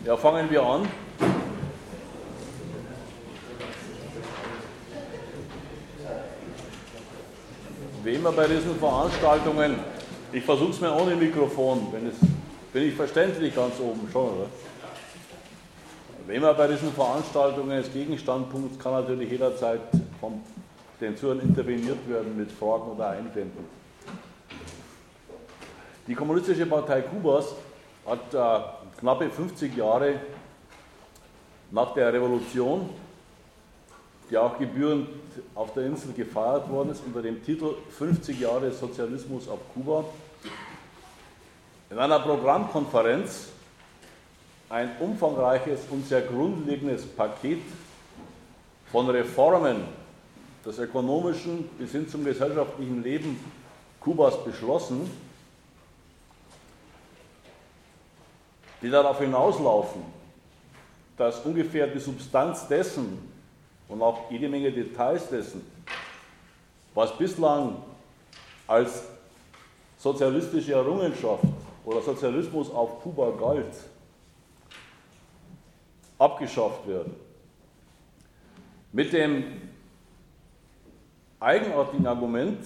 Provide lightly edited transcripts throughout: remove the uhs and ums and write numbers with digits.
Ja, fangen wir an. Wie immer bei diesen Veranstaltungen, ich versuche es mir ohne Mikrofon, bin ich verständlich ganz oben schon, oder? Wie immer bei diesen Veranstaltungen des Gegenstandpunkts kann natürlich jederzeit von den Zuhörern interveniert werden mit Fragen oder Einwänden. Die Kommunistische Partei Kubas hat knappe 50 Jahre nach der Revolution, die auch gebührend auf der Insel gefeiert worden ist, unter dem Titel 50 Jahre Sozialismus auf Kuba, in einer Programmkonferenz ein umfangreiches und sehr grundlegendes Paket von Reformen des ökonomischen bis hin zum gesellschaftlichen Leben Kubas beschlossen, die darauf hinauslaufen, dass ungefähr die Substanz dessen und auch jede Menge Details dessen, was bislang als sozialistische Errungenschaft oder Sozialismus auf Kuba galt, abgeschafft werden. Mit dem eigenartigen Argument,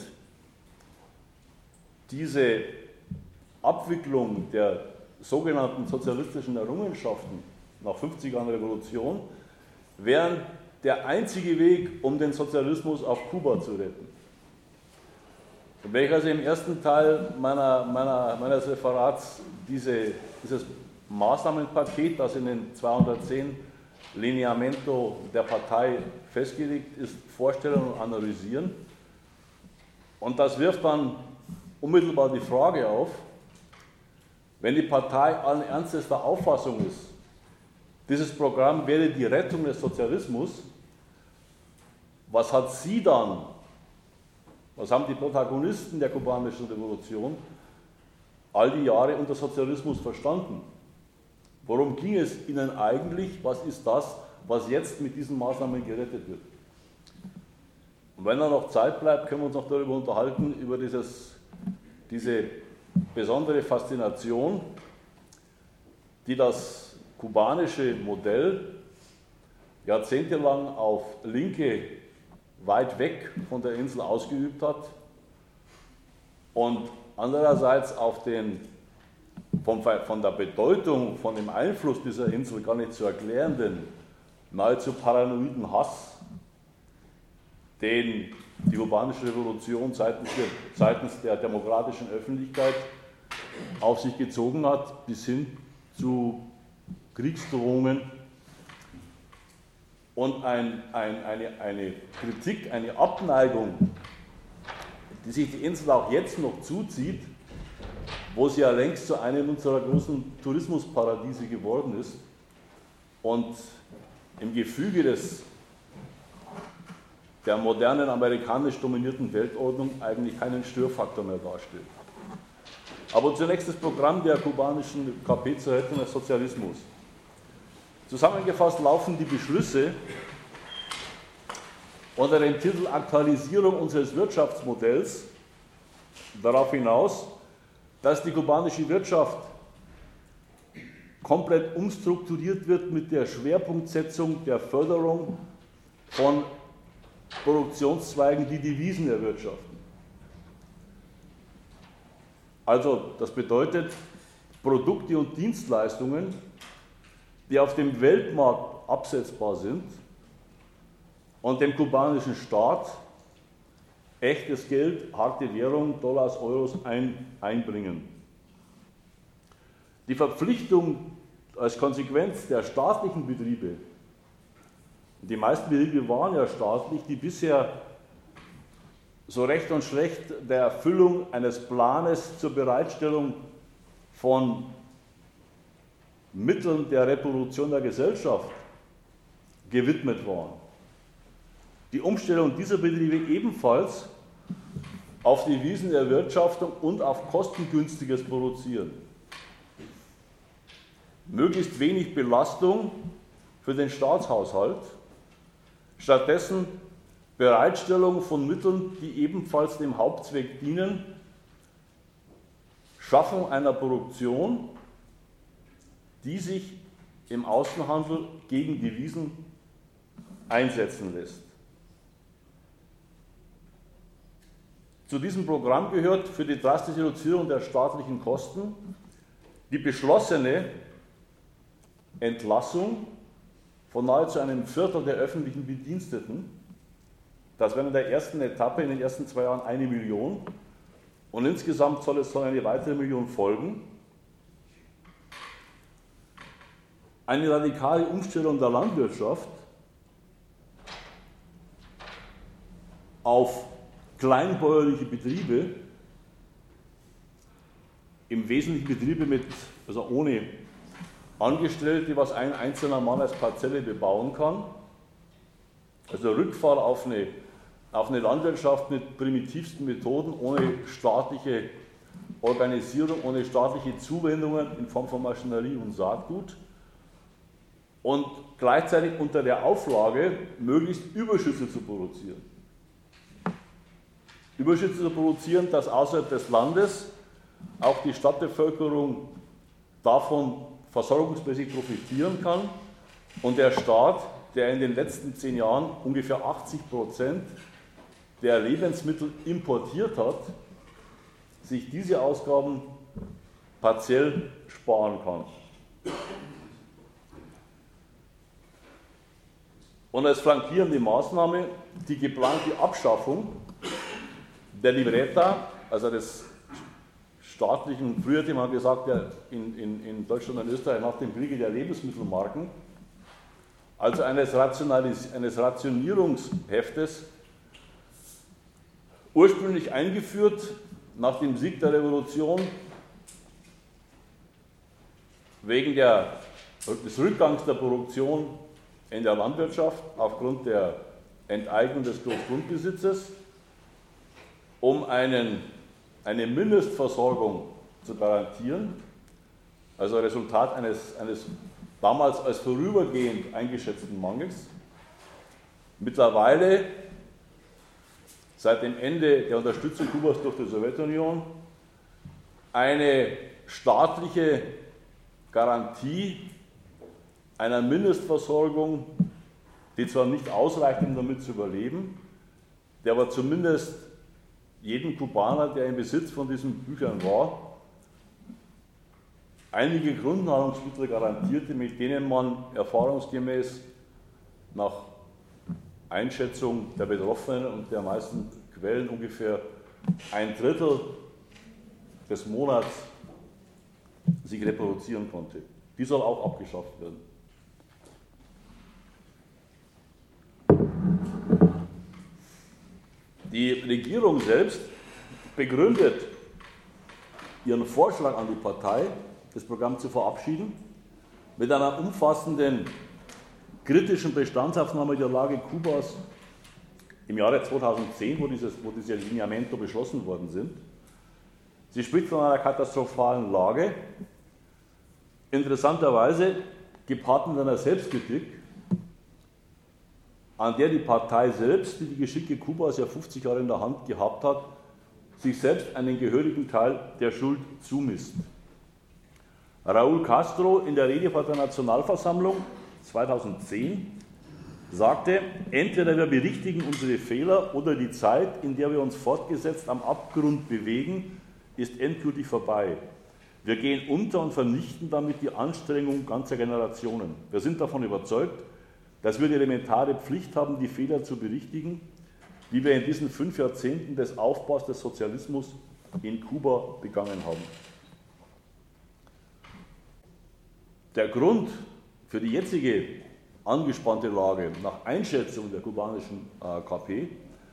diese Abwicklung der sogenannten sozialistischen Errungenschaften nach 50 Jahren Revolution wären der einzige Weg, um den Sozialismus auf Kuba zu retten. Und wenn ich also im ersten Teil meines Referats dieses Maßnahmenpaket, das in den 210 Lineamento der Partei festgelegt ist, vorstellen und analysieren, und das wirft dann unmittelbar die Frage auf, wenn die Partei allen Ernstes der Auffassung ist, dieses Programm wäre die Rettung des Sozialismus, was hat sie dann, was haben die Protagonisten der kubanischen Revolution all die Jahre unter Sozialismus verstanden? Worum ging es ihnen eigentlich? Was ist das, was jetzt mit diesen Maßnahmen gerettet wird? Und wenn da noch Zeit bleibt, können wir uns noch darüber unterhalten, über diese besondere Faszination, die das kubanische Modell jahrzehntelang auf Linke weit weg von der Insel ausgeübt hat und andererseits auf den von der Bedeutung, von dem Einfluss dieser Insel gar nicht zu erklärenden, nahezu paranoiden Hass, den die kubanische Revolution seitens der demokratischen Öffentlichkeit auf sich gezogen hat, bis hin zu Kriegsdrohungen und eine Kritik, eine Abneigung, die sich die Insel auch jetzt noch zuzieht, wo sie ja längst zu einem unserer großen Tourismusparadiese geworden ist und im Gefüge der modernen amerikanisch dominierten Weltordnung eigentlich keinen Störfaktor mehr darstellt. Aber zunächst das Programm der kubanischen KP zur Rettung des Sozialismus. Zusammengefasst laufen die Beschlüsse unter dem Titel Aktualisierung unseres Wirtschaftsmodells darauf hinaus, dass die kubanische Wirtschaft komplett umstrukturiert wird mit der Schwerpunktsetzung der Förderung von Produktionszweigen, die Devisen erwirtschaften. Also das bedeutet Produkte und Dienstleistungen, die auf dem Weltmarkt absetzbar sind und dem kubanischen Staat echtes Geld, harte Währung, Dollars, Euros einbringen. Die Verpflichtung als Konsequenz der staatlichen Betriebe, die meisten Betriebe waren ja staatlich, die bisher so recht und schlecht der Erfüllung eines Planes zur Bereitstellung von Mitteln der Reproduktion der Gesellschaft gewidmet waren. Die Umstellung dieser Betriebe ebenfalls auf Devisenerwirtschaftung und auf kostengünstiges Produzieren. Möglichst wenig Belastung für den Staatshaushalt, stattdessen Bereitstellung von Mitteln, die ebenfalls dem Hauptzweck dienen, Schaffung einer Produktion, die sich im Außenhandel gegen Devisen einsetzen lässt. Zu diesem Programm gehört für die drastische Reduzierung der staatlichen Kosten die beschlossene Entlassung von nahezu einem Viertel der öffentlichen Bediensteten. Das wäre in der ersten Etappe, in den ersten 2 Jahren 1 Million. Und insgesamt soll eine weitere Million folgen. Eine radikale Umstellung der Landwirtschaft auf kleinbäuerliche Betriebe, im Wesentlichen Betriebe also ohne Angestellte, was ein einzelner Mann als Parzelle bebauen kann. Also Rückfall auf eine Landwirtschaft mit primitivsten Methoden, ohne staatliche Organisierung, ohne staatliche Zuwendungen in Form von Maschinerie und Saatgut. Und gleichzeitig unter der Auflage, möglichst Überschüsse zu produzieren. Überschüsse zu produzieren, dass außerhalb des Landes auch die Stadtbevölkerung davon versorgungsmäßig profitieren kann und der Staat, der in den letzten 10 Jahren ungefähr 80% der Lebensmittel importiert hat, sich diese Ausgaben partiell sparen kann. Und als flankierende Maßnahme die geplante Abschaffung der Libreta, also des staatlichen, früher hat man gesagt, in Deutschland und Österreich nach dem Kriege der Lebensmittelmarken, also eines Rationierungsheftes, ursprünglich eingeführt nach dem Sieg der Revolution wegen des Rückgangs der Produktion in der Landwirtschaft aufgrund der Enteignung des Großgrundbesitzes, um eine Mindestversorgung zu garantieren, also Resultat eines damals als vorübergehend eingeschätzten Mangels. Mittlerweile, seit dem Ende der Unterstützung Kubas durch die Sowjetunion, eine staatliche Garantie einer Mindestversorgung, die zwar nicht ausreicht, um damit zu überleben, der aber zumindest jedem Kubaner, der im Besitz von diesen Büchern war, einige Grundnahrungsmittel garantierte, mit denen man erfahrungsgemäß nach Einschätzung der Betroffenen und der meisten Quellen ungefähr 1/3 des Monats sich reproduzieren konnte. Die soll auch abgeschafft werden. Die Regierung selbst begründet ihren Vorschlag an die Partei, das Programm zu verabschieden, mit einer umfassenden kritischen Bestandsaufnahme der Lage Kubas im Jahre 2010, wo diese Lineamento beschlossen worden sind. Sie spricht von einer katastrophalen Lage, interessanterweise gepaart mit einer Selbstkritik, an der die Partei selbst, die die Geschicke Kubas ja 50 Jahre in der Hand gehabt hat, sich selbst einen gehörigen Teil der Schuld zumisst. Raúl Castro in der Rede vor der Nationalversammlung 2010 sagte, entweder wir berichtigen unsere Fehler oder die Zeit, in der wir uns fortgesetzt am Abgrund bewegen, ist endgültig vorbei. Wir gehen unter und vernichten damit die Anstrengung ganzer Generationen. Wir sind davon überzeugt, dass wir die elementare Pflicht haben, die Fehler zu berichtigen, die wir in diesen 5 Jahrzehnten des Aufbaus des Sozialismus in Kuba begangen haben. Der Grund für die jetzige angespannte Lage nach Einschätzung der kubanischen KP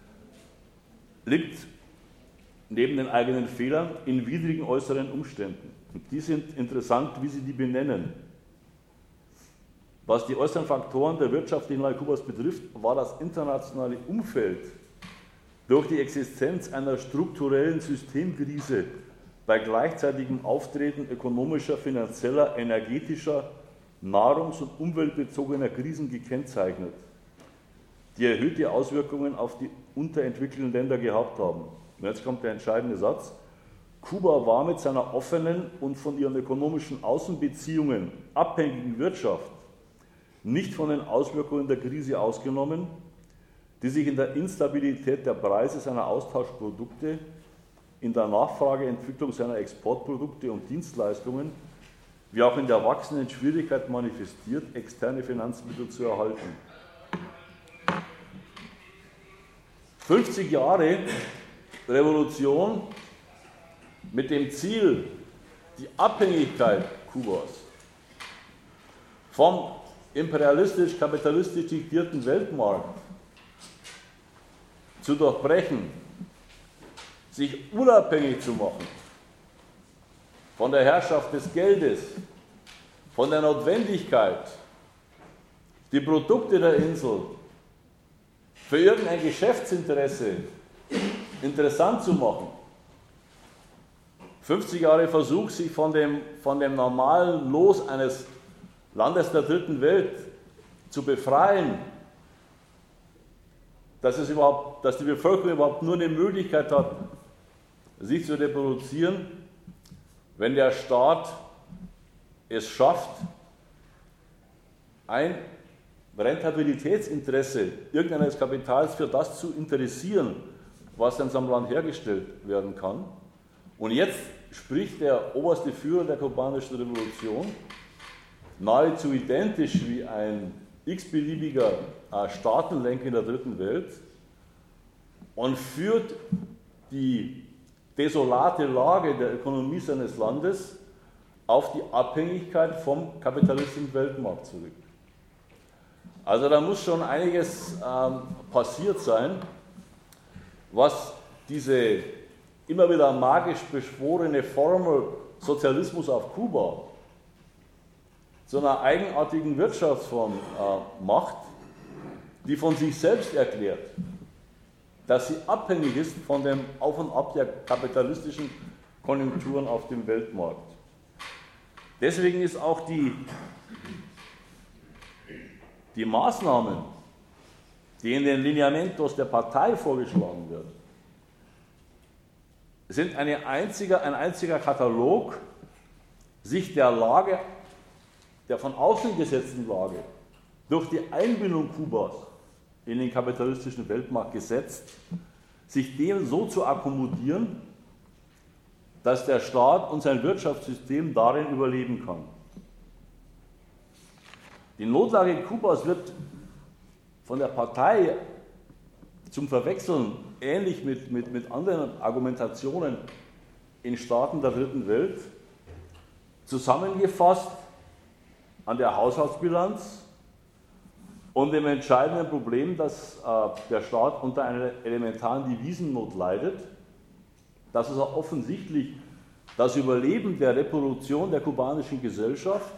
liegt neben den eigenen Fehlern in widrigen äußeren Umständen. Und die sind interessant, wie sie die benennen. Was die äußeren Faktoren der wirtschaftlichen Lage Kubas betrifft, war das internationale Umfeld durch die Existenz einer strukturellen Systemkrise bei gleichzeitigem Auftreten ökonomischer, finanzieller, energetischer, nahrungs- und umweltbezogener Krisen gekennzeichnet, die erhöhte Auswirkungen auf die unterentwickelten Länder gehabt haben. Und jetzt kommt der entscheidende Satz. Kuba war mit seiner offenen und von ihren ökonomischen Außenbeziehungen abhängigen Wirtschaft nicht von den Auswirkungen der Krise ausgenommen, die sich in der Instabilität der Preise seiner Austauschprodukte, in der Nachfrageentwicklung seiner Exportprodukte und Dienstleistungen, wie auch in der wachsenden Schwierigkeit manifestiert, externe Finanzmittel zu erhalten. 50 Jahre Revolution mit dem Ziel, die Abhängigkeit Kubas vom imperialistisch-kapitalistisch diktierten Weltmarkt zu durchbrechen, sich unabhängig zu machen von der Herrschaft des Geldes, von der Notwendigkeit, die Produkte der Insel für irgendein Geschäftsinteresse interessant zu machen. 50 Jahre Versuch, sich von dem normalen Los eines Landes der dritten Welt zu befreien, dass die Bevölkerung überhaupt nur eine Möglichkeit hat, sich zu reproduzieren, wenn der Staat es schafft, ein Rentabilitätsinteresse irgendeines Kapitals für das zu interessieren, was in seinem Land hergestellt werden kann. Und jetzt spricht der oberste Führer der kubanischen Revolution, nahezu identisch wie ein x-beliebiger Staatenlenker in der dritten Welt, und führt die desolate Lage der Ökonomie seines Landes auf die Abhängigkeit vom kapitalistischen Weltmarkt zurück. Also da muss schon einiges passiert sein, was diese immer wieder magisch beschworene Formel Sozialismus auf Kuba zu einer eigenartigen Wirtschaftsform macht, die von sich selbst erklärt, dass sie abhängig ist von dem Auf und Ab der kapitalistischen Konjunkturen auf dem Weltmarkt. Deswegen ist auch die Maßnahmen, die in den Lineamentos der Partei vorgeschlagen werden, sind ein einziger Katalog, sich der Lage, der von außen gesetzten Lage, durch die Einbindung Kubas in den kapitalistischen Weltmarkt gesetzt, sich dem so zu akkommodieren, dass der Staat und sein Wirtschaftssystem darin überleben kann. Die Notlage Kubas wird von der Partei zum Verwechseln, ähnlich mit anderen Argumentationen in Staaten der dritten Welt, zusammengefasst an der Haushaltsbilanz und dem entscheidenden Problem, dass der Staat unter einer elementaren Devisennot leidet, dass es auch offensichtlich das Überleben der Reproduktion der kubanischen Gesellschaft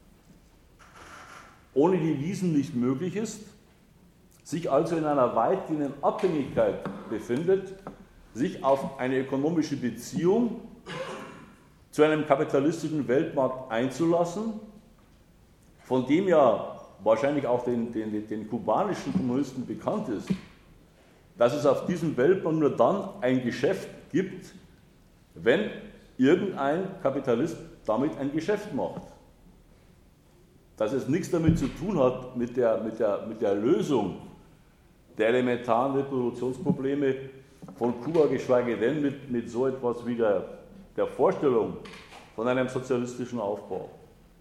ohne Devisen nicht möglich ist, sich also in einer weitgehenden Abhängigkeit befindet, sich auf eine ökonomische Beziehung zu einem kapitalistischen Weltmarkt einzulassen, von dem ja wahrscheinlich auch den kubanischen Kommunisten bekannt ist, dass es auf diesem Weltmarkt nur dann ein Geschäft gibt, wenn irgendein Kapitalist damit ein Geschäft macht. Dass es nichts damit zu tun hat mit der Lösung der elementaren Reproduktionsprobleme von Kuba, geschweige denn mit so etwas wie der Vorstellung von einem sozialistischen Aufbau.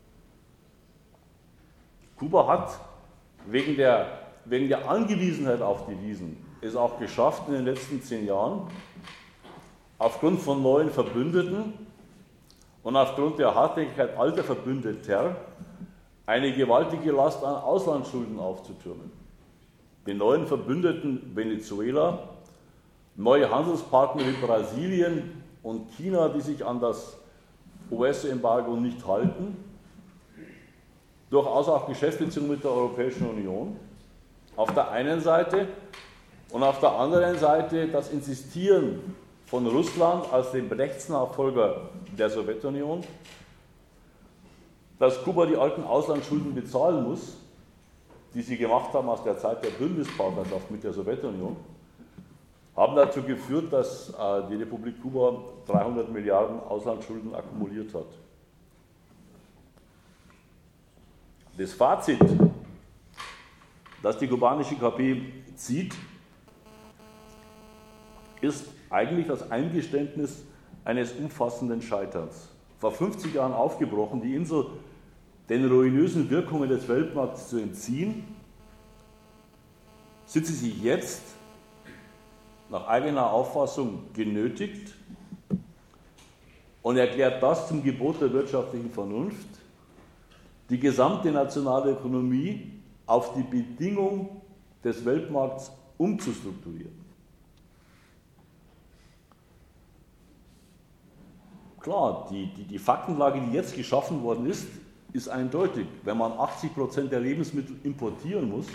Kuba hat wegen der Angewiesenheit auf Devisen es auch geschafft, in den letzten 10 Jahren aufgrund von neuen Verbündeten und aufgrund der Hartnäckigkeit alter Verbündeter eine gewaltige Last an Auslandsschulden aufzutürmen. Die neuen Verbündeten Venezuela, neue Handelspartner wie Brasilien und China, die sich an das US-Embargo nicht halten, durchaus auch Geschäftsbeziehungen mit der Europäischen Union auf der einen Seite und auf der anderen Seite das Insistieren von Russland als dem Rechtsnachfolger der Sowjetunion, dass Kuba die alten Auslandsschulden bezahlen muss, die sie gemacht haben aus der Zeit der Bündnispartnerschaft mit der Sowjetunion, haben dazu geführt, dass die Republik Kuba 300 Milliarden Auslandsschulden akkumuliert hat. Das Fazit das die kubanische KP zieht, ist eigentlich das Eingeständnis eines umfassenden Scheiterns. Vor 50 Jahren aufgebrochen, die Insel den ruinösen Wirkungen des Weltmarkts zu entziehen, sind sie sich jetzt nach eigener Auffassung genötigt und erklärt das zum Gebot der wirtschaftlichen Vernunft, die gesamte nationale Ökonomie auf die Bedingung des Weltmarkts umzustrukturieren. Klar, die Faktenlage, die jetzt geschaffen worden ist eindeutig. Wenn man 80% der Lebensmittel importieren muss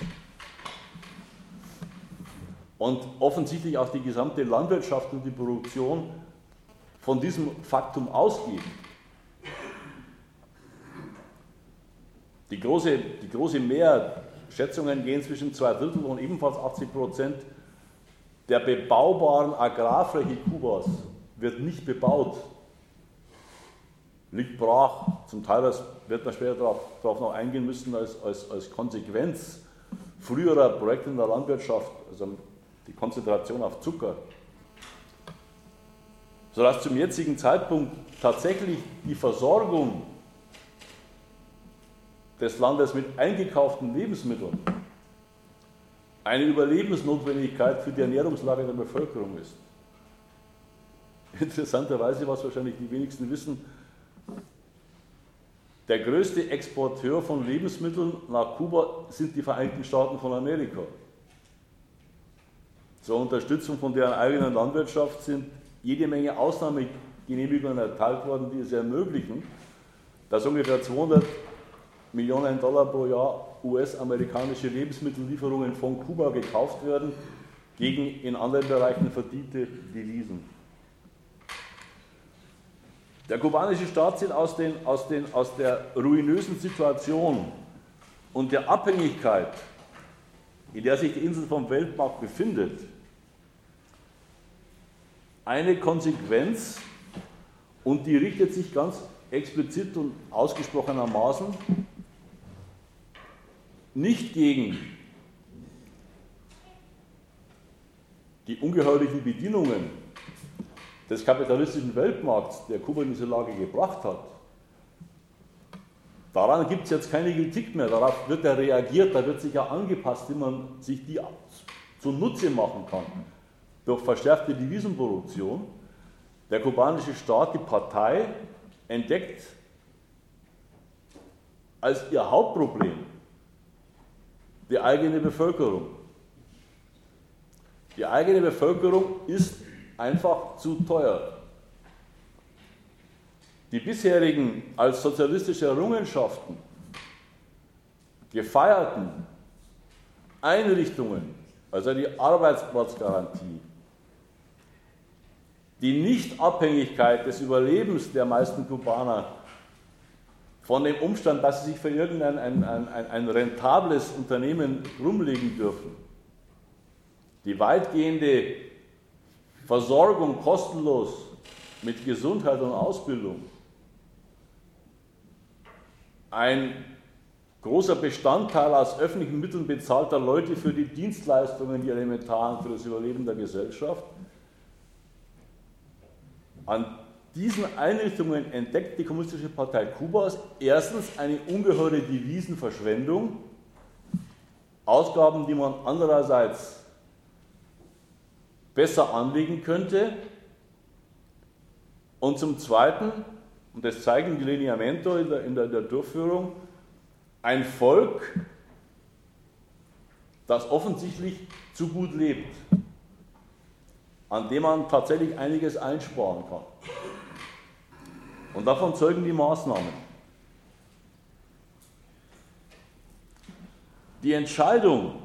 und offensichtlich auch die gesamte Landwirtschaft und die Produktion von diesem Faktum ausgeht, die große Mehrheit, Schätzungen gehen zwischen 2/3 und ebenfalls 80% der bebaubaren Agrarfläche Kubas wird nicht bebaut, liegt brach. Zum Teil, das wird man später darauf noch eingehen müssen, als Konsequenz früherer Projekte in der Landwirtschaft, also die Konzentration auf Zucker, sodass zum jetzigen Zeitpunkt tatsächlich die Versorgung des Landes mit eingekauften Lebensmitteln eine Überlebensnotwendigkeit für die Ernährungslage der Bevölkerung ist. Interessanterweise, was wahrscheinlich die wenigsten wissen, der größte Exporteur von Lebensmitteln nach Kuba sind die Vereinigten Staaten von Amerika. Zur Unterstützung von deren eigenen Landwirtschaft sind jede Menge Ausnahmegenehmigungen erteilt worden, die es ermöglichen, dass ungefähr 200 Millionen Dollar pro Jahr US-amerikanische Lebensmittellieferungen von Kuba gekauft werden, gegen in anderen Bereichen verdiente Devisen. Der kubanische Staat zieht aus der ruinösen Situation und der Abhängigkeit, in der sich die Insel vom Weltmarkt befindet, eine Konsequenz, und die richtet sich ganz explizit und ausgesprochenermaßen nicht gegen die ungeheuerlichen Bedingungen des kapitalistischen Weltmarkts, der Kuba in diese Lage gebracht hat. Daran gibt es jetzt keine Kritik mehr, darauf wird ja reagiert, da wird sich ja angepasst, wie man sich die zunutze machen kann. Durch verstärkte Devisenproduktion. Der kubanische Staat, die Partei, entdeckt als ihr Hauptproblem die eigene Bevölkerung. Die eigene Bevölkerung ist einfach zu teuer. Die bisherigen als sozialistische Errungenschaften gefeierten Einrichtungen, also die Arbeitsplatzgarantie, die Nichtabhängigkeit des Überlebens der meisten Kubaner von dem Umstand, dass sie sich für irgendein ein rentables Unternehmen rumlegen dürfen, die weitgehende Versorgung kostenlos mit Gesundheit und Ausbildung, ein großer Bestandteil aus öffentlichen Mitteln bezahlter Leute für die Dienstleistungen, die elementaren für das Überleben der Gesellschaft. An diesen Einrichtungen entdeckt die Kommunistische Partei Kubas erstens eine ungeheure Devisenverschwendung, Ausgaben, die man andererseits besser anlegen könnte, und zum Zweiten, und das zeigen die Lineamento in der Durchführung, ein Volk, das offensichtlich zu gut lebt, an dem man tatsächlich einiges einsparen kann. Und davon zeugen die Maßnahmen. Die Entscheidung,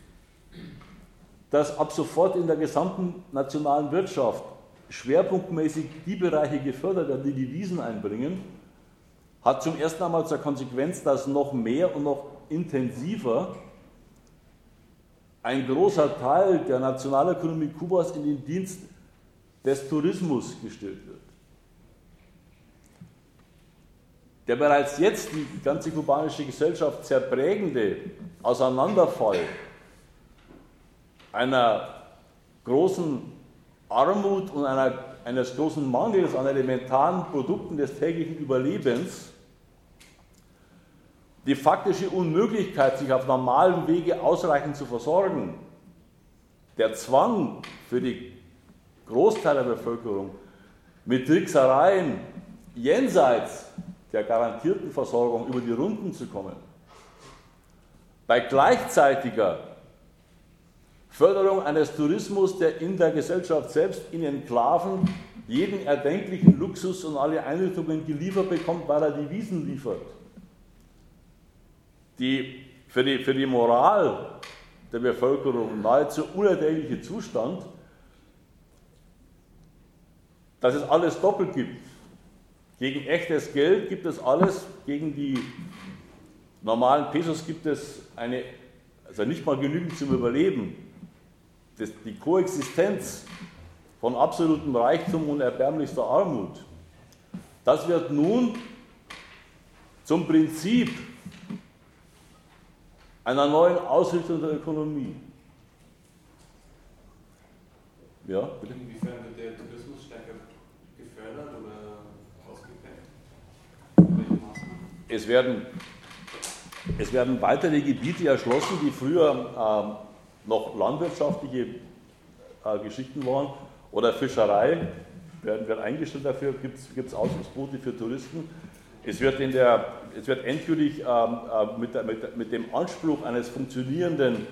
dass ab sofort in der gesamten nationalen Wirtschaft schwerpunktmäßig die Bereiche gefördert werden, die Devisen einbringen, hat zum ersten Mal zur Konsequenz, dass noch mehr und noch intensiver ein großer Teil der Nationalökonomie Kubas in den Dienst des Tourismus gestellt wird. Der bereits jetzt die ganze kubanische Gesellschaft sehr prägende Auseinanderfall einer großen Armut und eines großen Mangels an elementaren Produkten des täglichen Überlebens die faktische Unmöglichkeit, sich auf normalem Wege ausreichend zu versorgen, der Zwang für die Großteil der Bevölkerung, mit Tricksereien jenseits der garantierten Versorgung über die Runden zu kommen, bei gleichzeitiger Förderung eines Tourismus, der in der Gesellschaft selbst in Enklaven jeden erdenklichen Luxus und alle Einrichtungen geliefert bekommt, weil er die Wiesen liefert. Die für die Moral der Bevölkerung nahezu unerträgliche Zustand, dass es alles doppelt gibt. Gegen echtes Geld gibt es alles, gegen die normalen Pesos gibt es also nicht mal genügend zum Überleben. Die Koexistenz von absolutem Reichtum und erbärmlichster Armut, das wird nun zum Prinzip einer neuen Ausrichtung der Ökonomie. Ja, bitte? Inwiefern wird der Tourismus stärker gefördert oder ausgeprägt? Es werden weitere Gebiete erschlossen, die früher noch landwirtschaftliche Geschichten waren oder Fischerei, werden eingestellt dafür, gibt es Ausflugsboote für Touristen. Es wird endgültig mit dem Anspruch eines funktionierenden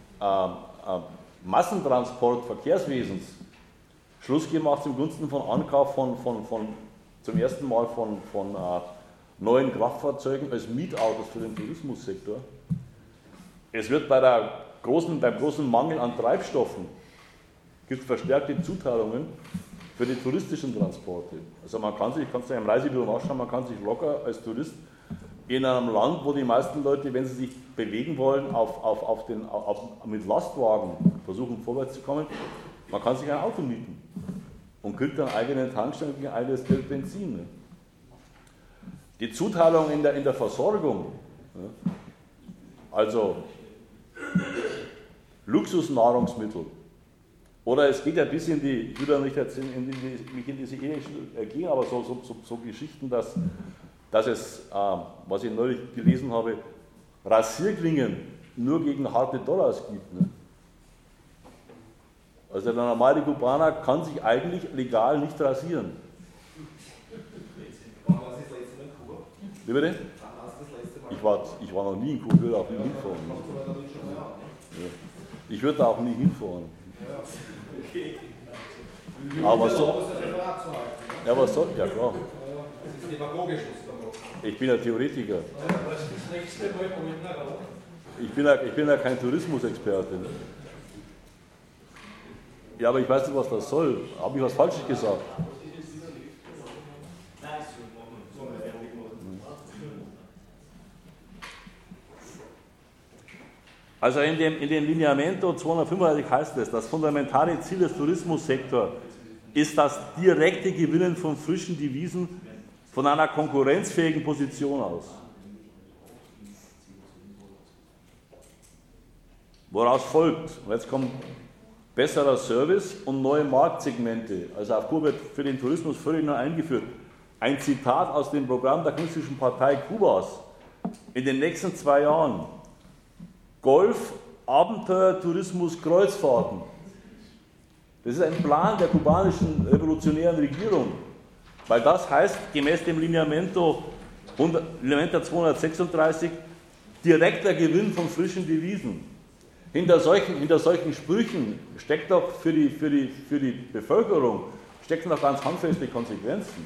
Massentransport-Verkehrswesens Schluss gemacht zugunsten von Ankauf zum ersten Mal von neuen Kraftfahrzeugen als Mietautos für den Tourismussektor. Es wird beim großen Mangel an Treibstoffen gibt verstärkte Zuteilungen für die touristischen Transporte. Also kannst du im Reisebüro nachschauen, man kann sich locker als Tourist in einem Land, wo die meisten Leute, wenn sie sich bewegen wollen, mit Lastwagen versuchen vorwärts zu kommen, man kann sich ein Auto mieten und kriegt einen eigenen Tankstellen gegen eigenes Geld Benzin. Ne? Die Zuteilung in der Versorgung, ja, also Luxusnahrungsmittel, oder es geht ja bis in die, ich will da nicht jetzt mich in diese Ehe gehen, aber so Geschichten, dass es, was ich neulich gelesen habe, Rasierklingen nur gegen harte Dollars gibt. Ne? Also der normale Kubaner kann sich eigentlich legal nicht rasieren. Wann warst du das letzte Mal in Kuba? Wie bitte? Wann warst du das letzte Mal? Ich war noch nie in Kuba, ich würde auch nie hinfahren. Ja. Ich würde da auch nie hinfahren. Okay. Aber so. Ja, was soll? Ja, klar. Das ist demagogisch, was du da machst. Ich bin ja Theoretiker. Das nächste Mal Ich bin ja kein Tourismusexperte. Ne? Ja, aber ich weiß nicht, was das soll. Habe ich was Falsches gesagt? Also in dem Lineamento 235 heißt es, das fundamentale Ziel des Tourismussektors ist das direkte Gewinnen von frischen Devisen von einer konkurrenzfähigen Position aus. Woraus folgt, und jetzt kommt besserer Service und neue Marktsegmente, also auf Kuba wird für den Tourismus völlig neu eingeführt. Ein Zitat aus dem Programm der Kommunistischen Partei Kubas in den nächsten 2 Jahren. Golf, Abenteuer, Tourismus, Kreuzfahrten. Das ist ein Plan der kubanischen revolutionären Regierung, weil das heißt, gemäß dem Lineamento 236, direkter Gewinn von frischen Devisen. Hinter solchen Sprüchen steckt doch für die Bevölkerung noch ganz handfeste Konsequenzen.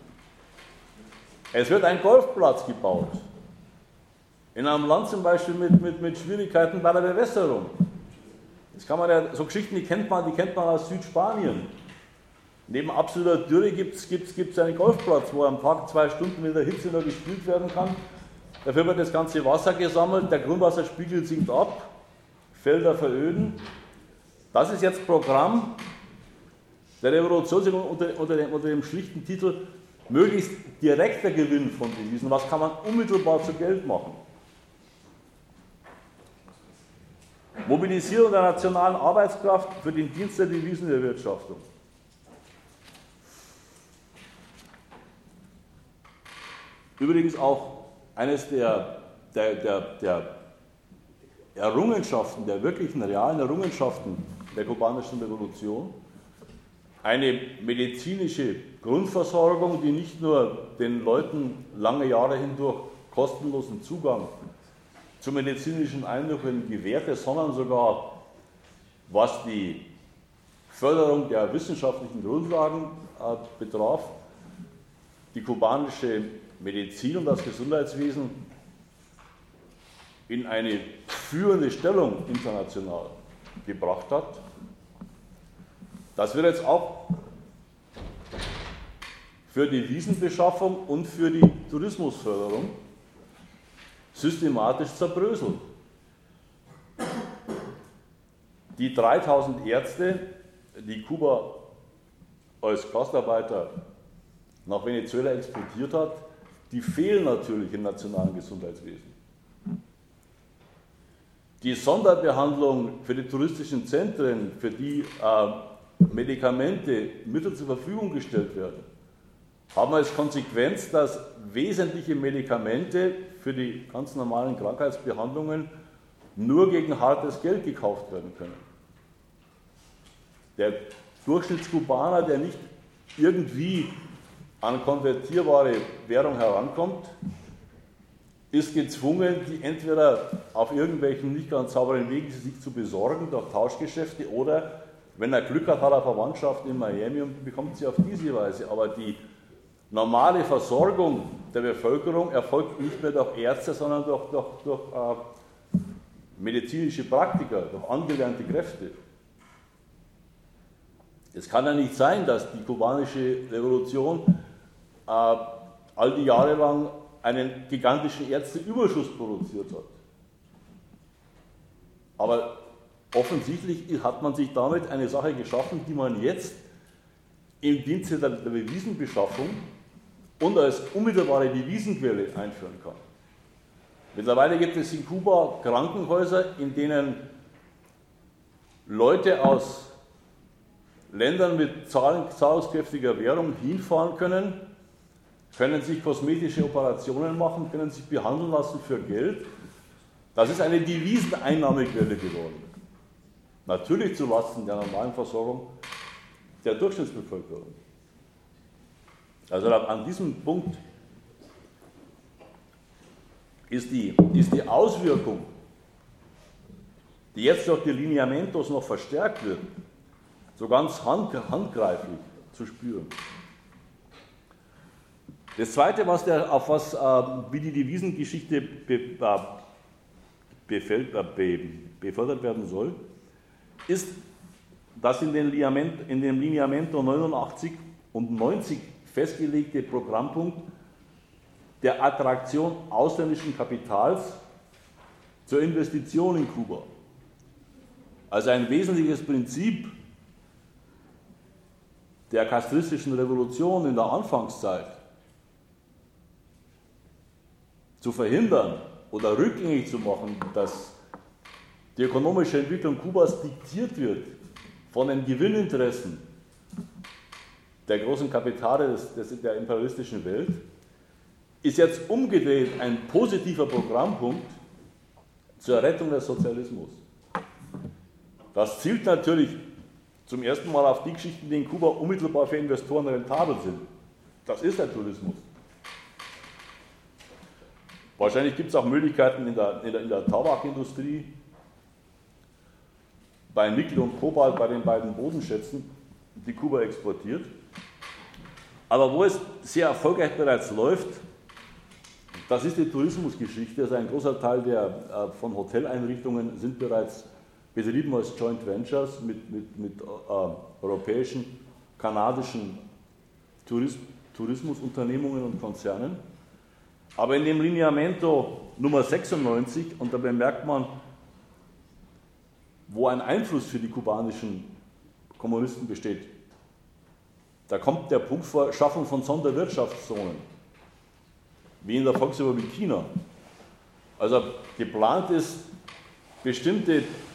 Es wird ein Golfplatz gebaut. In einem Land zum Beispiel mit Schwierigkeiten bei der Bewässerung. Das kann man ja, so Geschichten, die kennt man aus Südspanien. Neben absoluter Dürre gibt es einen Golfplatz, wo am Tag 2 Stunden mit der Hitze nur gespielt werden kann. Dafür wird das ganze Wasser gesammelt, der Grundwasserspiegel sinkt ab, Felder veröden. Das ist jetzt Programm der Revolution unter dem schlichten Titel möglichst direkter Gewinn von Devisen. Was kann man unmittelbar zu Geld machen? Mobilisierung der nationalen Arbeitskraft für den Dienst der Devisenerwirtschaftung. Übrigens auch eines der Errungenschaften, der wirklichen realen Errungenschaften der kubanischen Revolution, eine medizinische Grundversorgung, die nicht nur den Leuten lange Jahre hindurch kostenlosen Zugang zu medizinischen Einrichtungen gewährte, sondern sogar, was die Förderung der wissenschaftlichen Grundlagen betraf, die kubanische Medizin und das Gesundheitswesen in eine führende Stellung international gebracht hat. Das wird jetzt auch für die Devisenbeschaffung und für die Tourismusförderung systematisch zerbröselt. Die 3000 Ärzte, die Kuba als Gastarbeiter nach Venezuela exportiert hat, die fehlen natürlich im nationalen Gesundheitswesen. Die Sonderbehandlung für die touristischen Zentren, für die Medikamente, Mittel zur Verfügung gestellt werden, haben als Konsequenz, dass wesentliche Medikamente für die ganz normalen Krankheitsbehandlungen nur gegen hartes Geld gekauft werden können. Der Durchschnittskubaner, der nicht irgendwie an konvertierbare Währung herankommt, ist gezwungen, die entweder auf irgendwelchen nicht ganz sauberen Wegen sich zu besorgen, durch Tauschgeschäfte, oder wenn er Glück hat, hat er Verwandtschaft in Miami und bekommt sie auf diese Weise. Aber die normale Versorgung der Bevölkerung erfolgt nicht mehr durch Ärzte, sondern durch medizinische Praktiker, durch angelernte Kräfte. Es kann ja nicht sein, dass die kubanische Revolution all die Jahre lang einen gigantischen Ärzteüberschuss produziert hat. Aber offensichtlich hat man sich damit eine Sache geschaffen, die man jetzt im Dienste der Devisenbeschaffung und als unmittelbare Devisenquelle einführen kann. Mittlerweile gibt es in Kuba Krankenhäuser, in denen Leute aus Ländern mit zahlungskräftiger Währung hinfahren können sich kosmetische Operationen machen, können sich behandeln lassen für Geld. Das ist eine Deviseneinnahmequelle geworden. Natürlich zulasten der normalen Versorgung der Durchschnittsbevölkerung. Also an diesem Punkt ist die Auswirkung, die jetzt durch die Lineamentos noch verstärkt wird, so ganz handgreiflich zu spüren. Das Zweite, wie die Devisengeschichte befördert werden soll, ist, dass in dem Lineamento 89 und 90 festgelegte Programmpunkt der Attraktion ausländischen Kapitals zur Investition in Kuba. Also ein wesentliches Prinzip der kastristischen Revolution in der Anfangszeit zu verhindern oder rückgängig zu machen, dass die ökonomische Entwicklung Kubas diktiert wird von den Gewinninteressen der großen Kapitale der imperialistischen Welt, ist jetzt umgedreht ein positiver Programmpunkt zur Rettung des Sozialismus. Das zielt natürlich zum ersten Mal auf die Geschichten, die in Kuba unmittelbar für Investoren rentabel sind. Das ist der Tourismus. Wahrscheinlich gibt es auch Möglichkeiten in der Tabakindustrie, bei Nickel und Kobalt, bei den beiden Bodenschätzen, die Kuba exportiert. Aber wo es sehr erfolgreich bereits läuft, das ist die Tourismusgeschichte. Also ein großer Teil von Hoteleinrichtungen sind bereits betrieben als Joint Ventures mit europäischen, kanadischen Tourismusunternehmungen und Konzernen. Aber in dem Lineamento Nummer 96, und da bemerkt man, wo ein Einfluss für die kubanischen Kommunisten besteht, da kommt der Punkt vor Schaffung von Sonderwirtschaftszonen, wie in der Volksrepublik China. Also geplant ist, bestimmte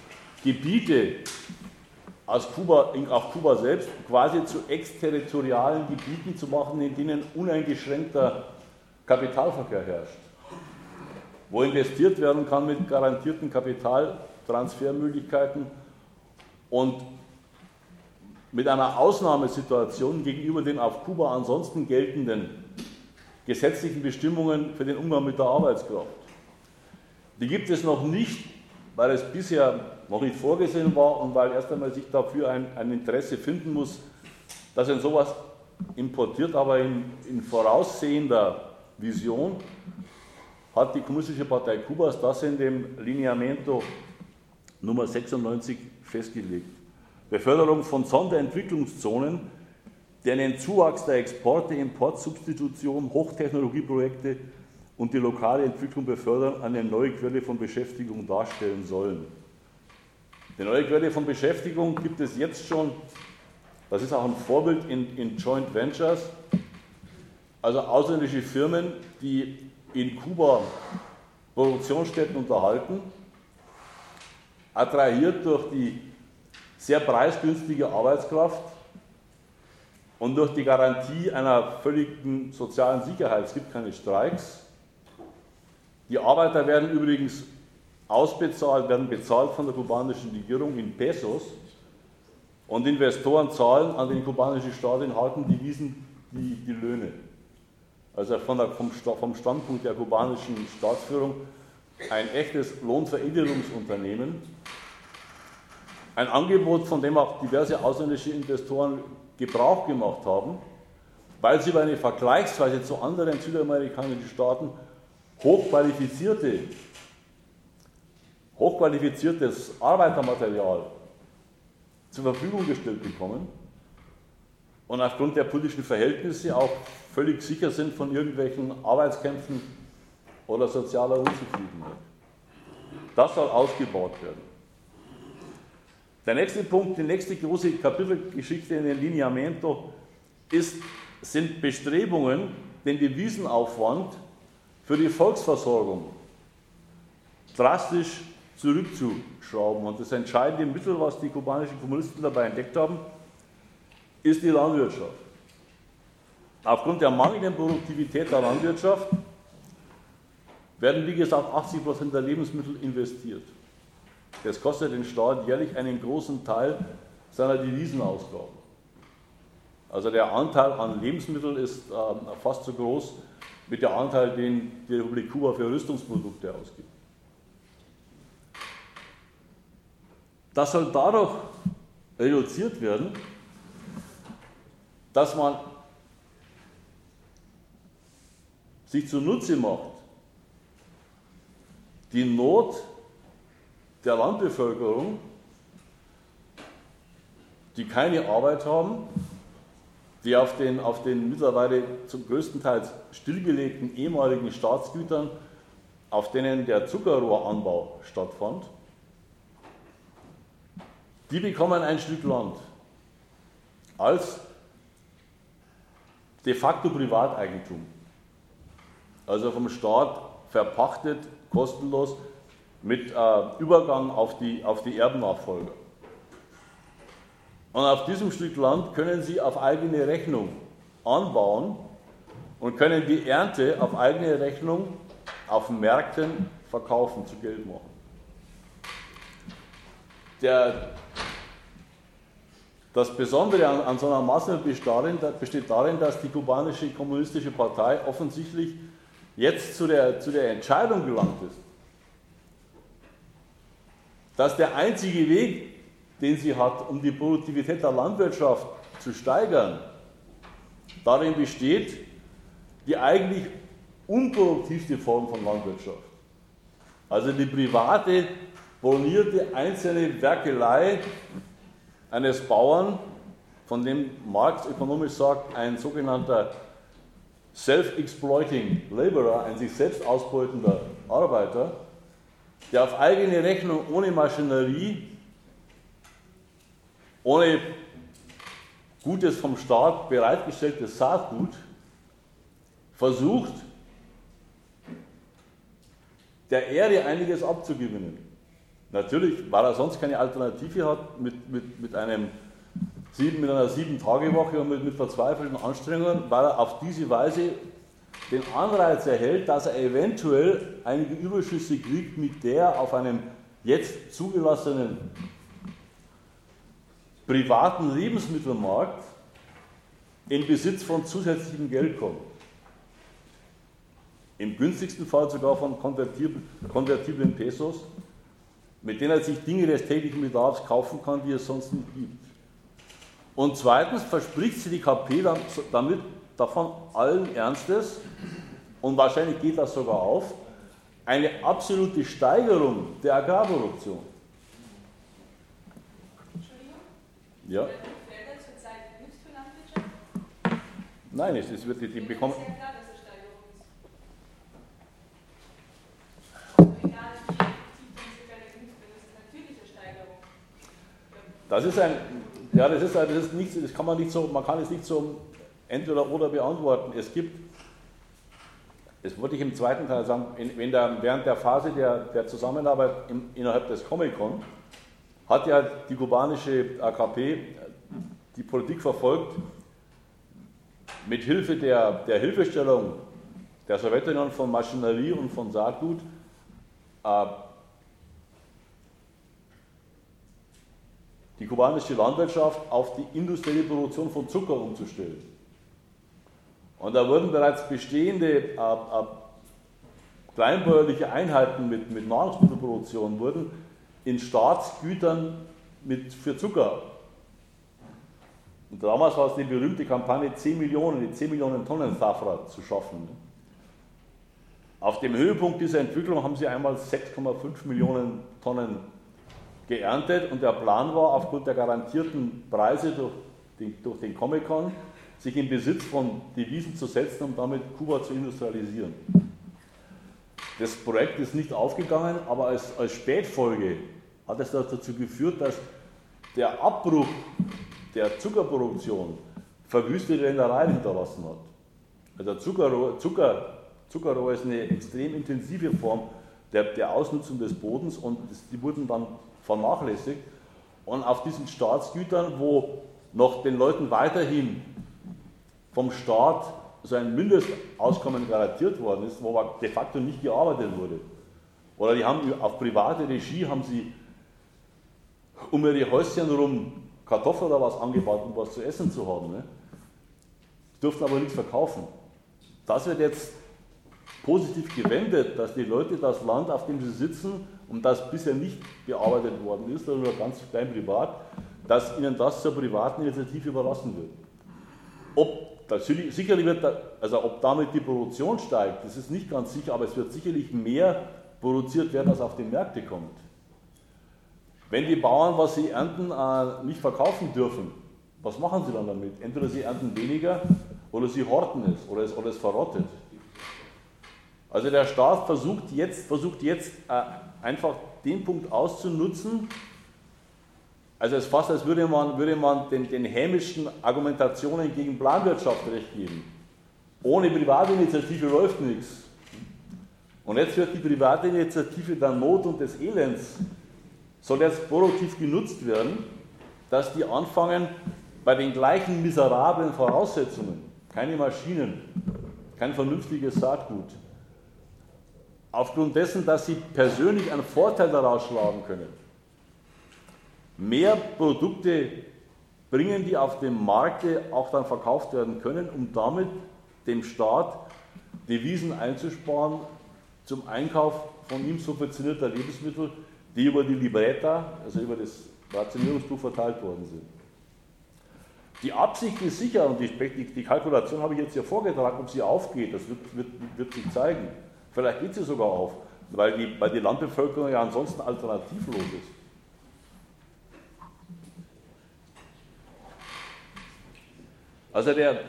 Gebiete auf Kuba selbst quasi zu exterritorialen Gebieten zu machen, in denen uneingeschränkter Kapitalverkehr herrscht, wo investiert werden kann mit garantierten Kapitaltransfermöglichkeiten und mit einer Ausnahmesituation gegenüber den auf Kuba ansonsten geltenden gesetzlichen Bestimmungen für den Umgang mit der Arbeitskraft. Die gibt es noch nicht, weil es bisher noch nicht vorgesehen war und weil erst einmal sich dafür ein Interesse finden muss, dass ein sowas importiert, aber in voraussehender Vision hat die Kommunistische Partei Kubas das in dem Lineamento Nummer 96 festgelegt. Beförderung von Sonderentwicklungszonen, die einen Zuwachs der Exporte, Importsubstitution, Hochtechnologieprojekte und die lokale Entwicklung befördern, eine neue Quelle von Beschäftigung darstellen sollen. Die neue Quelle von Beschäftigung gibt es jetzt schon, das ist auch ein Vorbild in Joint Ventures, also ausländische Firmen, die in Kuba Produktionsstätten unterhalten, attrahiert durch die sehr preisgünstige Arbeitskraft und durch die Garantie einer völligen sozialen Sicherheit. Es gibt keine Streiks. Die Arbeiter werden übrigens werden bezahlt von der kubanischen Regierung in Pesos und Investoren zahlen an den kubanischen Staat in harten Devisen die Löhne. Also vom Standpunkt der kubanischen Staatsführung ein echtes Lohnveredelungsunternehmen. Ein Angebot, von dem auch diverse ausländische Investoren Gebrauch gemacht haben, weil sie über eine vergleichsweise zu anderen südamerikanischen Staaten hochqualifiziertes Arbeitermaterial zur Verfügung gestellt bekommen und aufgrund der politischen Verhältnisse auch völlig sicher sind von irgendwelchen Arbeitskämpfen oder sozialer Unzufriedenheit. Das soll ausgebaut werden. Der nächste Punkt, die nächste große Kapitelgeschichte in den Lineamento sind Bestrebungen, den Devisenaufwand für die Volksversorgung drastisch zurückzuschrauben. Und das entscheidende Mittel, was die kubanischen Kommunisten dabei entdeckt haben, ist die Landwirtschaft. Aufgrund der mangelnden Produktivität der Landwirtschaft werden, wie gesagt, 80% der Lebensmittel investiert. Das kostet den Staat jährlich einen großen Teil seiner Devisenausgaben. Also der Anteil an Lebensmitteln ist fast so groß wie der Anteil, den die Republik Kuba für Rüstungsprodukte ausgibt. Das soll dadurch reduziert werden, dass man sich zunutze macht, die Not der Landbevölkerung, die keine Arbeit haben, die auf den mittlerweile zum größten Teil stillgelegten ehemaligen Staatsgütern, auf denen der Zuckerrohranbau stattfand, die bekommen ein Stück Land als de facto Privateigentum, also vom Staat verpachtet, kostenlos, mit Übergang auf die Erbennachfolger. Und auf diesem Stück Land können Sie auf eigene Rechnung anbauen und können die Ernte auf eigene Rechnung auf Märkten verkaufen, zu Geld machen. Das Besondere an so einer Maßnahme besteht darin, dass die kubanische kommunistische Partei offensichtlich jetzt zu der Entscheidung gelangt ist, dass der einzige Weg, den sie hat, um die Produktivität der Landwirtschaft zu steigern, darin besteht, die eigentlich unproduktivste Form von Landwirtschaft, also die private, bonierte einzelne Werkelei eines Bauern, von dem Marx ökonomisch sagt, ein sogenannter self-exploiting laborer, ein sich selbst ausbeutender Arbeiter, der auf eigene Rechnung ohne Maschinerie, ohne gutes vom Staat bereitgestelltes Saatgut versucht, der Erde einiges abzugewinnen. Natürlich, weil er sonst keine Alternative hat, mit einer 7-Tage-Woche und mit verzweifelten Anstrengungen, weil er auf diese Weise den Anreiz erhält, dass er eventuell einige Überschüsse kriegt, mit der auf einem jetzt zugelassenen privaten Lebensmittelmarkt in Besitz von zusätzlichem Geld kommt. Im günstigsten Fall sogar von konvertiblen Pesos, mit denen er sich Dinge des täglichen Bedarfs kaufen kann, die es sonst nicht gibt. Und zweitens verspricht sie die KP damit davon allen Ernstes, und wahrscheinlich geht das sogar auf, eine absolute Steigerung der Agrarproduktion. Entschuldigung? Ja? Werden die Felder zurzeit genutzt für Landwirtschaft? Nein, es wird die bekommen. Es ist ja klar, dass es Steigerung ist. Also egal, wie effektiv diese Felder genutzt werden, das ist eine natürliche Steigerung. Man kann es nicht so entweder oder beantworten. Das wollte ich im zweiten Teil sagen, während der Phase der Zusammenarbeit innerhalb des Comecon hat ja die kubanische AKP die Politik verfolgt, mit Hilfe der Hilfestellung der Sowjetunion von Maschinerie und von Saatgut die kubanische Landwirtschaft auf die industrielle Produktion von Zucker umzustellen. Und da wurden bereits bestehende kleinbäuerliche Einheiten mit Nahrungsmittelproduktion wurden in Staatsgütern für Zucker. Und damals war es die berühmte Kampagne, die 10 Millionen Tonnen Safra zu schaffen. Auf dem Höhepunkt dieser Entwicklung haben sie einmal 6,5 Millionen Tonnen geerntet, und der Plan war, aufgrund der garantierten Preise durch den Comecon, sich in Besitz von Devisen zu setzen, um damit Kuba zu industrialisieren. Das Projekt ist nicht aufgegangen, aber als Spätfolge hat es dazu geführt, dass der Abbruch der Zuckerproduktion verwüstete Ländereien hinterlassen hat. Also Zuckerrohr ist eine extrem intensive Form der Ausnutzung des Bodens, und die wurden dann vernachlässigt. Und auf diesen Staatsgütern, wo noch den Leuten weiterhin vom Staat so ein Mindestauskommen garantiert worden ist, wo aber de facto nicht gearbeitet wurde. Oder die haben auf private Regie um ihre Häuschen herum Kartoffeln oder was angebaut, um was zu essen zu haben. Ne? Die durften aber nichts verkaufen. Das wird jetzt positiv gewendet, dass die Leute das Land, auf dem sie sitzen und das bisher nicht bearbeitet worden ist, oder nur ganz klein privat, dass ihnen das zur privaten Initiative überlassen wird. Ob damit die Produktion steigt, das ist nicht ganz sicher, aber es wird sicherlich mehr produziert werden, als auf die Märkte kommt. Wenn die Bauern, was sie ernten, nicht verkaufen dürfen, was machen sie dann damit? Entweder sie ernten weniger oder sie horten es oder es verrottet. Also der Staat versucht jetzt einfach den Punkt auszunutzen. Also es ist fast, als würde man den hämischen Argumentationen gegen Planwirtschaft recht geben. Ohne Privatinitiative läuft nichts. Und jetzt wird die private Initiative der Not und des Elends, soll jetzt produktiv genutzt werden, dass die anfangen, bei den gleichen miserablen Voraussetzungen, keine Maschinen, kein vernünftiges Saatgut, aufgrund dessen, dass sie persönlich einen Vorteil daraus schlagen können, mehr Produkte bringen, die auf dem Markte auch dann verkauft werden können, um damit dem Staat Devisen einzusparen zum Einkauf von ihm subventionierter Lebensmittel, die über die Libreta, also über das Rationierungsbuch verteilt worden sind. Die Absicht ist sicher, und die Kalkulation habe ich jetzt hier vorgetragen, ob sie aufgeht, das wird sich zeigen. Vielleicht geht sie sogar auf, weil die Landbevölkerung ja ansonsten alternativlos ist. Also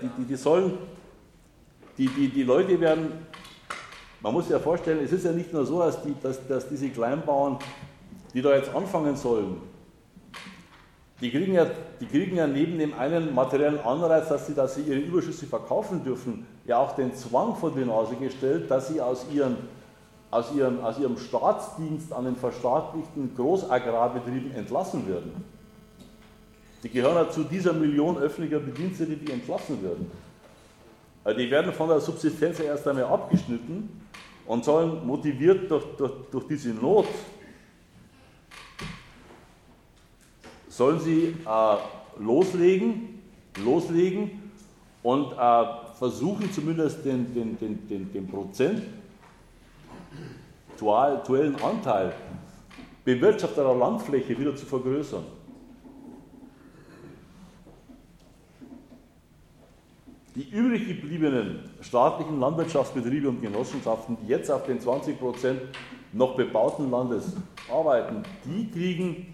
die Leute werden, man muss sich ja vorstellen, es ist ja nicht nur so, dass diese Kleinbauern, die da jetzt anfangen sollen, die kriegen ja neben dem einen materiellen Anreiz, dass sie ihre Überschüsse verkaufen dürfen, ja auch den Zwang vor die Nase gestellt, dass sie aus ihren aus ihrem Staatsdienst an den verstaatlichten Großagrarbetrieben entlassen werden. Die gehören ja zu dieser Million öffentlicher Bedienstete, die entlassen werden. Also die werden von der Subsistenz erst einmal abgeschnitten und sollen motiviert durch diese Not, sollen sie loslegen und versuchen zumindest den prozentualen Anteil bewirtschafteter Landfläche wieder zu vergrößern. Die übrig gebliebenen staatlichen Landwirtschaftsbetriebe und Genossenschaften, die jetzt auf den 20% noch bebauten Landes arbeiten, die kriegen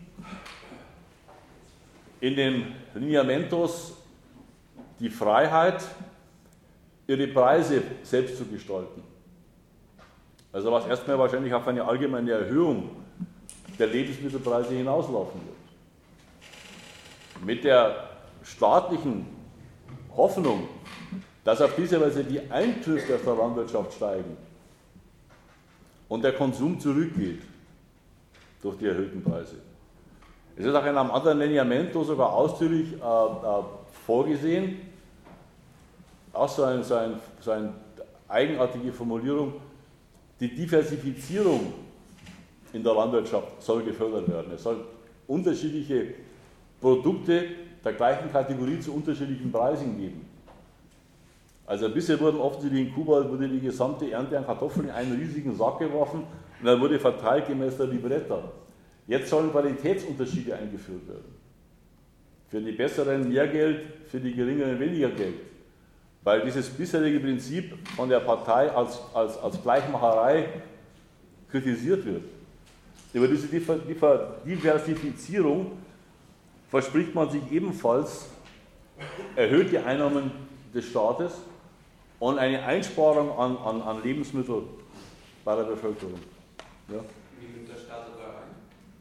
in den Lineamentos die Freiheit, ihre Preise selbst zu gestalten. Also was erstmal wahrscheinlich auf eine allgemeine Erhöhung der Lebensmittelpreise hinauslaufen wird. Mit der staatlichen Hoffnung, dass auf diese Weise die Einkünfte aus der Landwirtschaft steigen und der Konsum zurückgeht durch die erhöhten Preise. Es ist auch in einem anderen Lineamento sogar ausdrücklich vorgesehen, auch so eine eigenartige Formulierung, die Diversifizierung in der Landwirtschaft soll gefördert werden. Es soll unterschiedliche Produkte der gleichen Kategorie zu unterschiedlichen Preisen geben. Also bisher wurden offensichtlich in Kuba die gesamte Ernte an Kartoffeln in einen riesigen Sack geworfen und dann wurde verteilt gemäß der Libretta. Jetzt sollen Qualitätsunterschiede eingeführt werden. Für die Besseren mehr Geld, für die Geringeren weniger Geld. Weil dieses bisherige Prinzip von der Partei als Gleichmacherei kritisiert wird. Über diese Diversifizierung verspricht man sich ebenfalls erhöhte Einnahmen des Staates und eine Einsparung an Lebensmitteln bei der Bevölkerung. Ja. Wie nimmt der Staat dabei ein?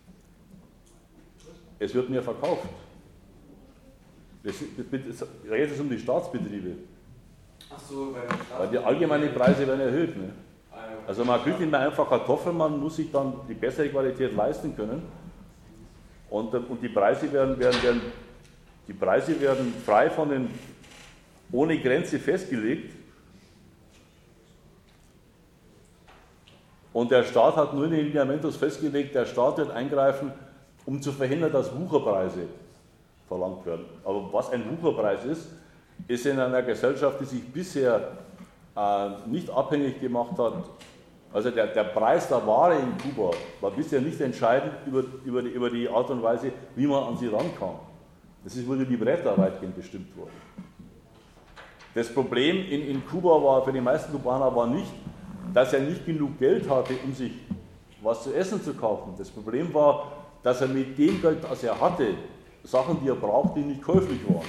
Es wird mehr verkauft. Es geht um die Staatsbetriebe. Ach so, weil die allgemeinen Preise werden erhöht. Ne? Also man kriegt nicht mehr einfach Kartoffeln, man muss sich dann die bessere Qualität leisten können. Und die Preise werden frei von den, ohne Grenze festgelegt. Und der Staat hat nur in den Lineamentos festgelegt, der Staat wird eingreifen, um zu verhindern, dass Wucherpreise verlangt werden. Aber was ein Wucherpreis ist in einer Gesellschaft, die sich bisher nicht abhängig gemacht hat, also der Preis der Ware in Kuba war bisher nicht entscheidend über die Art und Weise, wie man an sie rankam. Das ist wurde die Libretta weitgehend bestimmt worden. Das Problem in Kuba war, für die meisten Kubaner war nicht, dass er nicht genug Geld hatte, um sich was zu essen zu kaufen. Das Problem war, dass er mit dem Geld, das er hatte, Sachen, die er brauchte, nicht käuflich waren.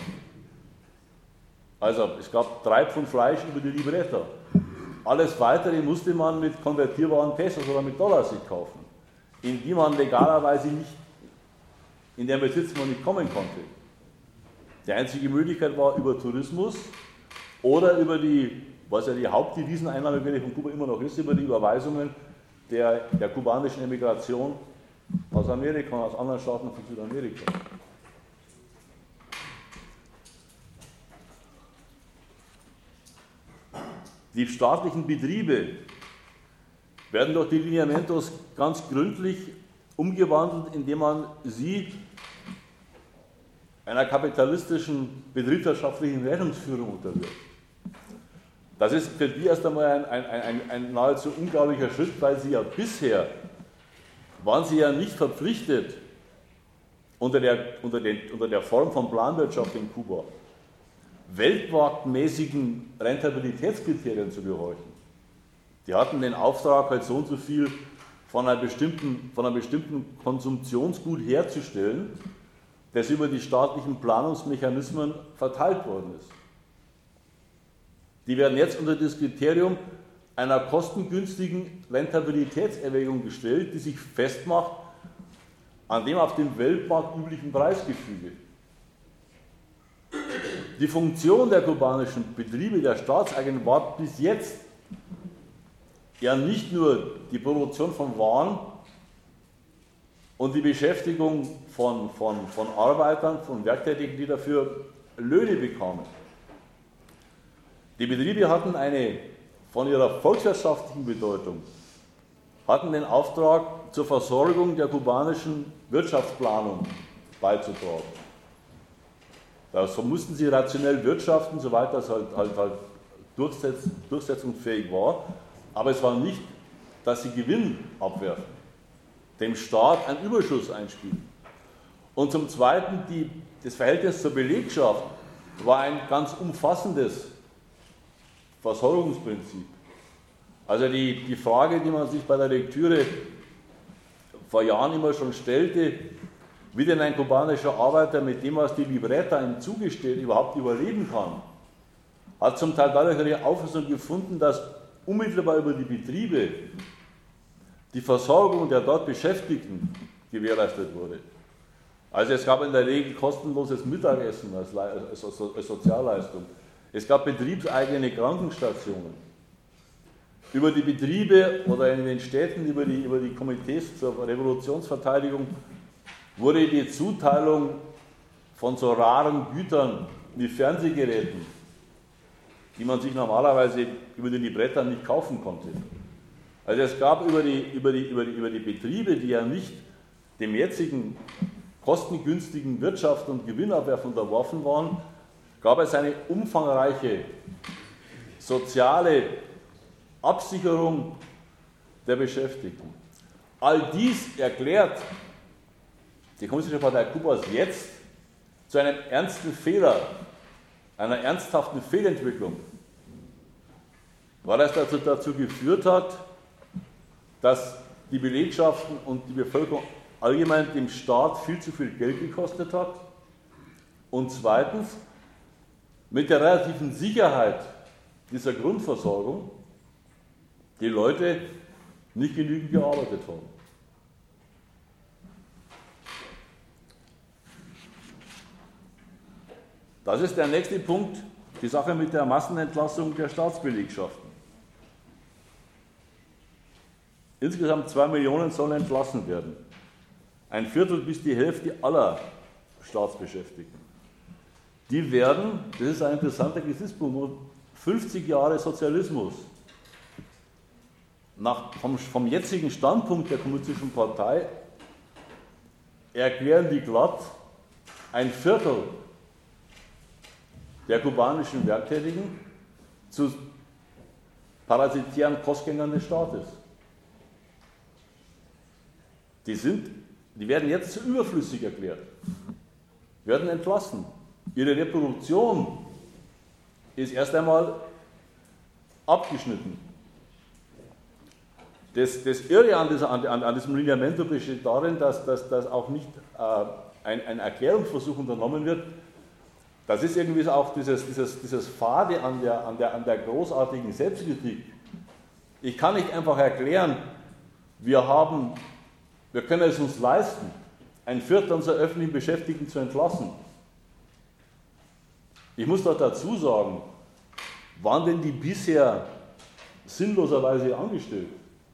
Also es gab 3 Pfund Fleisch über die Libretta. Alles Weitere musste man mit konvertierbaren Pesos oder mit Dollars sich kaufen, in die man legalerweise nicht, in deren Besitz man nicht kommen konnte. Die einzige Möglichkeit war über Tourismus oder über die, was ja die Hauptdeviseneinnahmequelle von Kuba immer noch ist, über die Überweisungen der kubanischen Emigration aus Amerika und aus anderen Staaten von Südamerika. Die staatlichen Betriebe werden durch die Lineamentos ganz gründlich umgewandelt, indem man sie einer kapitalistischen betriebswirtschaftlichen Rechnungsführung unterwirft. Das ist für die erst einmal ein nahezu unglaublicher Schritt, weil sie ja bisher waren sie ja nicht verpflichtet, unter der Form von Planwirtschaft in Kuba weltmarktmäßigen Rentabilitätskriterien zu gehorchen. Die hatten den Auftrag, halt so und so viel von einem bestimmten Konsumptionsgut herzustellen, das über die staatlichen Planungsmechanismen verteilt worden ist. Die werden jetzt unter das Kriterium einer kostengünstigen Rentabilitätserwägung gestellt, die sich festmacht an dem auf dem Weltmarkt üblichen Preisgefüge. Die Funktion der kubanischen Betriebe, der Staatseigenen, war bis jetzt ja nicht nur die Produktion von Waren und die Beschäftigung von Arbeitern, von Werktätigen, die dafür Löhne bekamen. Die Betriebe hatten eine, von ihrer volkswirtschaftlichen Bedeutung, hatten den Auftrag, zur Versorgung der kubanischen Wirtschaftsplanung beizutragen. Da mussten sie rationell wirtschaften, soweit das halt durchsetzungsfähig war. Aber es war nicht, dass sie Gewinn abwerfen, dem Staat einen Überschuss einspielen. Und zum Zweiten, das Verhältnis zur Belegschaft war ein ganz umfassendes Versorgungsprinzip. Also die Frage, die man sich bei der Lektüre vor Jahren immer schon stellte, wie denn ein kubanischer Arbeiter mit dem, was die Libreta ihm zugesteht, überhaupt überleben kann, hat zum Teil dadurch eine Auffassung gefunden, dass unmittelbar über die Betriebe die Versorgung der dort Beschäftigten gewährleistet wurde. Also es gab in der Regel kostenloses Mittagessen als Sozialleistung. Es gab betriebseigene Krankenstationen. Über die Betriebe oder in den Städten, über die Komitees zur Revolutionsverteidigung wurde die Zuteilung von so raren Gütern wie Fernsehgeräten, die man sich normalerweise über die Libretta nicht kaufen konnte. Also es gab über die Betriebe, die ja nicht dem jetzigen kostengünstigen Wirtschaft- und Gewinnabwerf unterworfen waren, gab es eine umfangreiche soziale Absicherung der Beschäftigten. All dies erklärt die Kommunistische Partei Kubas jetzt zu einem ernsten Fehler, einer ernsthaften Fehlentwicklung, weil es dazu geführt hat, dass die Belegschaften und die Bevölkerung allgemein dem Staat viel zu viel Geld gekostet hat und zweitens mit der relativen Sicherheit dieser Grundversorgung die Leute nicht genügend gearbeitet haben. Das ist der nächste Punkt, die Sache mit der Massenentlassung der Staatsbelegschaften. Insgesamt 2 Millionen sollen entlassen werden. Ein Viertel bis die Hälfte aller Staatsbeschäftigten. Die werden, das ist ein interessanter Gesichtspunkt, 50 Jahre Sozialismus vom jetzigen Standpunkt der Kommunistischen Partei erklären die glatt, ein Viertel der kubanischen Werktätigen zu parasitären Kostgängern des Staates. Die werden jetzt zu überflüssig erklärt, werden entlassen. Ihre Reproduktion ist erst einmal abgeschnitten. Das Irre an diesem Lineamento besteht darin, dass auch nicht ein Erklärungsversuch unternommen wird. Das ist irgendwie auch dieses Fade an der großartigen Selbstkritik. Ich kann nicht einfach erklären, wir können es uns leisten, ein Viertel unserer öffentlichen Beschäftigten zu entlassen. Ich muss doch dazu sagen, waren denn die bisher sinnloserweise angestellt?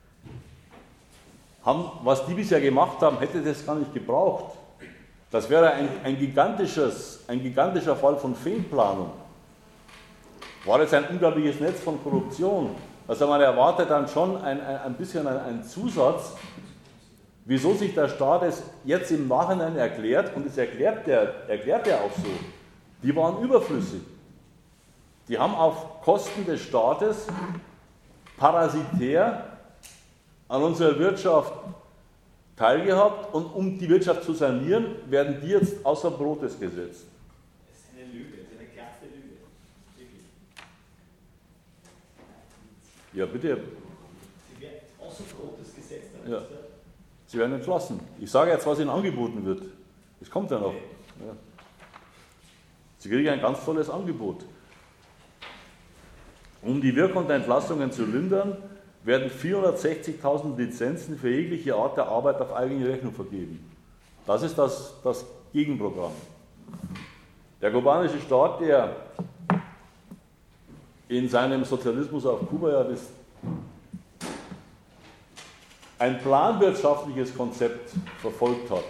Was die bisher gemacht haben, hätte das gar nicht gebraucht. Das wäre ein gigantischer Fall von Fehlplanung. War jetzt ein unglaubliches Netz von Korruption. Also man erwartet dann schon ein bisschen einen Zusatz, wieso sich der Staat es jetzt im Nachhinein erklärt, und es erklärt er auch so. Die waren überflüssig. Die haben auf Kosten des Staates parasitär an unserer Wirtschaft teilgehabt und um die Wirtschaft zu sanieren, werden die jetzt außer Brotes gesetzt. Das ist eine Lüge, das ist eine glatte Lüge. Wirklich. Ja, bitte. Sie werden außer Brotes gesetzt. Ja. Sie werden entlassen. Ich sage jetzt, was Ihnen angeboten wird. Das kommt ja noch. Ja. Sie kriegen ein ganz tolles Angebot. Um die Wirkung der Entlassungen zu lindern, werden 460.000 Lizenzen für jegliche Art der Arbeit auf eigene Rechnung vergeben. Das ist das Gegenprogramm. Der kubanische Staat, der in seinem Sozialismus auf Kuba ja ein planwirtschaftliches Konzept verfolgt hat,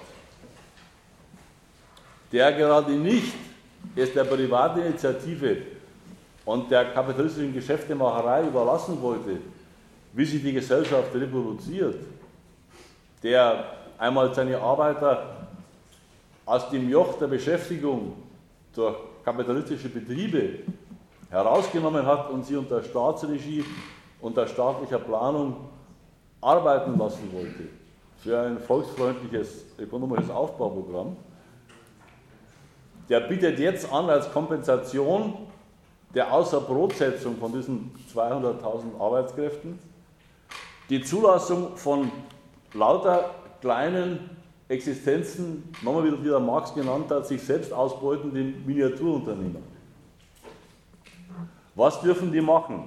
der gerade nicht es der privaten Initiative und der kapitalistischen Geschäftemacherei überlassen wollte, wie sich die Gesellschaft reproduziert, der einmal seine Arbeiter aus dem Joch der Beschäftigung durch kapitalistische Betriebe herausgenommen hat und sie unter Staatsregie, unter staatlicher Planung arbeiten lassen wollte für ein volksfreundliches ökonomisches Aufbauprogramm, der bietet jetzt an als Kompensation der Außerbrotsetzung von diesen 200.000 Arbeitskräften die Zulassung von lauter kleinen Existenzen, nochmal wie der Marx genannt hat, sich selbst ausbeutenden Miniaturunternehmer. Was dürfen die machen?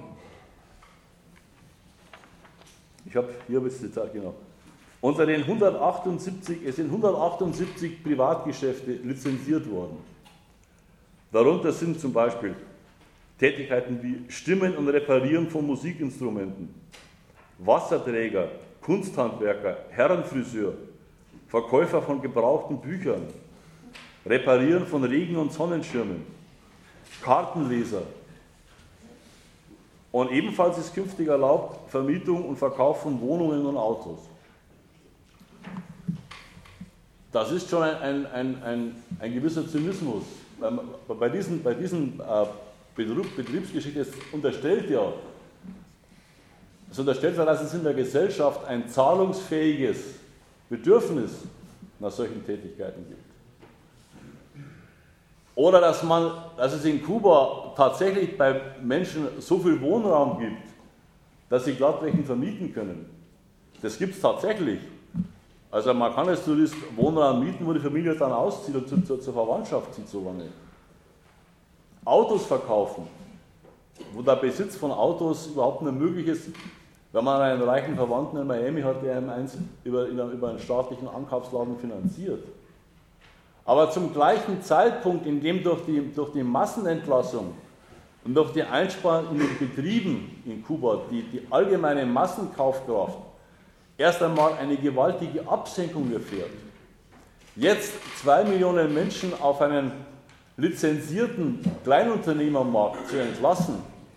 Hier habe ich es jetzt genau. Unter den 178, es sind 178 Privatgeschäfte lizenziert worden. Darunter sind zum Beispiel Tätigkeiten wie Stimmen und Reparieren von Musikinstrumenten, Wasserträger, Kunsthandwerker, Herrenfriseur, Verkäufer von gebrauchten Büchern, Reparieren von Regen- und Sonnenschirmen, Kartenleser. Und ebenfalls ist künftig erlaubt Vermietung und Verkauf von Wohnungen und Autos. Das ist schon ein gewisser Zynismus. Bei diesen Betriebsgeschichte unterstellt ja, dass es in der Gesellschaft ein zahlungsfähiges Bedürfnis nach solchen Tätigkeiten gibt. Oder dass es in Kuba tatsächlich bei Menschen so viel Wohnraum gibt, dass sie glatt welchen vermieten können. Das gibt es tatsächlich. Also man kann als Tourist Wohnraum mieten, wo die Familie dann auszieht und zur Verwandtschaft zieht so lange. Autos verkaufen, wo der Besitz von Autos überhaupt nicht möglich ist, wenn man einen reichen Verwandten in Miami hat, der ihm eins über einen staatlichen Ankaufsladen finanziert. Aber zum gleichen Zeitpunkt, in dem durch die Massenentlassung und durch die Einsparung in den Betrieben in Kuba die allgemeine Massenkaufkraft erst einmal eine gewaltige Absenkung erfährt, jetzt 2 Millionen Menschen auf einen lizenzierten Kleinunternehmermarkt zu entlassen,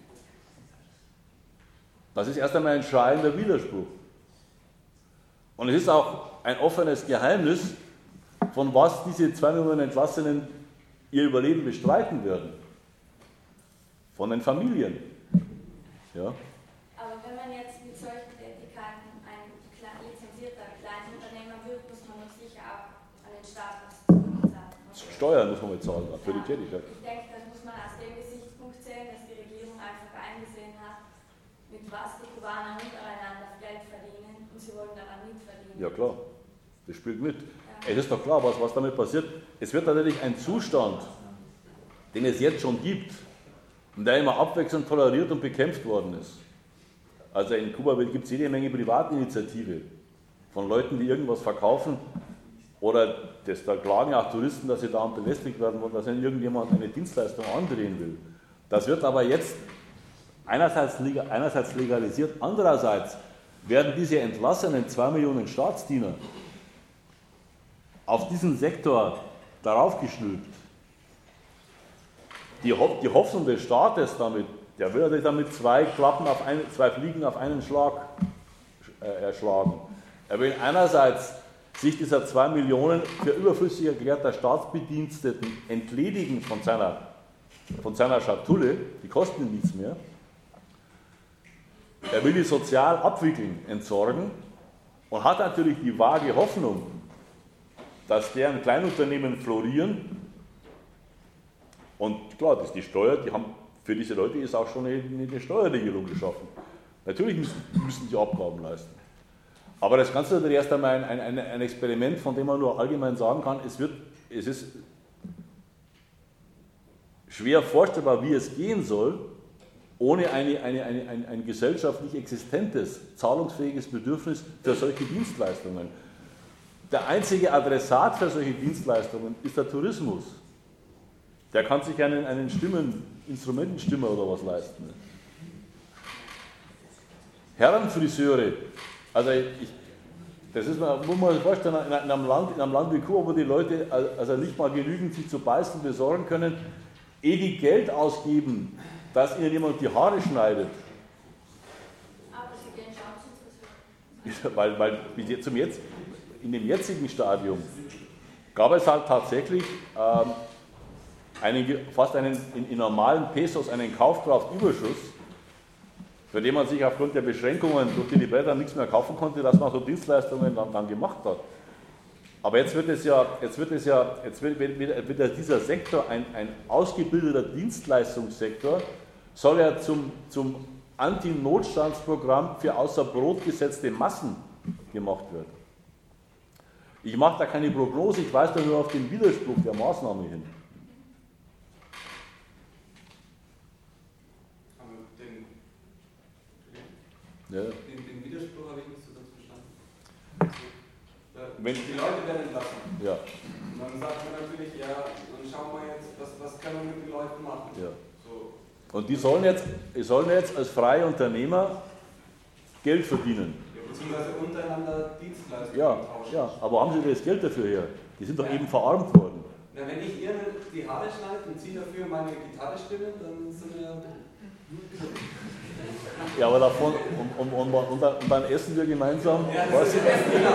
das ist erst einmal ein schreiender Widerspruch. Und es ist auch ein offenes Geheimnis, von was diese 2 Millionen Entlassenen ihr Überleben bestreiten werden. Von den Familien. Ja. Aber wenn man jetzt mit solchen Tätigkeiten ein lizenzierter Kleinunternehmer wird, muss man doch sicher auch an den Staat was zahlen. Steuern muss man mal zahlen für die Tätigkeit. Ich denke, das muss man aus dem Gesichtspunkt sehen, dass die Regierung einfach eingesehen hat, mit was die Kubaner untereinander Geld verdienen und sie wollen daran mitverdienen. Ja klar, das spielt mit. Ja. Es ist doch klar, was damit passiert. Es wird natürlich ein Zustand, den es jetzt schon gibt und der immer abwechselnd toleriert und bekämpft worden ist. Also in Kuba gibt es jede Menge Privatinitiative von Leuten, die irgendwas verkaufen oder da klagen auch Touristen, dass sie da belästigt werden wollen, dass ihnen irgendjemand eine Dienstleistung andrehen will. Das wird aber jetzt einerseits legalisiert, andererseits werden diese entlassenen 2 Millionen Staatsdiener auf diesen Sektor darauf gestülpt. Die Hoffnung des Staates damit, der will natürlich damit 2 Fliegen auf einen Schlag erschlagen. Er will einerseits sich dieser 2 Millionen für überflüssig erklärter Staatsbediensteten entledigen von seiner Schatulle, die kosten ihm nichts mehr. Er will die sozial abwickeln, entsorgen und hat natürlich die vage Hoffnung, dass deren Kleinunternehmen florieren. Und klar, das ist die Steuer, für diese Leute ist auch schon eine Steuerregelung geschaffen. Natürlich müssen sie Abgaben leisten. Aber das Ganze ist natürlich erst einmal ein Experiment, von dem man nur allgemein sagen kann, es ist schwer vorstellbar, wie es gehen soll, ohne ein gesellschaftlich existentes, zahlungsfähiges Bedürfnis für solche Dienstleistungen. Der einzige Adressat für solche Dienstleistungen ist der Tourismus. Der kann sich einen Instrumentenstimmer oder was leisten. Herrenfriseure, also Das ist, muss man sich vorstellen, in einem Land wie Kuba, wo die Leute also nicht mal genügend sich zu beißen besorgen können, die Geld ausgeben, dass ihnen jemand die Haare schneidet. Aber sie gehen schon Weil in dem jetzigen Stadium gab es halt tatsächlich fast in normalen Pesos einen Kaufkraftüberschuss, für den man sich aufgrund der Beschränkungen durch die Libretter nichts mehr kaufen konnte, dass man so Dienstleistungen dann gemacht hat. Aber jetzt wird dieser Sektor, ein ausgebildeter Dienstleistungssektor, soll ja zum Anti-Notstandsprogramm für außer Brot gesetzte Massen gemacht werden. Ich mache da keine Prognose, ich weise da nur auf den Widerspruch der Maßnahme hin. Den Widerspruch habe ich nicht so ganz verstanden. Die Leute werden entlassen. Ja. Und dann sagt man natürlich, ja, dann schauen wir jetzt, was können wir mit den Leuten machen. Ja. So. Und die sollen jetzt als freie Unternehmer Geld verdienen. Ja, beziehungsweise untereinander Dienstleistungen tauschen. Ja, aber haben sie das Geld dafür her? Die sind doch eben verarmt worden. Na, wenn ich ihnen die Haare schneide und sie dafür meine Gitarre stimmen, dann sind wir... Ja, aber davon, und dann essen wir gemeinsam. Ja, das ist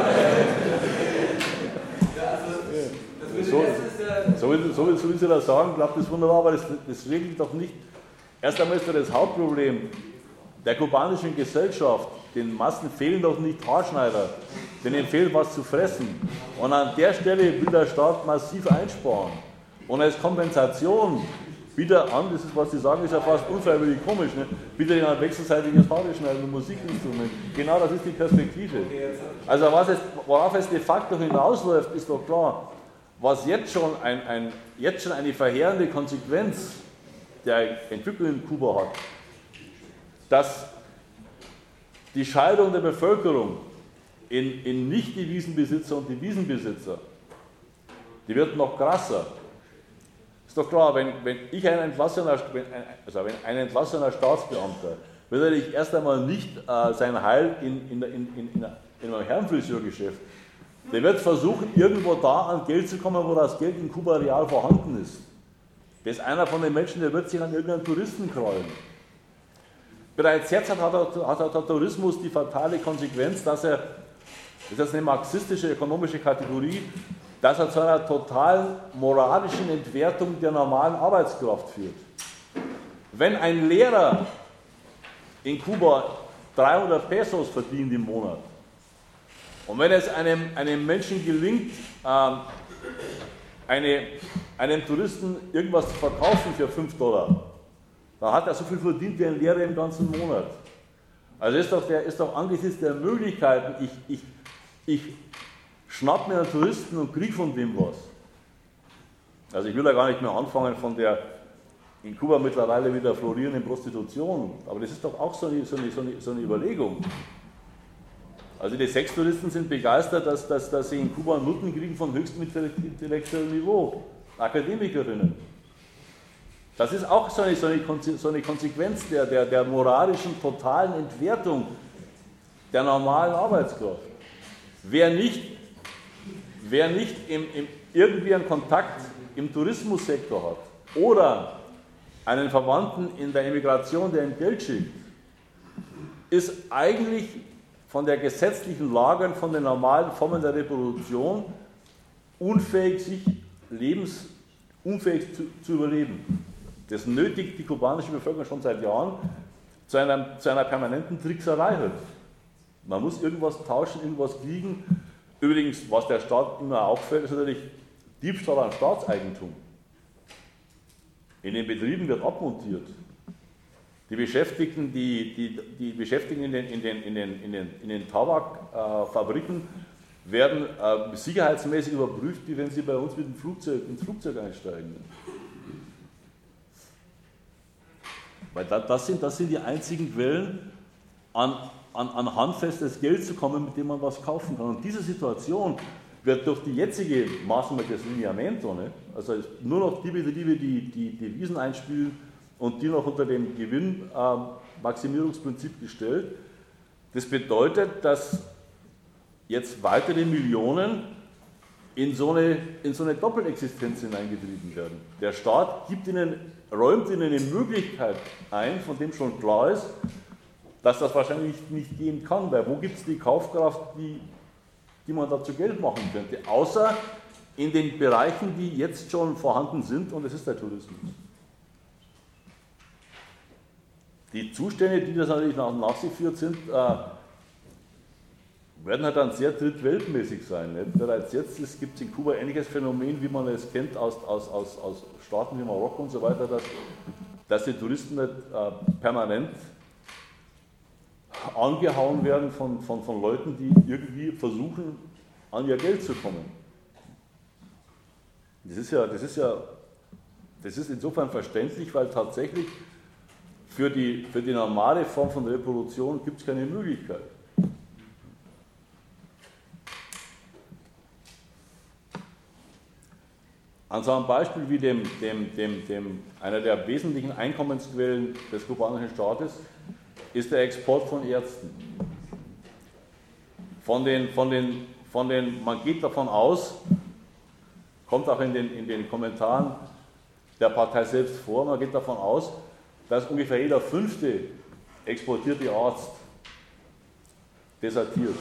so wie Sie das sagen, klappt das wunderbar, aber das regelt doch nicht. Erst einmal ist doch das Hauptproblem der kubanischen Gesellschaft, den Massen fehlen doch nicht Haarschneider, denen fehlt was zu fressen. Und an der Stelle will der Staat massiv einsparen. Und als Kompensation wieder an, das ist, was Sie sagen, ist ja fast unfreiwillig komisch, ne? Wieder in ein wechselseitiges Haare schneiden und Musikinstrument. Genau das ist die Perspektive. Also worauf es de facto hinausläuft, ist doch klar, was jetzt schon eine verheerende Konsequenz der Entwicklung in Kuba hat, dass die Scheidung der Bevölkerung in Nicht-Devisenbesitzer und Devisenbesitzer, die wird noch krasser. Ist doch klar, wenn ein entlassener Staatsbeamter wird er nicht erst einmal nicht sein Heil in einem Herrenfriseurgeschäft. Der wird versuchen, irgendwo da an Geld zu kommen, wo das Geld in Kuba real vorhanden ist. Das ist einer von den Menschen, der wird sich an irgendeinen Touristen krallen. Bereits jetzt hat der Tourismus die fatale Konsequenz, dass er, das ist eine marxistische ökonomische Kategorie, dass er zu einer totalen moralischen Entwertung der normalen Arbeitskraft führt. Wenn ein Lehrer in Kuba 300 Pesos verdient im Monat und wenn es einem Menschen gelingt, einem Touristen irgendwas zu verkaufen für $5, dann hat er so viel verdient wie ein Lehrer im ganzen Monat. Also ist doch angesichts der Möglichkeiten, ich schnapp mir einen Touristen und kriege von dem was. Also ich will da gar nicht mehr anfangen von der in Kuba mittlerweile wieder florierenden Prostitution, aber das ist doch auch so eine Überlegung. Also die Sextouristen sind begeistert, dass sie in Kuba Nutten kriegen von höchstem intellektuellem Niveau, Akademikerinnen. Das ist auch so eine Konsequenz der moralischen totalen Entwertung der normalen Arbeitskraft. Wer nicht irgendwie einen Kontakt im Tourismussektor hat oder einen Verwandten in der Emigration, der ihm Geld schickt, ist eigentlich von der gesetzlichen Lage und von den normalen Formen der Reproduktion unfähig zu überleben. Das nötigt die kubanische Bevölkerung schon seit Jahren zu einer permanenten Trickserei halt. Man muss irgendwas tauschen, irgendwas kriegen. Übrigens, was der Staat immer auffällt, ist natürlich Diebstahl an Staatseigentum. In den Betrieben wird abmontiert. Die Beschäftigten, die Beschäftigten in den Tabakfabriken werden sicherheitsmäßig überprüft, wie wenn sie bei uns ins Flugzeug einsteigen. Weil das sind die einzigen Quellen, an handfestes Geld zu kommen, mit dem man was kaufen kann. Und diese Situation wird durch die jetzige Maßnahme des Lineamento, ne, also nur noch die Betriebe, die Devisen einspielen und die noch unter dem Gewinnmaximierungsprinzip gestellt. Das bedeutet, dass jetzt weitere Millionen in so eine Doppelexistenz hineingetrieben werden. Der Staat räumt ihnen eine Möglichkeit ein, von dem schon klar ist, dass das wahrscheinlich nicht gehen kann, weil wo gibt es die Kaufkraft, die man dazu Geld machen könnte, außer in den Bereichen, die jetzt schon vorhanden sind, und das ist der Tourismus. Die Zustände, die das natürlich nach sich führt, werden halt dann sehr drittweltmäßig sein. Nicht? Bereits jetzt gibt es in Kuba ein ähnliches Phänomen, wie man es kennt aus Staaten wie Marokko und so weiter, dass die Touristen nicht permanent angehauen werden von Leuten, die irgendwie versuchen, an ihr Geld zu kommen. Das ist insofern verständlich, weil tatsächlich für die normale Form von Reproduktion gibt es keine Möglichkeit. An so einem Beispiel wie einer der wesentlichen Einkommensquellen des kubanischen Staates ist der Export von Ärzten. Man geht davon aus, kommt auch in den Kommentaren der Partei selbst vor, man geht davon aus, dass ungefähr jeder 5. exportierte Arzt desertiert.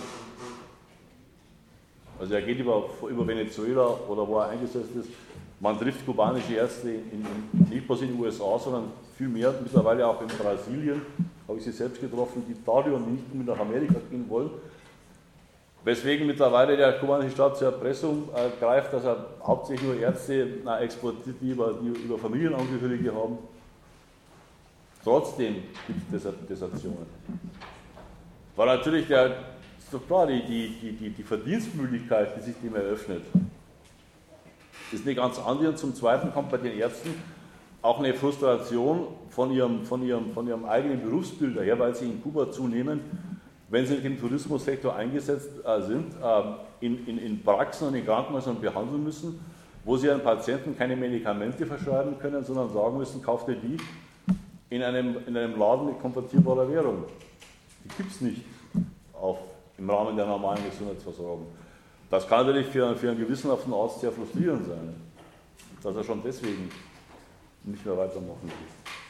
Also er geht über Venezuela oder wo er eingesetzt ist. Man trifft kubanische Ärzte nicht bloß in den USA, sondern viel mehr, mittlerweile auch in Brasilien, habe ich sie selbst getroffen, die darüber nicht mehr nach Amerika gehen wollen. Weswegen mittlerweile der kubanische Staat zur Erpressung greift, dass er hauptsächlich nur Ärzte exportiert, die über Familienangehörige haben. Trotzdem gibt es Desertionen. Weil natürlich ist doch klar, die Verdienstmöglichkeit, die sich dem eröffnet, ist eine ganz andere. Und zum Zweiten kommt bei den Ärzten auch eine Frustration von ihrem eigenen Berufsbild daher, weil sie in Kuba zunehmen, wenn sie im Tourismussektor eingesetzt sind, in Praxen und in Krankenhäusern behandeln müssen, wo sie ihren Patienten keine Medikamente verschreiben können, sondern sagen müssen, kauft ihr die in einem Laden mit konvertierbarer Währung. Die gibt es nicht im Rahmen der normalen Gesundheitsversorgung. Das kann natürlich für einen gewissenhaften Arzt sehr frustrierend sein, dass er schon deswegen nicht mehr weitermachen will.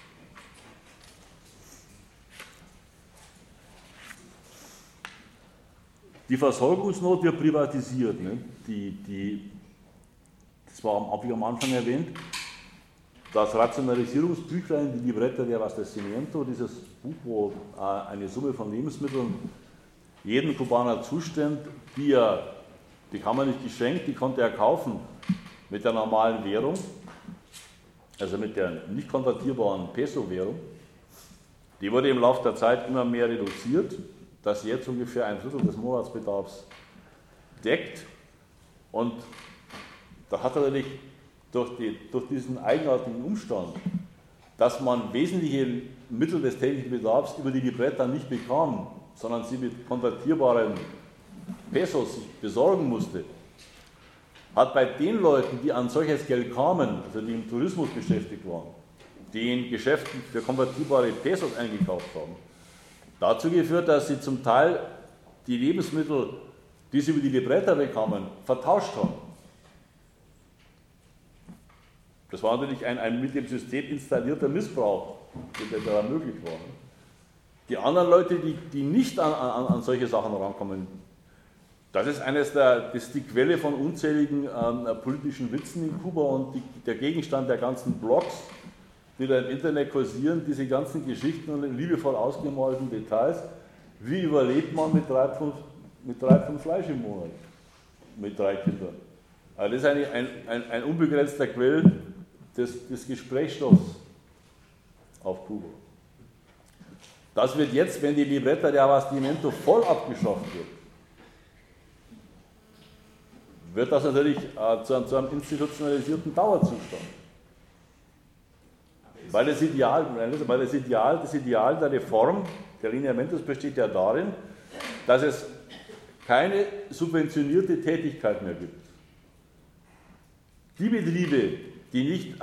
Die Versorgungsnot wird privatisiert. Ne? Das habe ich am Anfang erwähnt. Das Rationalisierungsbüchlein, die Libreta de Abastecimiento, dieses Buch, wo eine Summe von Lebensmitteln jedem Kubaner zusteht, die kann man nicht geschenkt, die konnte er kaufen mit der normalen Währung, also mit der nicht konvertierbaren Peso-Währung. Die wurde im Laufe der Zeit immer mehr reduziert, dass sie jetzt ungefähr 1/3 des Monatsbedarfs deckt. Und da hat er natürlich durch diesen eigenartigen Umstand, dass man wesentliche Mittel des täglichen Bedarfs über die Libreta nicht bekam, sondern sie mit konvertierbaren Pesos sich besorgen musste, hat bei den Leuten, die an solches Geld kamen, also die im Tourismus beschäftigt waren, die in Geschäften für konvertierbare Pesos eingekauft haben, dazu geführt, dass sie zum Teil die Lebensmittel, die sie über die Libreta bekamen, vertauscht haben. Das war natürlich ein mit dem System installierter Missbrauch, der da möglich war. Die anderen Leute, die nicht an solche Sachen rankommen, das ist die Quelle von unzähligen politischen Witzen in Kuba und der Gegenstand der ganzen Blogs, die da im Internet kursieren, diese ganzen Geschichten und liebevoll ausgemalten Details. Wie überlebt man mit 3 Pfund Fleisch im Monat? Mit 3 Kindern. Also das ist ein unbegrenzter Quell des Gesprächsstoffs auf Kuba. Das wird jetzt, wenn die Libreta de Abastecimiento voll abgeschafft wird das natürlich zu einem institutionalisierten Dauerzustand. Weil das Ideal der Reform, der Lineamentos, besteht ja darin, dass es keine subventionierte Tätigkeit mehr gibt. Die Betriebe, die nicht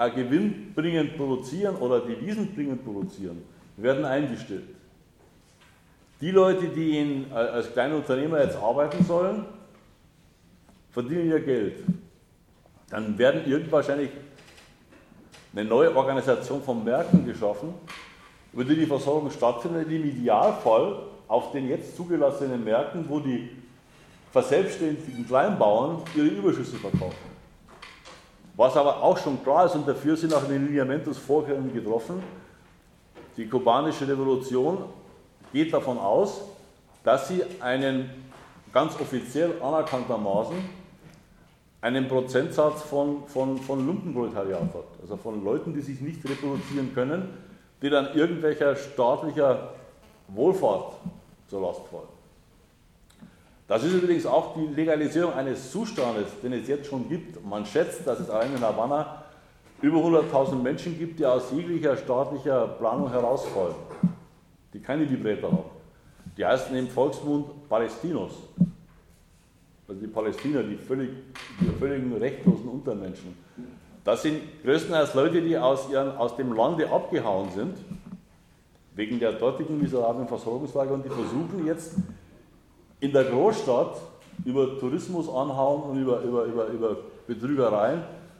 gewinnbringend produzieren oder devisenbringend produzieren, werden eingestellt. Die Leute, die als kleine Unternehmer jetzt arbeiten sollen, verdienen ihr Geld. Dann werden irgendwann wahrscheinlich eine neue Organisation von Märkten geschaffen, über die Versorgung stattfindet, im Idealfall auf den jetzt zugelassenen Märkten, wo die verselbstständigten Kleinbauern ihre Überschüsse verkaufen. Was aber auch schon klar ist, und dafür sind auch in den Lineamentos Vorkehrungen getroffen, die kubanische Revolution geht davon aus, dass sie einen ganz offiziell anerkanntermaßen einen Prozentsatz von Lumpenproletariat hat, also von Leuten, die sich nicht reproduzieren können, die dann irgendwelcher staatlicher Wohlfahrt zur Last fallen. Das ist übrigens auch die Legalisierung eines Zustandes, den es jetzt schon gibt. Man schätzt, dass es allein in Havanna über 100.000 Menschen gibt, die aus jeglicher staatlicher Planung herausfallen, die keine Libretter haben. Die heißen im Volksmund Palestinos, also die Palästina, die völligen rechtlosen Untermenschen. Das sind größtenteils Leute, die aus dem Lande abgehauen sind, wegen der dortigen miserablen Versorgungslage, und die versuchen jetzt in der Großstadt über Tourismus anhauen und über Betrügereien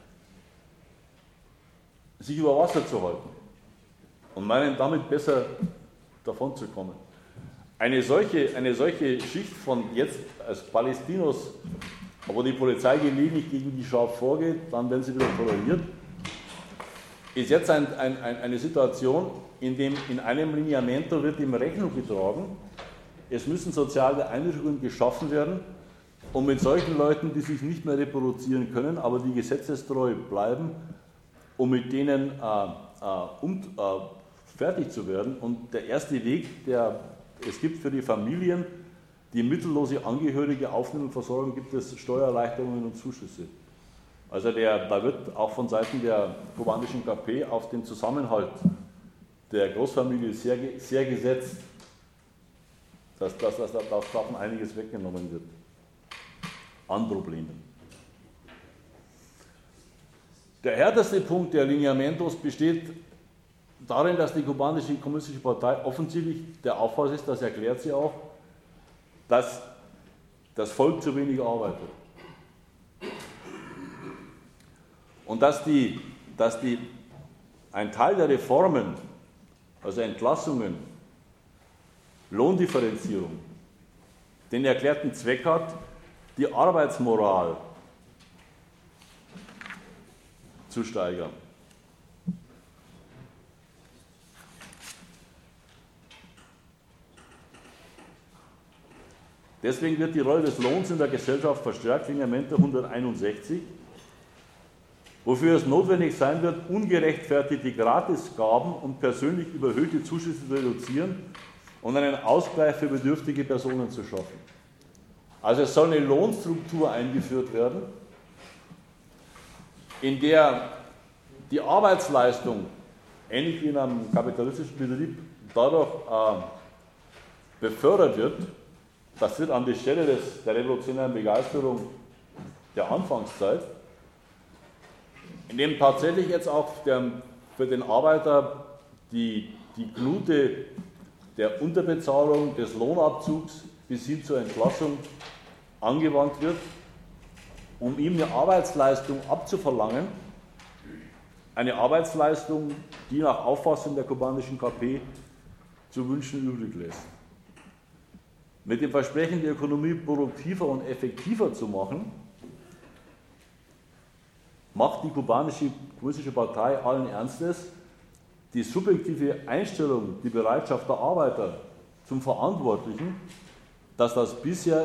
sich über Wasser zu halten und meinen damit besser davon zu kommen. Eine solche Schicht von jetzt als Palästinos, wo die Polizei gelegentlich gegen die scharf vorgeht, dann werden sie wieder toleriert, ist jetzt eine Situation, in dem in einem Lineamento wird ihm Rechnung getragen, es müssen soziale Einrichtungen geschaffen werden, um mit solchen Leuten, die sich nicht mehr reproduzieren können, aber die gesetzestreu bleiben, um mit denen fertig zu werden. Und der erste Weg, es gibt für die Familien, die mittellose Angehörige aufnehmen und versorgen, gibt es Steuererleichterungen und Zuschüsse. Also da wird auch von Seiten der kubanischen KP auf den Zusammenhalt der Großfamilie sehr gesetzt, dass davon einiges weggenommen wird an Problemen. Der härteste Punkt der Lineamentos besteht darin, dass die kubanische kommunistische Partei offensichtlich der Auffassung ist, das erklärt sie auch, dass das Volk zu wenig arbeitet. Und dass ein Teil der Reformen, also Entlassungen, Lohndifferenzierung, den erklärten Zweck hat, die Arbeitsmoral zu steigern. Deswegen wird die Rolle des Lohns in der Gesellschaft verstärkt, Lineamento 161, wofür es notwendig sein wird, ungerechtfertigte Gratisgaben und persönlich überhöhte Zuschüsse zu reduzieren und einen Ausgleich für bedürftige Personen zu schaffen. Also es soll eine Lohnstruktur eingeführt werden, in der die Arbeitsleistung, ähnlich wie in einem kapitalistischen Betrieb, dadurch befördert wird. Das wird an die Stelle der revolutionären Begeisterung der Anfangszeit, in dem tatsächlich jetzt auch für den Arbeiter die Knute der Unterbezahlung, des Lohnabzugs bis hin zur Entlassung angewandt wird, um ihm eine Arbeitsleistung abzuverlangen, eine Arbeitsleistung, die nach Auffassung der kubanischen KP zu wünschen übrig lässt. Mit dem Versprechen, die Ökonomie produktiver und effektiver zu machen, macht die kubanische kommunistische Partei allen Ernstes die subjektive Einstellung, die Bereitschaft der Arbeiter zum Verantwortlichen, dass es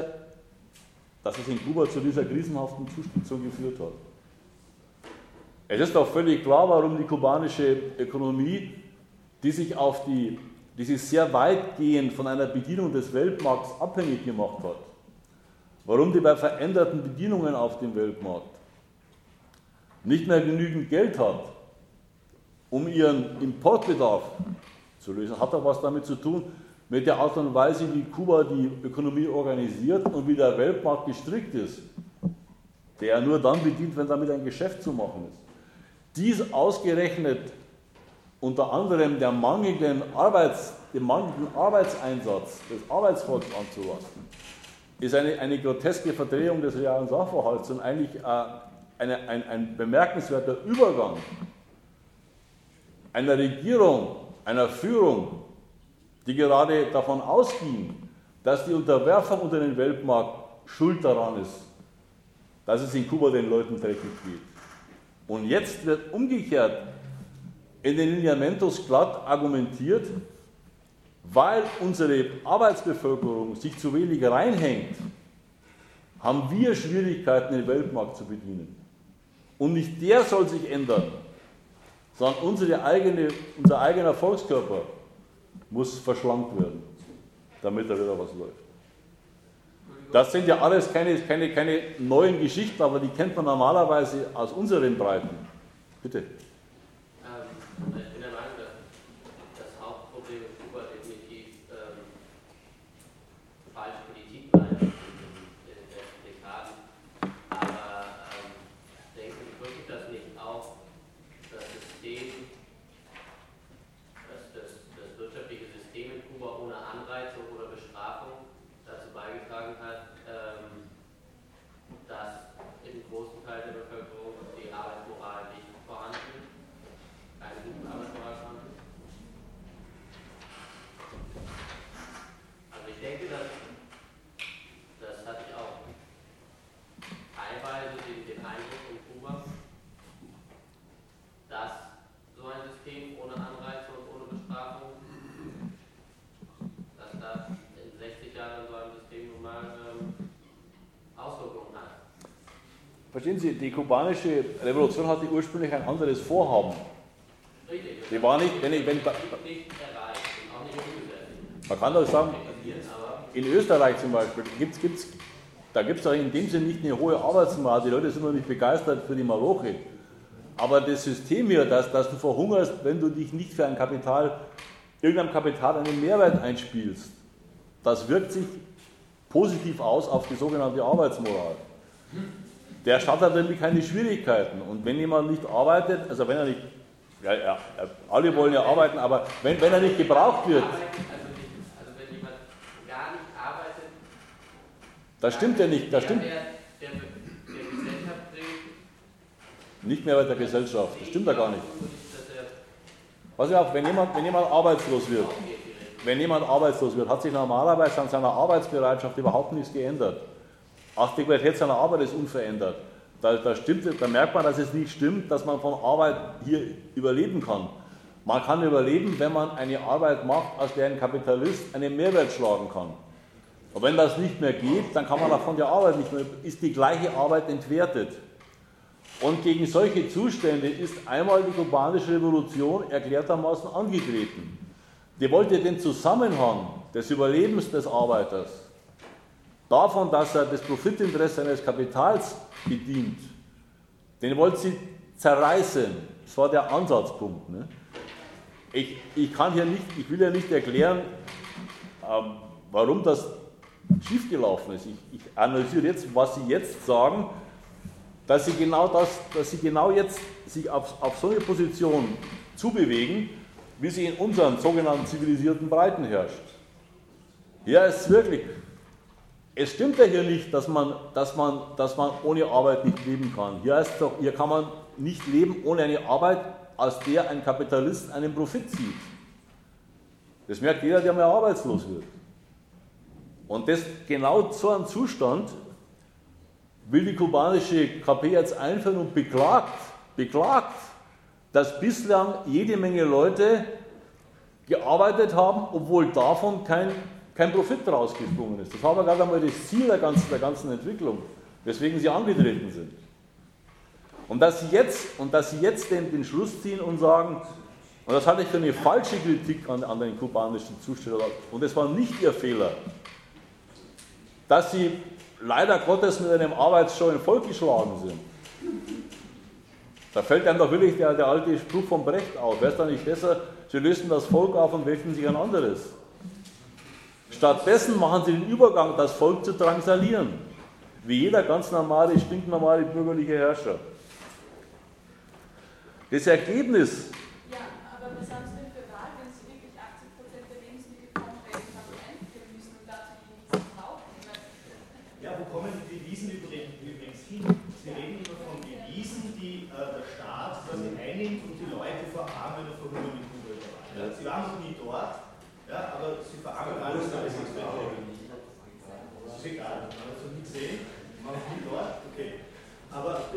in Kuba zu dieser krisenhaften Zuspitzung geführt hat. Es ist auch völlig klar, warum die kubanische Ökonomie, die sich sehr weitgehend von einer Bedienung des Weltmarkts abhängig gemacht hat, warum die bei veränderten Bedienungen auf dem Weltmarkt nicht mehr genügend Geld hat, um ihren Importbedarf zu lösen, hat auch was damit zu tun, mit der Art und Weise, wie Kuba die Ökonomie organisiert und wie der Weltmarkt gestrickt ist, der er nur dann bedient, wenn damit ein Geschäft zu machen ist. Dies ausgerechnet unter anderem der mangelnden dem mangelnden Arbeitseinsatz des Arbeitsvolks anzulasten, ist eine groteske Verdrehung des realen Sachverhalts und eigentlich ein bemerkenswerter Übergang einer Regierung, einer Führung, die gerade davon ausging, dass die Unterwerfung unter den Weltmarkt schuld daran ist, dass es in Kuba den Leuten dreckig geht. Und jetzt wird umgekehrt in den Lineamentos glatt argumentiert, weil unsere Arbeitsbevölkerung sich zu wenig reinhängt, haben wir Schwierigkeiten, den Weltmarkt zu bedienen. Und nicht der soll sich ändern, sondern unser eigener Volkskörper muss verschlankt werden, damit da wieder was läuft. Das sind ja alles keine neuen Geschichten, aber die kennt man normalerweise aus unseren Breiten. Bitte. Ich bin der Meinung, dass das Hauptproblem in Kuba definitiv falsche Politik war in den letzten Dekaden. Aber denken Sie wirklich, dass nicht auch das System, das wirtschaftliche System in Kuba ohne Anreize oder Bestrafung dazu beigetragen hat, dass in großen Teil der Bevölkerung die Arbeitsmoral nicht vorhanden ist, keine gute Arbeitsmoral vorhanden ist? Also ich denke, das hatte ich auch teilweise den Eindruck in Kuba, dass so ein System ohne Anreize und ohne Bestrafung, dass das in 60 Jahren so ein System nun mal Auswirkungen hat. Verstehen Sie, die kubanische Revolution hatte ursprünglich ein anderes Vorhaben. Richtig. Die war nicht, nicht erreicht und auch nicht umgesetzt. man kann doch sagen, in Österreich zum Beispiel, da gibt es auch in dem Sinne nicht eine hohe Arbeitsmoral, die Leute sind noch nicht begeistert für die Maloche. Aber das System hier, dass du verhungerst, wenn du dich nicht für irgendeinem Kapital einen Mehrwert einspielst, das wirkt sich positiv aus auf die sogenannte Arbeitsmoral. Der Staat hat nämlich keine Schwierigkeiten. Und wenn jemand nicht arbeitet, also wenn er nicht, ja, alle wollen ja arbeiten, aber wenn er nicht gebraucht wird. Also wenn jemand gar nicht arbeitet, Das stimmt ja nicht. Das stimmt. Der Gesellschaft bringt. Nicht mehr bei der Gesellschaft. Das stimmt ja gar nicht. Pass auf, wenn jemand arbeitslos wird, hat sich normalerweise an seiner Arbeitsbereitschaft überhaupt nichts geändert. Auch die Qualität seiner Arbeit ist unverändert. Da merkt man, dass es nicht stimmt, dass man von Arbeit hier überleben kann. Man kann überleben, wenn man eine Arbeit macht, aus der ein Kapitalist einen Mehrwert schlagen kann. Und wenn das nicht mehr geht, dann kann man auch von der Arbeit nicht mehr, ist die gleiche Arbeit entwertet. Und gegen solche Zustände ist einmal die kubanische Revolution erklärtermaßen angetreten. Die wollte den Zusammenhang des Überlebens des Arbeiters, davon, dass er das Profitinteresse eines Kapitals bedient, den wollte sie zerreißen. Das war der Ansatzpunkt. Ne? Ich will ja nicht erklären, warum das schiefgelaufen ist. Ich analysiere jetzt, was Sie jetzt sagen, dass Sie genau jetzt sich auf so eine Position zubewegen, wie sie in unseren sogenannten zivilisierten Breiten herrscht. Ja, es ist wirklich. Es stimmt ja hier nicht, dass man ohne Arbeit nicht leben kann. Hier kann man nicht leben ohne eine Arbeit, aus der ein Kapitalist einen Profit zieht. Das merkt jeder, der mal arbeitslos wird. Und genau so einen Zustand will die kubanische KP jetzt einführen und beklagt, dass bislang jede Menge Leute gearbeitet haben, obwohl davon kein Profit rausgesprungen ist. Das war aber gerade einmal das Ziel der ganzen Entwicklung, weswegen sie angetreten sind. Und dass sie jetzt den Schluss ziehen und sagen, und das halte ich für eine falsche Kritik an den kubanischen Zustellern, und es war nicht ihr Fehler, dass sie leider Gottes mit einem arbeitsscheuen Volk geschlagen sind. Da fällt einem doch wirklich der alte Spruch von Brecht auf. Wäre es doch nicht besser, sie lösen das Volk auf und wählen sich ein anderes. Stattdessen machen sie den Übergang, das Volk zu drangsalieren. Wie jeder ganz normale, stinknormale bürgerliche Herrscher. Das Ergebnis. Ja, aber was haben Sie denn für Wahl, wenn Sie wirklich 80% der Lebensmittel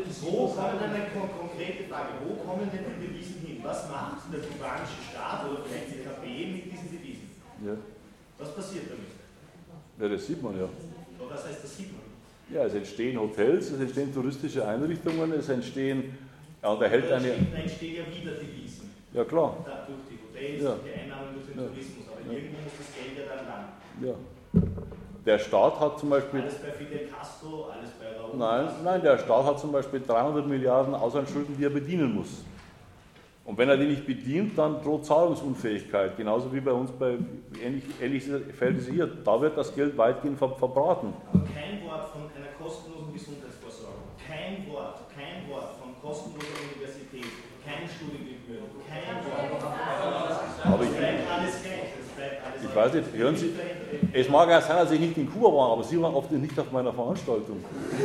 wo kommen denn eine konkrete Frage, wo kommen denn die Devisen hin? Was macht der kubanische Staat oder vielleicht die EKB mit diesen Devisen? Ja. Was passiert damit? Ja, das sieht man ja. Aber was heißt, das sieht man? Ja, es entstehen Hotels, es entstehen touristische Einrichtungen, es entstehen, ja, und da hält Da eine... entstehen ja wieder Devisen. Ja, klar. Da, durch die Hotels, Ja. durch die Einnahmen, durch den Tourismus. Aber irgendwo muss das Geld ja dann lang. Ja. Der Staat hat zum Beispiel... Alles bei Fidel Castro, alles bei Raúl Nein, der Staat hat zum Beispiel 300 Milliarden Auslandsschulden, die er bedienen muss. Und wenn er die nicht bedient, dann droht Zahlungsunfähigkeit, genauso wie bei uns bei ähnliches Fällt es hier. Da wird das Geld weitgehend verbraten. Aber kein Wort von einer kostenlosen Gesundheitsversorgung, kein Wort von kostenloser Universität, keine Studiengebühren, kein Wort. Aber Es bleibt alles gleich. ich weiß nicht, hören Sie, es mag ja sein, dass ich nicht in Kuba war, aber Sie waren oft nicht auf meiner Veranstaltung.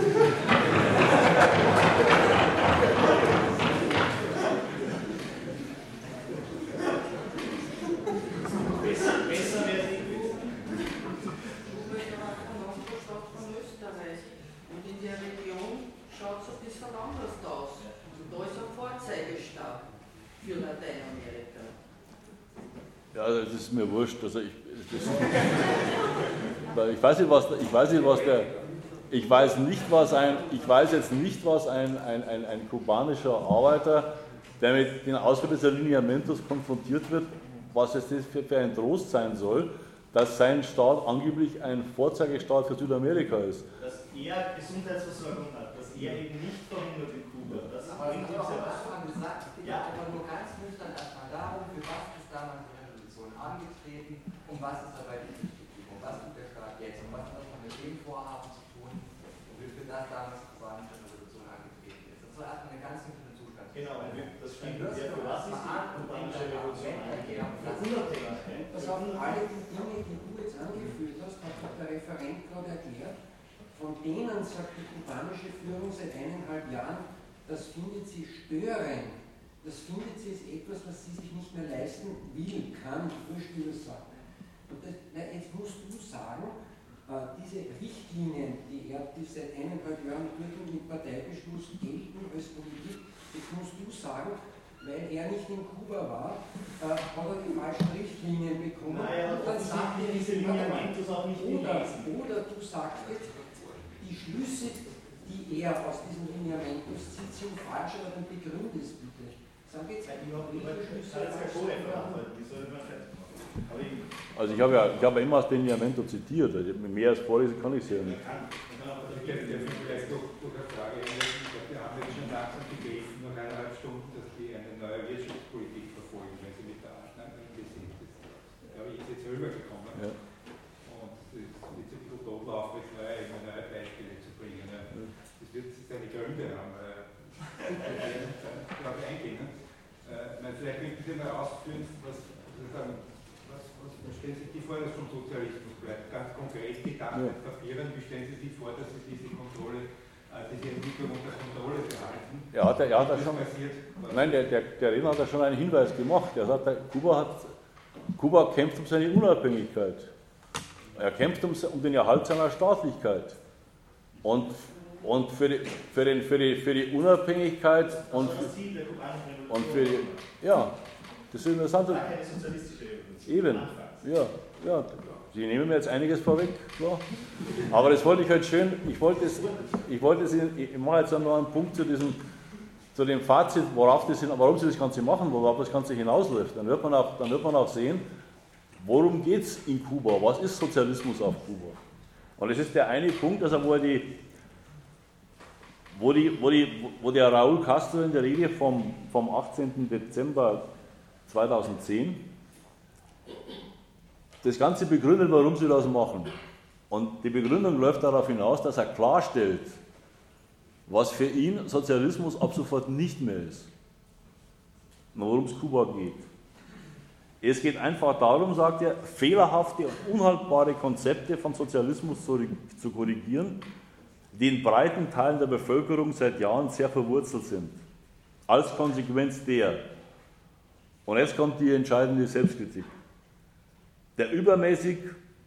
Besser wäre die. Und in der Region schaut es ein bisschen anders aus. Da ist ein Vorzeigestaat für Lateinamerika. Ja, das ist mir wurscht. Also ich weiß jetzt nicht, was ein kubanischer Arbeiter, der mit den Ausgaben des Lineamentos konfrontiert wird, was es das für ein Trost sein soll, dass sein Staat angeblich ein Vorzeigestaat für Südamerika ist. Dass er Gesundheitsversorgung hat, dass er eben nicht verhungert in Kuba. Das Aber bringt Sie uns haben ja auch was. Anfang gesagt, es geht Ja. aber nur ganz nüchtern erstmal darum, für was ist damals die Revolution angetreten und was ist dabei die Wichtigkeit. Was tut der Staat jetzt und was hat man mit dem Vorhaben zu tun, wofür das damals die kubanische Revolution angetreten ist. Das war erstmal eine ganz nüchterne Zustand. Genau, das stimmt. Ja, für was ist die kubanische Revolution angetreten? Für Unabhängigkeit. Das haben alle die Dinge, die du jetzt angeführt hast, hat doch der Referent gerade erklärt. Von denen sagt die kubanische Führung seit 1,5 Jahren, das findet sie störend. Das findet sie als etwas, was sie sich nicht mehr leisten will, kann, wurscht wie das sagt. Und das, jetzt musst du sagen, diese Richtlinien, die seit 1,5 Jahren durch den Parteibeschluss gelten als Politik, jetzt musst du sagen, weil er nicht in Kuba war, hat er die falschen Richtlinien bekommen. Naja, und dann sagt er, diese Lineamentos auch nicht gelesen. oder du sagst jetzt, die Schlüsse, die er aus diesen Lineamentos zieht, sind falsch, aber dann begründe es bitte. Sag jetzt, Also ich habe ja immer das Lineamento zitiert, mehr als vorlesen kann ich es ja nicht. Ich glaube, vielleicht durch eine Frage einleiten. Ich glaube, wir haben jetzt schon langsam begriffen, nach 1,5 Stunden, dass die eine neue Wirtschaftspolitik verfolgen, wenn sie mit der Anschneidung gesehen ist. Glaube ich, ist jetzt rübergekommen. Ja. Und es wird so ein bisschen doof laufen, jetzt neue Beispiele zu bringen. Ja. Das wird seine Gründe haben, darauf eingehen. Vielleicht könnten Sie mal ausführen, was stellen Sie sich vor, dass vom Sozialismus bleibt? Ganz konkret gedacht, mit Papieren, wie stellen Sie sich vor, dass Sie diese Kontrolle, diese Entwicklung unter Kontrolle behalten? Er hat da schon, nein, der Redner hat da schon einen Hinweis gemacht. Er sagt, Kuba kämpft um seine Unabhängigkeit. Er kämpft um den Erhalt seiner Staatlichkeit. Und für die Unabhängigkeit und für die, ja, das ist interessant. Eben, ja, Sie nehmen mir jetzt einiges vorweg, klar. Aber das wollte ich halt schön, ich mache jetzt noch einen Punkt zu dem Fazit, warum Sie das Ganze machen, worauf das Ganze hinausläuft. Dann wird man auch sehen, worum geht es in Kuba, was ist Sozialismus auf Kuba. Und das ist der eine Punkt, also wo der Raúl Castro in der Rede vom 18. Dezember 2010 das Ganze begründet, warum sie das machen. Und die Begründung läuft darauf hinaus, dass er klarstellt, was für ihn Sozialismus ab sofort nicht mehr ist. Und worum es Kuba geht. Es geht einfach darum, sagt er, fehlerhafte und unhaltbare Konzepte von Sozialismus zu korrigieren, die in breiten Teilen der Bevölkerung seit Jahren sehr verwurzelt sind. Als Konsequenz und jetzt kommt die entscheidende Selbstkritik, der übermäßig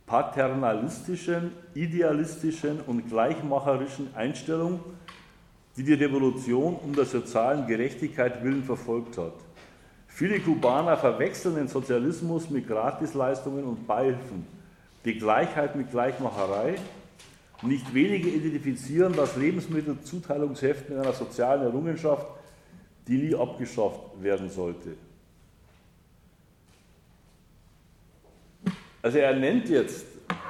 paternalistischen, idealistischen und gleichmacherischen Einstellung, die die Revolution um der sozialen Gerechtigkeit willen verfolgt hat. Viele Kubaner verwechseln den Sozialismus mit Gratisleistungen und Beihilfen, die Gleichheit mit Gleichmacherei. Nicht wenige identifizieren das Lebensmittelzuteilungsheft mit einer sozialen Errungenschaft, die nie abgeschafft werden sollte. Also er nennt jetzt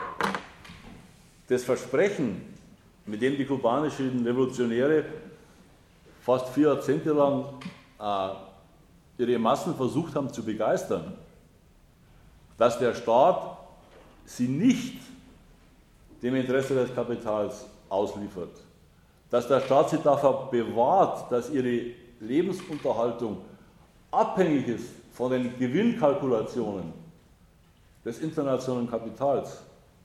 das Versprechen, mit dem die kubanischen Revolutionäre fast 4 Jahrzehnte lang ihre Massen versucht haben zu begeistern, dass der Staat sie nicht dem Interesse des Kapitals ausliefert, dass der Staat sie davor bewahrt, dass ihre Lebensunterhaltung abhängig ist von den Gewinnkalkulationen des internationalen Kapitals,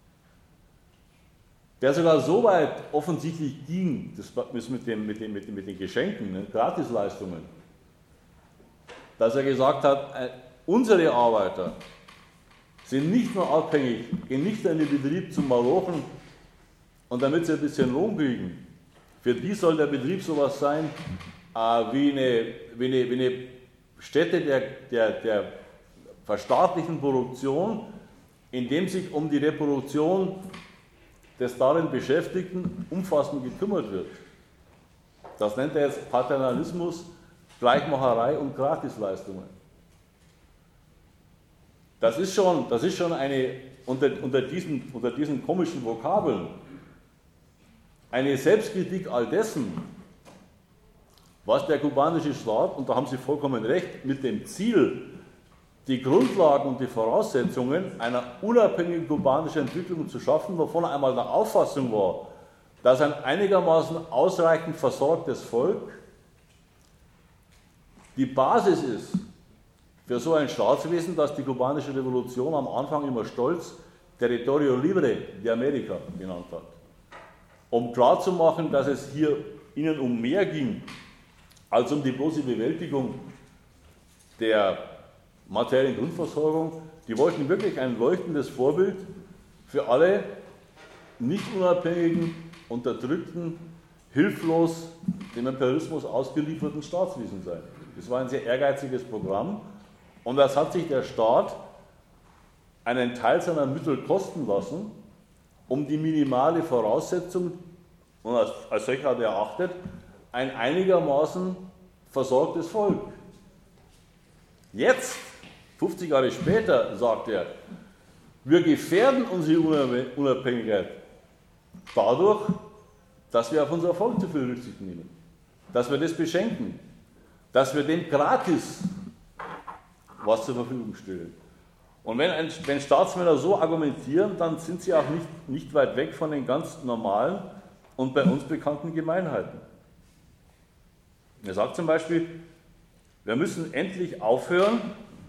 der sogar so weit offensichtlich ging, das ist mit den Geschenken, ne, Gratisleistungen, dass er gesagt hat, unsere Arbeiter sind nicht nur abhängig, gehen nicht in den Betrieb zum Malochen und damit sie ein bisschen Lohn kriegen. Für die soll der Betrieb sowas sein wie eine Stätte der verstaatlichten Produktion, in dem sich um die Reproduktion des darin Beschäftigten umfassend gekümmert wird. Das nennt er jetzt Paternalismus, Gleichmacherei und Gratisleistungen. Das ist schon eine, unter diesen komischen Vokabeln, eine Selbstkritik all dessen, was der kubanische Staat, und da haben Sie vollkommen recht, mit dem Ziel, die Grundlagen und die Voraussetzungen einer unabhängigen kubanischen Entwicklung zu schaffen, wovon er einmal der Auffassung war, dass ein einigermaßen ausreichend versorgtes Volk die Basis ist für so ein Staatswesen, das die kubanische Revolution am Anfang immer stolz Territorio Libre de America genannt hat. Um klarzumachen, dass es hier ihnen um mehr ging, als um die bloße Bewältigung der materiellen Grundversorgung. Die wollten wirklich ein leuchtendes Vorbild für alle nicht unabhängigen, unterdrückten, hilflos dem Imperialismus ausgelieferten Staatswesen sein. Das war ein sehr ehrgeiziges Programm und das hat sich der Staat einen Teil seiner Mittel kosten lassen, um die minimale Voraussetzung, und als solch hat er erachtet, ein einigermaßen versorgtes Volk. Jetzt, 50 Jahre später, sagt er, wir gefährden unsere Unabhängigkeit dadurch, dass wir auf unser Volk zu viel Rücksicht nehmen, dass wir das beschenken, dass wir dem gratis was zur Verfügung stellen. Und wenn Staatsmänner so argumentieren, dann sind sie auch nicht weit weg von den ganz normalen und bei uns bekannten Gemeinheiten. Er sagt zum Beispiel, wir müssen endlich aufhören,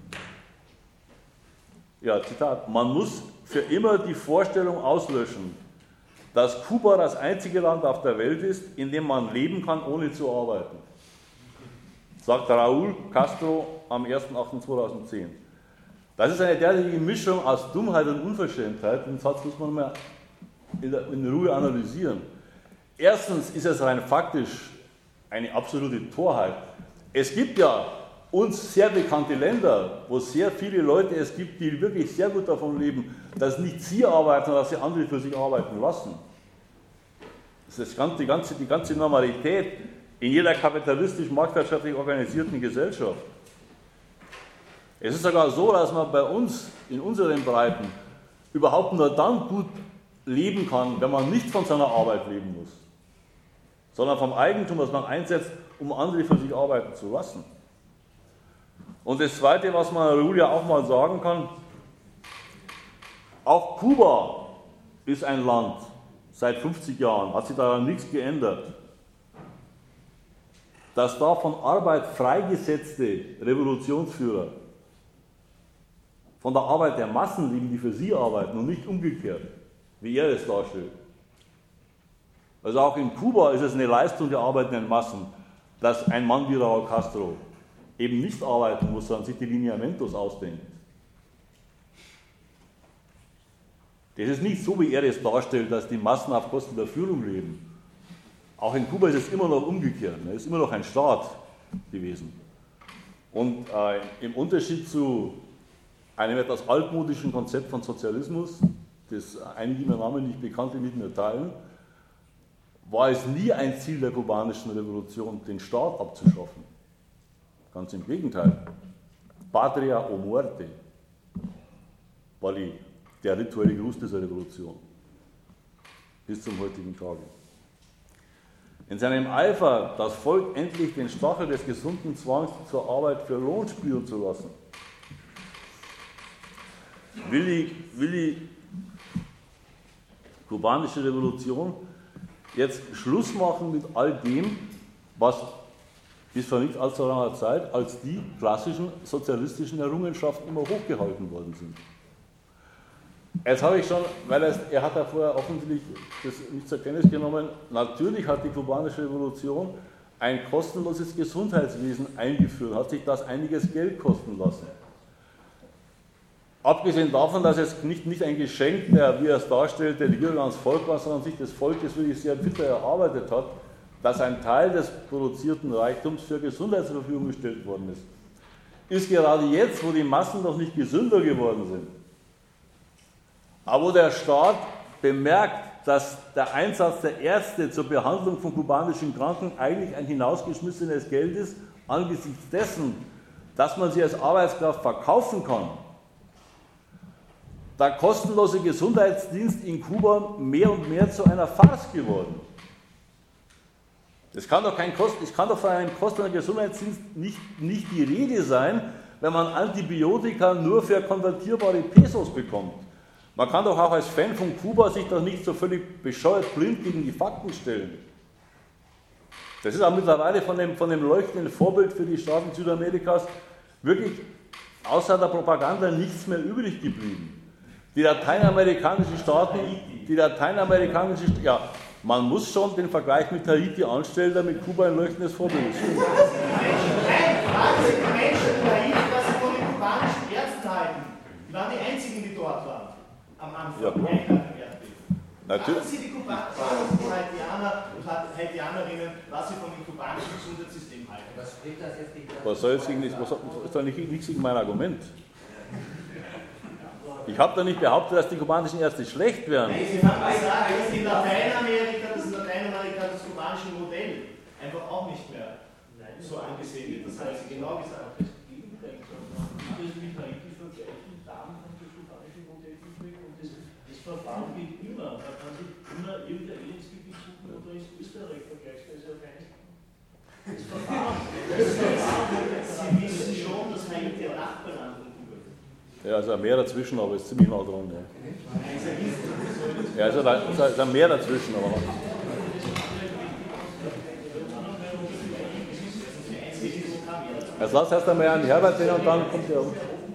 ja, Zitat, man muss für immer die Vorstellung auslöschen, dass Kuba das einzige Land auf der Welt ist, in dem man leben kann, ohne zu arbeiten. Sagt Raúl Castro am 1.8.2010. Das ist eine derartige Mischung aus Dummheit und Unverschämtheit, den Satz muss man mal in Ruhe analysieren. Erstens ist es rein faktisch eine absolute Torheit. Es gibt ja uns sehr bekannte Länder, wo es sehr viele Leute es gibt, die wirklich sehr gut davon leben, dass nicht sie arbeiten, sondern dass sie andere für sich arbeiten lassen. Das ist die ganze Normalität in jeder kapitalistisch marktwirtschaftlich organisierten Gesellschaft. Es ist sogar so, dass man bei uns in unseren Breiten überhaupt nur dann gut leben kann, wenn man nicht von seiner Arbeit leben muss, sondern vom Eigentum, das man einsetzt, um andere für sich arbeiten zu lassen. Und das Zweite, was man Raúl ja auch mal sagen kann, auch Kuba ist ein Land seit 50 Jahren, hat sich daran nichts geändert, dass da von Arbeit freigesetzte Revolutionsführer von der Arbeit der Massen leben, die für sie arbeiten und nicht umgekehrt, wie er es darstellt. Also auch in Kuba ist es eine Leistung der arbeitenden Massen, dass ein Mann wie Raúl Castro eben nicht arbeiten muss, sondern sich die Lineamentos ausdenkt. Das ist nicht so, wie er es darstellt, dass die Massen auf Kosten der Führung leben, Auch in Kuba ist es immer noch umgekehrt, es ist immer noch ein Staat gewesen. Und im Unterschied zu einem etwas altmodischen Konzept von Sozialismus, das einige mir Namen nicht bekannte mit mir teilen, war es nie ein Ziel der kubanischen Revolution, den Staat abzuschaffen. Ganz im Gegenteil. Patria o muerte war der rituelle Gruß dieser Revolution. Bis zum heutigen Tage. In seinem Eifer, das Volk endlich den Stachel des gesunden Zwangs zur Arbeit für Lohn spüren zu lassen, will die kubanische Revolution jetzt Schluss machen mit all dem, was bis vor nicht allzu langer Zeit als die klassischen sozialistischen Errungenschaften immer hochgehalten worden sind. Jetzt habe ich schon, weil er hat ja vorher offensichtlich das nicht zur Kenntnis genommen, natürlich hat die kubanische Revolution ein kostenloses Gesundheitswesen eingeführt, hat sich das einiges Geld kosten lassen. Abgesehen davon, dass es nicht ein Geschenk, wie er es darstellt, der Regierung ans Volk war, sondern sich des Volkes wirklich sehr bitter erarbeitet hat, dass ein Teil des produzierten Reichtums für Gesundheit zur Verfügung gestellt worden ist gerade jetzt, wo die Massen noch nicht gesünder geworden sind, aber wo der Staat bemerkt, dass der Einsatz der Ärzte zur Behandlung von kubanischen Kranken eigentlich ein hinausgeschmissenes Geld ist, angesichts dessen, dass man sie als Arbeitskraft verkaufen kann, der kostenlose Gesundheitsdienst in Kuba mehr und mehr zu einer Farce geworden. Es kann doch von einem kostenlosen Gesundheitsdienst nicht die Rede sein, wenn man Antibiotika nur für konvertierbare Pesos bekommt. Man kann doch auch als Fan von Kuba sich doch nicht so völlig bescheuert blind gegen die Fakten stellen. Das ist auch mittlerweile von dem leuchtenden Vorbild für die Staaten Südamerikas wirklich außer der Propaganda nichts mehr übrig geblieben. Die lateinamerikanischen Staaten, ja, man muss schon den Vergleich mit Haiti anstellen, damit Kuba ein leuchtendes Vorbild ist. Die Menschen in Haiti, was sie von den kubanischen Ärzten halten, die waren die einzigen, die dort waren, am Anfang, ja. Natürlich. Sie die Haitianer und Haitianerinnen, was sie von dem kubanischen Gesundheitssystem halten. Was soll jetzt ist doch nichts gegen mein Argument. Ich habe doch nicht behauptet, dass die kubanischen Ärzte schlecht wären. Nein, Sie haben gesagt, dass in Lateinamerika das kubanische Modell einfach auch nicht mehr so angesehen wird. Das haben Sie genau gesagt. Das Gegenteil. Das mit Haiti vergleichen, dann kommt das kubanische Modell nicht weg und das Verfahren geht immer. Da kann sich immer irgendein Lebensgebiet suchen oder ist Österreich vergleichsweise auch ein. Das Verfahren. Sie wissen schon, dass Haiti der Nachbarland von Kuba ist. Ja, also ein Meer dazwischen, aber ist ziemlich nah dran. Ja, ja also da ist ein Meer dazwischen, aber. Also lass erst einmal an Herbert den und dann kommt er um.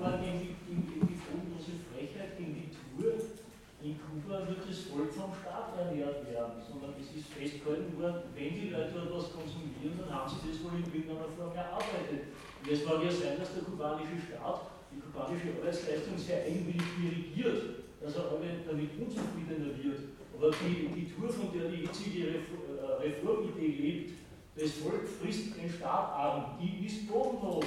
In Kuba wird das Volk vom Staat ernährt werden, sondern es ist festgehalten worden, wenn die Leute etwas konsumieren, dann haben sie das wohl in irgendeiner Form erarbeitet. Und es mag ja sein, dass der kubanische Staat die kubanische Arbeitsleistung sehr eigenwillig dirigiert, dass er alle damit unzufriedener wird. Aber die Tour, von der die jetzige Reformidee lebt, das Volk frisst den Staat an, die ist bodenlos.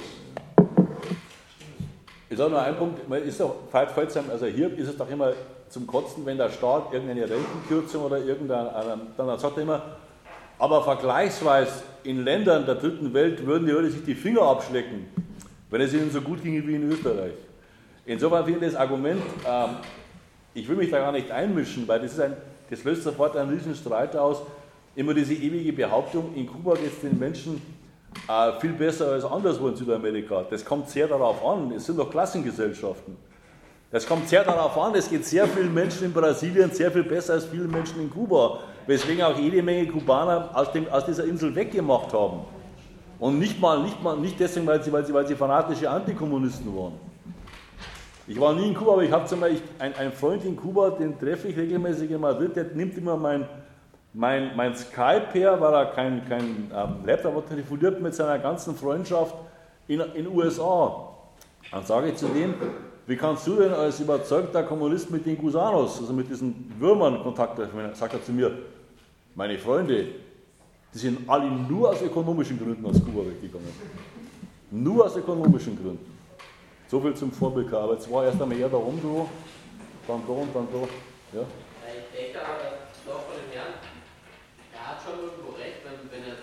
Ich sage nur einen Punkt, also hier ist es doch immer zum Kotzen, wenn der Staat irgendeine Rentenkürzung oder dann sagt er immer, aber vergleichsweise in Ländern der dritten Welt würden die Leute sich die Finger abschlecken, wenn es ihnen so gut ginge wie in Österreich. Insofern finde ich das Argument, ich will mich da gar nicht einmischen, weil das löst sofort einen riesen Streit aus, immer diese ewige Behauptung, in Kuba geht es den Menschen viel besser als anderswo in Südamerika. Das kommt sehr darauf an, es sind doch Klassengesellschaften. Das kommt sehr darauf an, es geht sehr vielen Menschen in Brasilien sehr viel besser als vielen Menschen in Kuba, weswegen auch jede Menge Kubaner aus dieser Insel weggemacht haben. Und nicht deswegen, weil sie fanatische Antikommunisten waren. Ich war nie in Kuba, aber ich habe zum Beispiel einen Freund in Kuba, den treffe ich regelmäßig in Madrid, der nimmt immer mein Skype her, weil er kein Laptop hat, telefoniert mit seiner ganzen Freundschaft in den USA. Dann sage ich zu dem, wie kannst du denn als überzeugter Kommunist mit den Gusanos, also mit diesen Würmern Kontakt aufnehmen? Sagt er zu mir, meine Freunde, Die sind alle nur aus ökonomischen Gründen aus Kuba weggegangen. Nur aus ökonomischen Gründen. So viel zum Vorbild. Aber jetzt war erst einmal eher da oben, dann da und dann da. Ja. Ich denke aber, dass doch von dem Herrn, er hat schon irgendwo recht, wenn er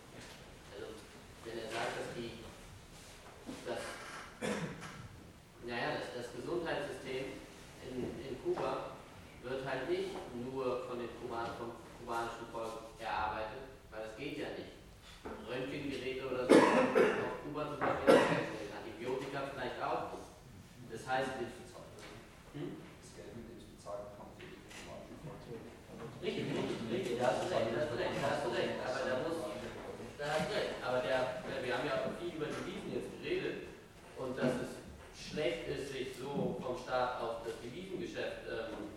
sagt, dass das Gesundheitssystem in Kuba wird halt nicht nur vom kubanischen Volk erarbeitet, weil das geht ja nicht. Röntgengeräte oder so auf Kuba zum Beispiel hergestellt, Antibiotika vielleicht auch nicht. Das heißt, das Geld, mit dem es bezahlt kommt, richtig, da hast du recht, aber da hast du recht, aber wir haben ja auch viel über Devisen jetzt geredet und dass es schlecht ist, sich so vom Staat auf das Devisengeschäft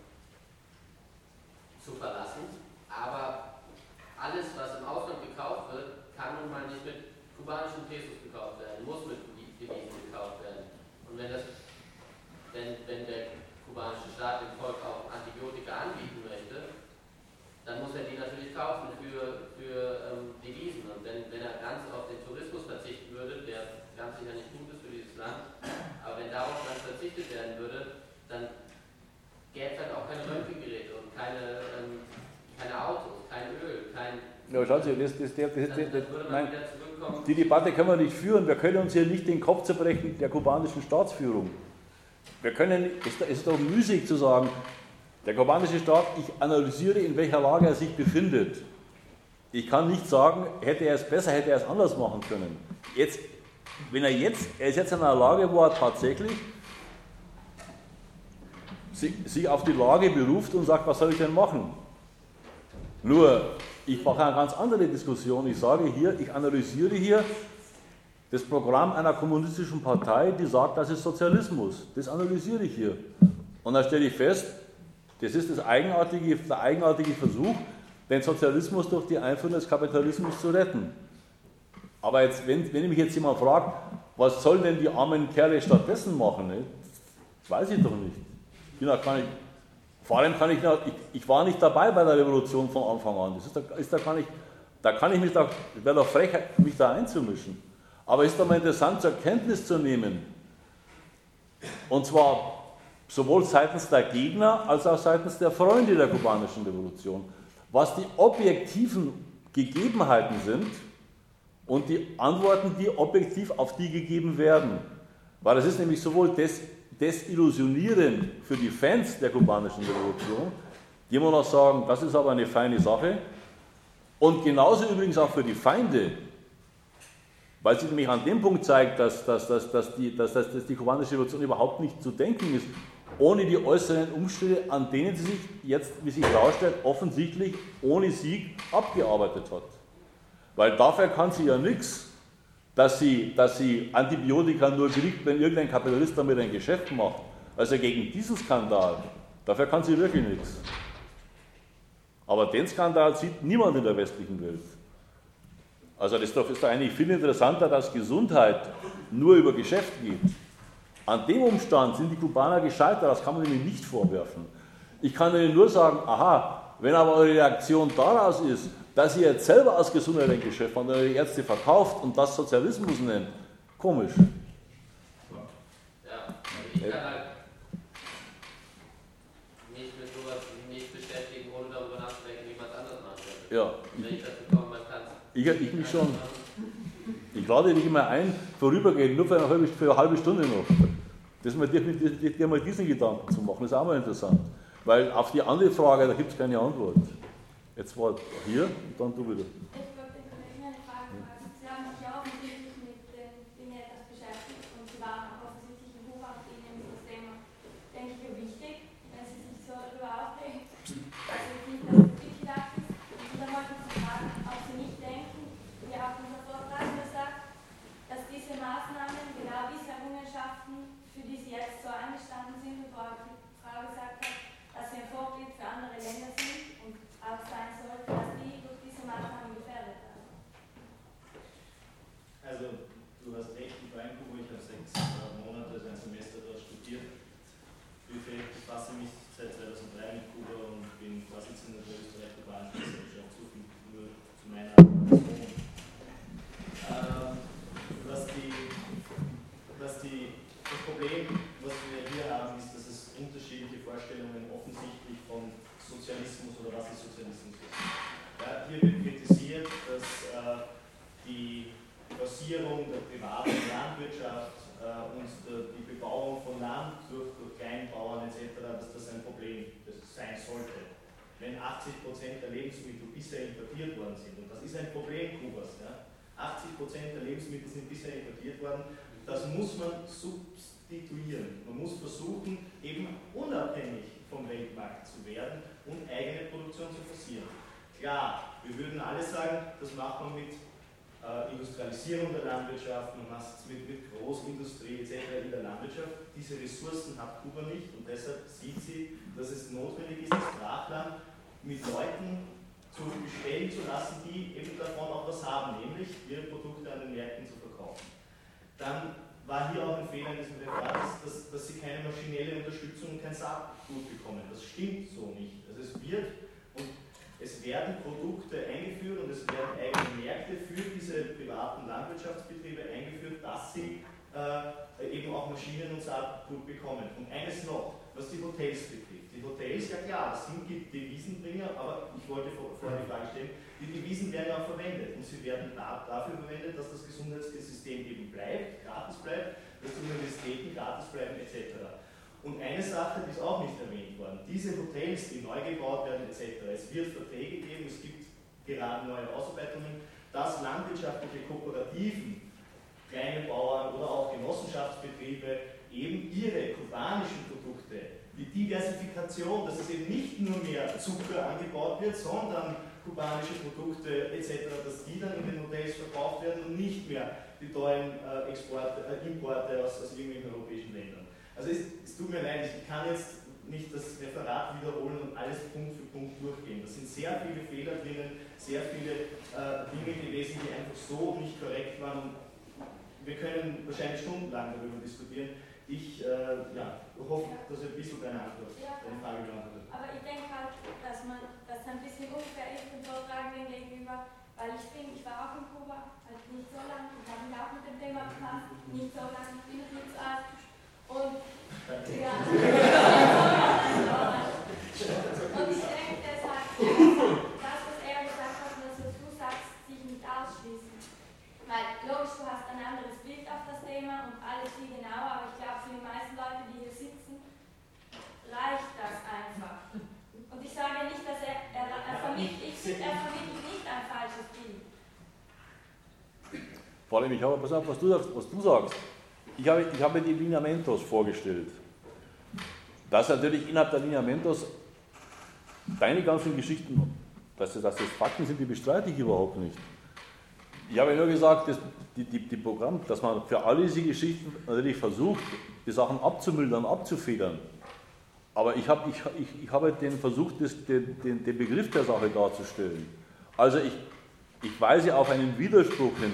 zu verlassen, aber alles, was im Ausland gekauft wird, kann nun mal nicht mit kubanischen Pesos gekauft werden, muss mit Devisen gekauft werden. Und wenn der kubanische Staat dem Volk auch Antibiotika anbieten möchte, dann muss er die natürlich kaufen für Devisen. Und wenn er ganz auf den Tourismus verzichten würde, der ganz sicher nicht gut ist für dieses Land, aber wenn darauf ganz verzichtet werden würde, dann gäbe es halt auch keine Röntgengeräte und keine Autos, kein Öl, Ja, schauen Sie, die Debatte können wir nicht führen. Wir können uns hier nicht den Kopf zerbrechen der kubanischen Staatsführung. Es ist doch müßig zu sagen, der kubanische Staat, ich analysiere, in welcher Lage er sich befindet. Ich kann nicht sagen, hätte er es besser, hätte er es anders machen können. Er ist jetzt in einer Lage, wo er tatsächlich sich auf die Lage beruft und sagt, was soll ich denn machen? Nur, ich mache eine ganz andere Diskussion. Ich sage hier, ich analysiere hier das Programm einer kommunistischen Partei, die sagt, das ist Sozialismus. Das analysiere ich hier. Und dann stelle ich fest, das ist der eigenartige Versuch, den Sozialismus durch die Einführung des Kapitalismus zu retten. Aber jetzt, wenn mich jetzt jemand fragt, was sollen denn die armen Kerle stattdessen machen, ne? Das weiß ich doch nicht. Vor allem ich war nicht dabei bei der Revolution von Anfang an. Wäre doch frech, mich da einzumischen. Aber es ist doch mal interessant zur Kenntnis zu nehmen, und zwar sowohl seitens der Gegner als auch seitens der Freunde der kubanischen Revolution, was die objektiven Gegebenheiten sind und die Antworten, die objektiv auf die gegeben werden. Weil es ist nämlich sowohl desillusionierend für die Fans der kubanischen Revolution, die immer noch sagen, das ist aber eine feine Sache, und genauso übrigens auch für die Feinde, weil sie nämlich an dem Punkt zeigt, dass die kubanische Revolution überhaupt nicht zu denken ist, ohne die äußeren Umstände, an denen sie sich jetzt, wie sich darstellt, offensichtlich ohne Sieg abgearbeitet hat. Weil dafür kann sie ja nichts, dass sie Antibiotika nur kriegt, wenn irgendein Kapitalist damit ein Geschäft macht. Also gegen diesen Skandal, dafür kann sie wirklich nichts. Aber den Skandal sieht niemand in der westlichen Welt. Also das ist doch eigentlich viel interessanter, dass Gesundheit nur über Geschäft geht. An dem Umstand sind die Kubaner gescheitert, das kann man ihnen nicht vorwerfen. Ich kann ihnen nur sagen, aha, wenn aber eure Reaktion daraus ist, dass ihr jetzt selber aus Gesundheit ein Geschäft macht und eure Ärzte verkauft und das Sozialismus nennt, komisch. Ja, ich kann halt nicht mit sowas nicht beschäftigen, ohne darüber nachzudenken, wie man es anders machen könnte. Ja. Wenn ich dazu komme, man kann es. Ich mich schon. Ich lade dich immer ein, vorübergehend, nur für eine halbe Stunde noch. Dir mal diesen Gedanken zu machen, ist auch mal interessant. Weil auf die andere Frage, da gibt es keine Antwort. Jetzt war hier und dann du wieder. Ich wollte den Kollegen eine Frage fragen. Sie haben sich ja offensichtlich mit den Dingen etwas beschäftigt und Sie waren auch offensichtlich in Kuba und Ihnen ist das Thema, denke ich, wichtig, wenn Sie sich so darüber aufregen. Also nicht, dass es wirklich gedacht ist. Und dann wollte ich Sie fragen, ob Sie nicht denken, wie auch unser Vortragender sagt, dass diese Maßnahmen, genau diese Errungenschaften, für die Sie jetzt so angestanden sind und wo auch die Frau gesagt hat, dass sie ein Vorbild für andere Länder sind und auch sein sollte, dass die durch diese Maßnahmen gefährdet werden. Also, du hast recht, ich war in Kuba, ich habe 6 Monate, also ein Semester dort studiert. Ich befasse mich seit 2003 mit Kuba und bin Vorsitzender der österreich-kubanischen Gesellschaft. So viel nur zu meiner die Forcierung der privaten Landwirtschaft und die Bebauung von Land durch Kleinbauern etc., dass das ein Problem sein sollte. Wenn 80% der Lebensmittel bisher importiert worden sind, und das ist ein Problem Kubas, ja? 80% der Lebensmittel sind bisher importiert worden, das muss man substituieren. Man muss versuchen, eben unabhängig vom Weltmarkt zu werden und eigene Produktion zu forcieren. Klar, wir würden alle sagen, das macht man mit Industrialisierung der Landwirtschaft, man macht es mit Großindustrie etc. in der Landwirtschaft. Diese Ressourcen hat Kuba nicht und deshalb sieht sie, dass es notwendig ist, das Brachland mit Leuten zu bestellen zu lassen, die eben davon auch was haben, nämlich ihre Produkte an den Märkten zu verkaufen. Dann war hier auch ein Fehler in diesem Referat, dass sie keine maschinelle Unterstützung und kein Saatgut bekommen. Das stimmt so nicht. Also es werden Produkte eingeführt und es werden eigene Märkte für diese privaten Landwirtschaftsbetriebe eingeführt, dass sie eben auch Maschinen und Saatgut bekommen. Und eines noch, was die Hotels betrifft. Die Hotels, ja klar, das sind Devisenbringer, aber ich wollte vorher die Frage stellen, die Devisen werden auch verwendet und sie werden dafür verwendet, dass das Gesundheitssystem eben bleibt, gratis bleibt, dass die Universitäten gratis bleiben etc. Und eine Sache, die ist auch nicht erwähnt worden, diese Hotels, die neu gebaut werden etc., es wird Verträge geben, es gibt gerade neue Ausarbeitungen, dass landwirtschaftliche Kooperativen, kleine Bauern oder auch Genossenschaftsbetriebe eben ihre kubanischen Produkte, die Diversifikation, dass es eben nicht nur mehr Zucker angebaut wird, sondern kubanische Produkte etc., dass die dann in den Hotels verkauft werden und nicht mehr die teuren Importe aus irgendwelchen europäischen Ländern. Also es tut mir leid, ich kann jetzt nicht das Referat wiederholen und alles Punkt für Punkt durchgehen. Da sind sehr viele Fehler drinnen, sehr viele Dinge gewesen, die einfach so nicht korrekt waren. Wir können wahrscheinlich stundenlang darüber diskutieren. Ich hoffe, dass ihr ein bisschen deine Frage beantwortet. Aber ich denke halt, dass das ein bisschen unfair ist den Vortragenden gegenüber, weil ich finde, ich war auch in Kuba, halt nicht so lange, ich habe mich auch mit dem Thema befasst, nicht so lange, ich bin noch nicht so alt. Und ja. Und ich denke deshalb, das, was er gesagt hat, was du sagst, sich nicht ausschließen. Weil logisch, du hast ein anderes Bild auf das Thema und alles viel genauer, aber ich glaube, für die meisten Leute, die hier sitzen, reicht das einfach. Und ich sage nicht, dass er vermittelt nicht ein falsches Bild. Vor allem, ich habe, pass auf, was du sagst. Ich habe die Lineamentos vorgestellt. Dass natürlich innerhalb der Lineamentos deine ganzen Geschichten, dass das Fakten sind, die bestreite ich überhaupt nicht. Ich habe nur gesagt, dass die Programm, dass man für alle diese Geschichten natürlich versucht, die Sachen abzumildern, abzufedern. Aber ich habe versucht, den Begriff der Sache darzustellen. Also ich weise auf einen Widerspruch hin.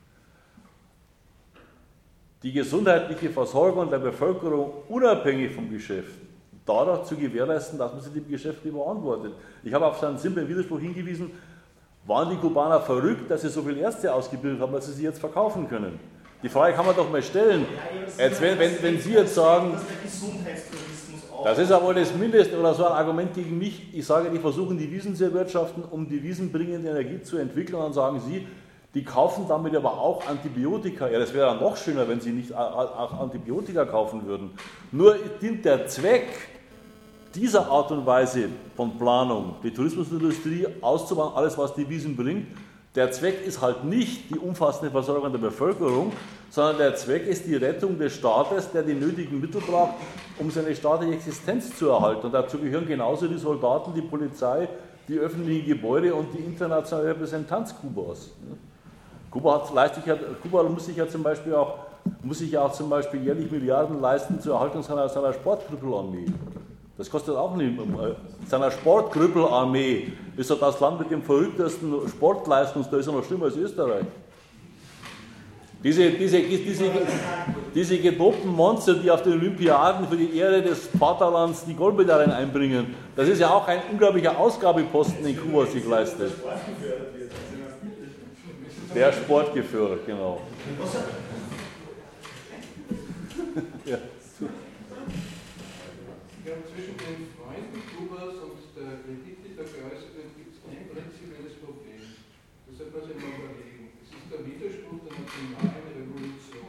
Die gesundheitliche Versorgung der Bevölkerung unabhängig vom Geschäft, dadurch zu gewährleisten, dass man sich dem Geschäft beantwortet. Ich habe auf so einen simplen Widerspruch hingewiesen, waren die Kubaner verrückt, dass sie so viele Ärzte ausgebildet haben, dass sie sie jetzt verkaufen können? Die Frage kann man doch mal stellen. Jetzt, wenn Sie jetzt sagen, das ist aber das Mindeste oder so ein Argument gegen mich, ich sage, die versuchen Devisen zu erwirtschaften, um devisenbringende Energie zu entwickeln, und dann sagen Sie, die kaufen damit aber auch Antibiotika. Ja, das wäre dann noch schöner, wenn sie nicht auch Antibiotika kaufen würden. Nur dient der Zweck dieser Art und Weise von Planung, die Tourismusindustrie auszubauen, alles was Devisen bringt, der Zweck ist halt nicht die umfassende Versorgung der Bevölkerung, sondern der Zweck ist die Rettung des Staates, der die nötigen Mittel braucht, um seine staatliche Existenz zu erhalten. Und dazu gehören genauso die Soldaten, die Polizei, die öffentlichen Gebäude und die internationale Repräsentanz Kubas. Kuba muss sich ja zum Beispiel jährlich Milliarden leisten zur Erhaltung seiner Sportkrüppelarmee. Das kostet auch nicht. Seiner Sportkrüppelarmee ist ja das Land mit dem verrücktesten Sportleistungs, da ist ja noch schlimmer als Österreich. Diese gedopten Monster, die auf den Olympiaden für die Ehre des Vaterlands die Goldmedaillen einbringen, das ist ja auch ein unglaublicher Ausgabeposten, den Kuba sich leistet. Der Sport gefördert, genau. Ja. Ich glaube, zwischen den Freunden Kubas und der Kritik, die da geäußert wird, gibt es ein prinzipielles Problem. Das sollte man sich mal überlegen. Es ist der nationalen Revolution.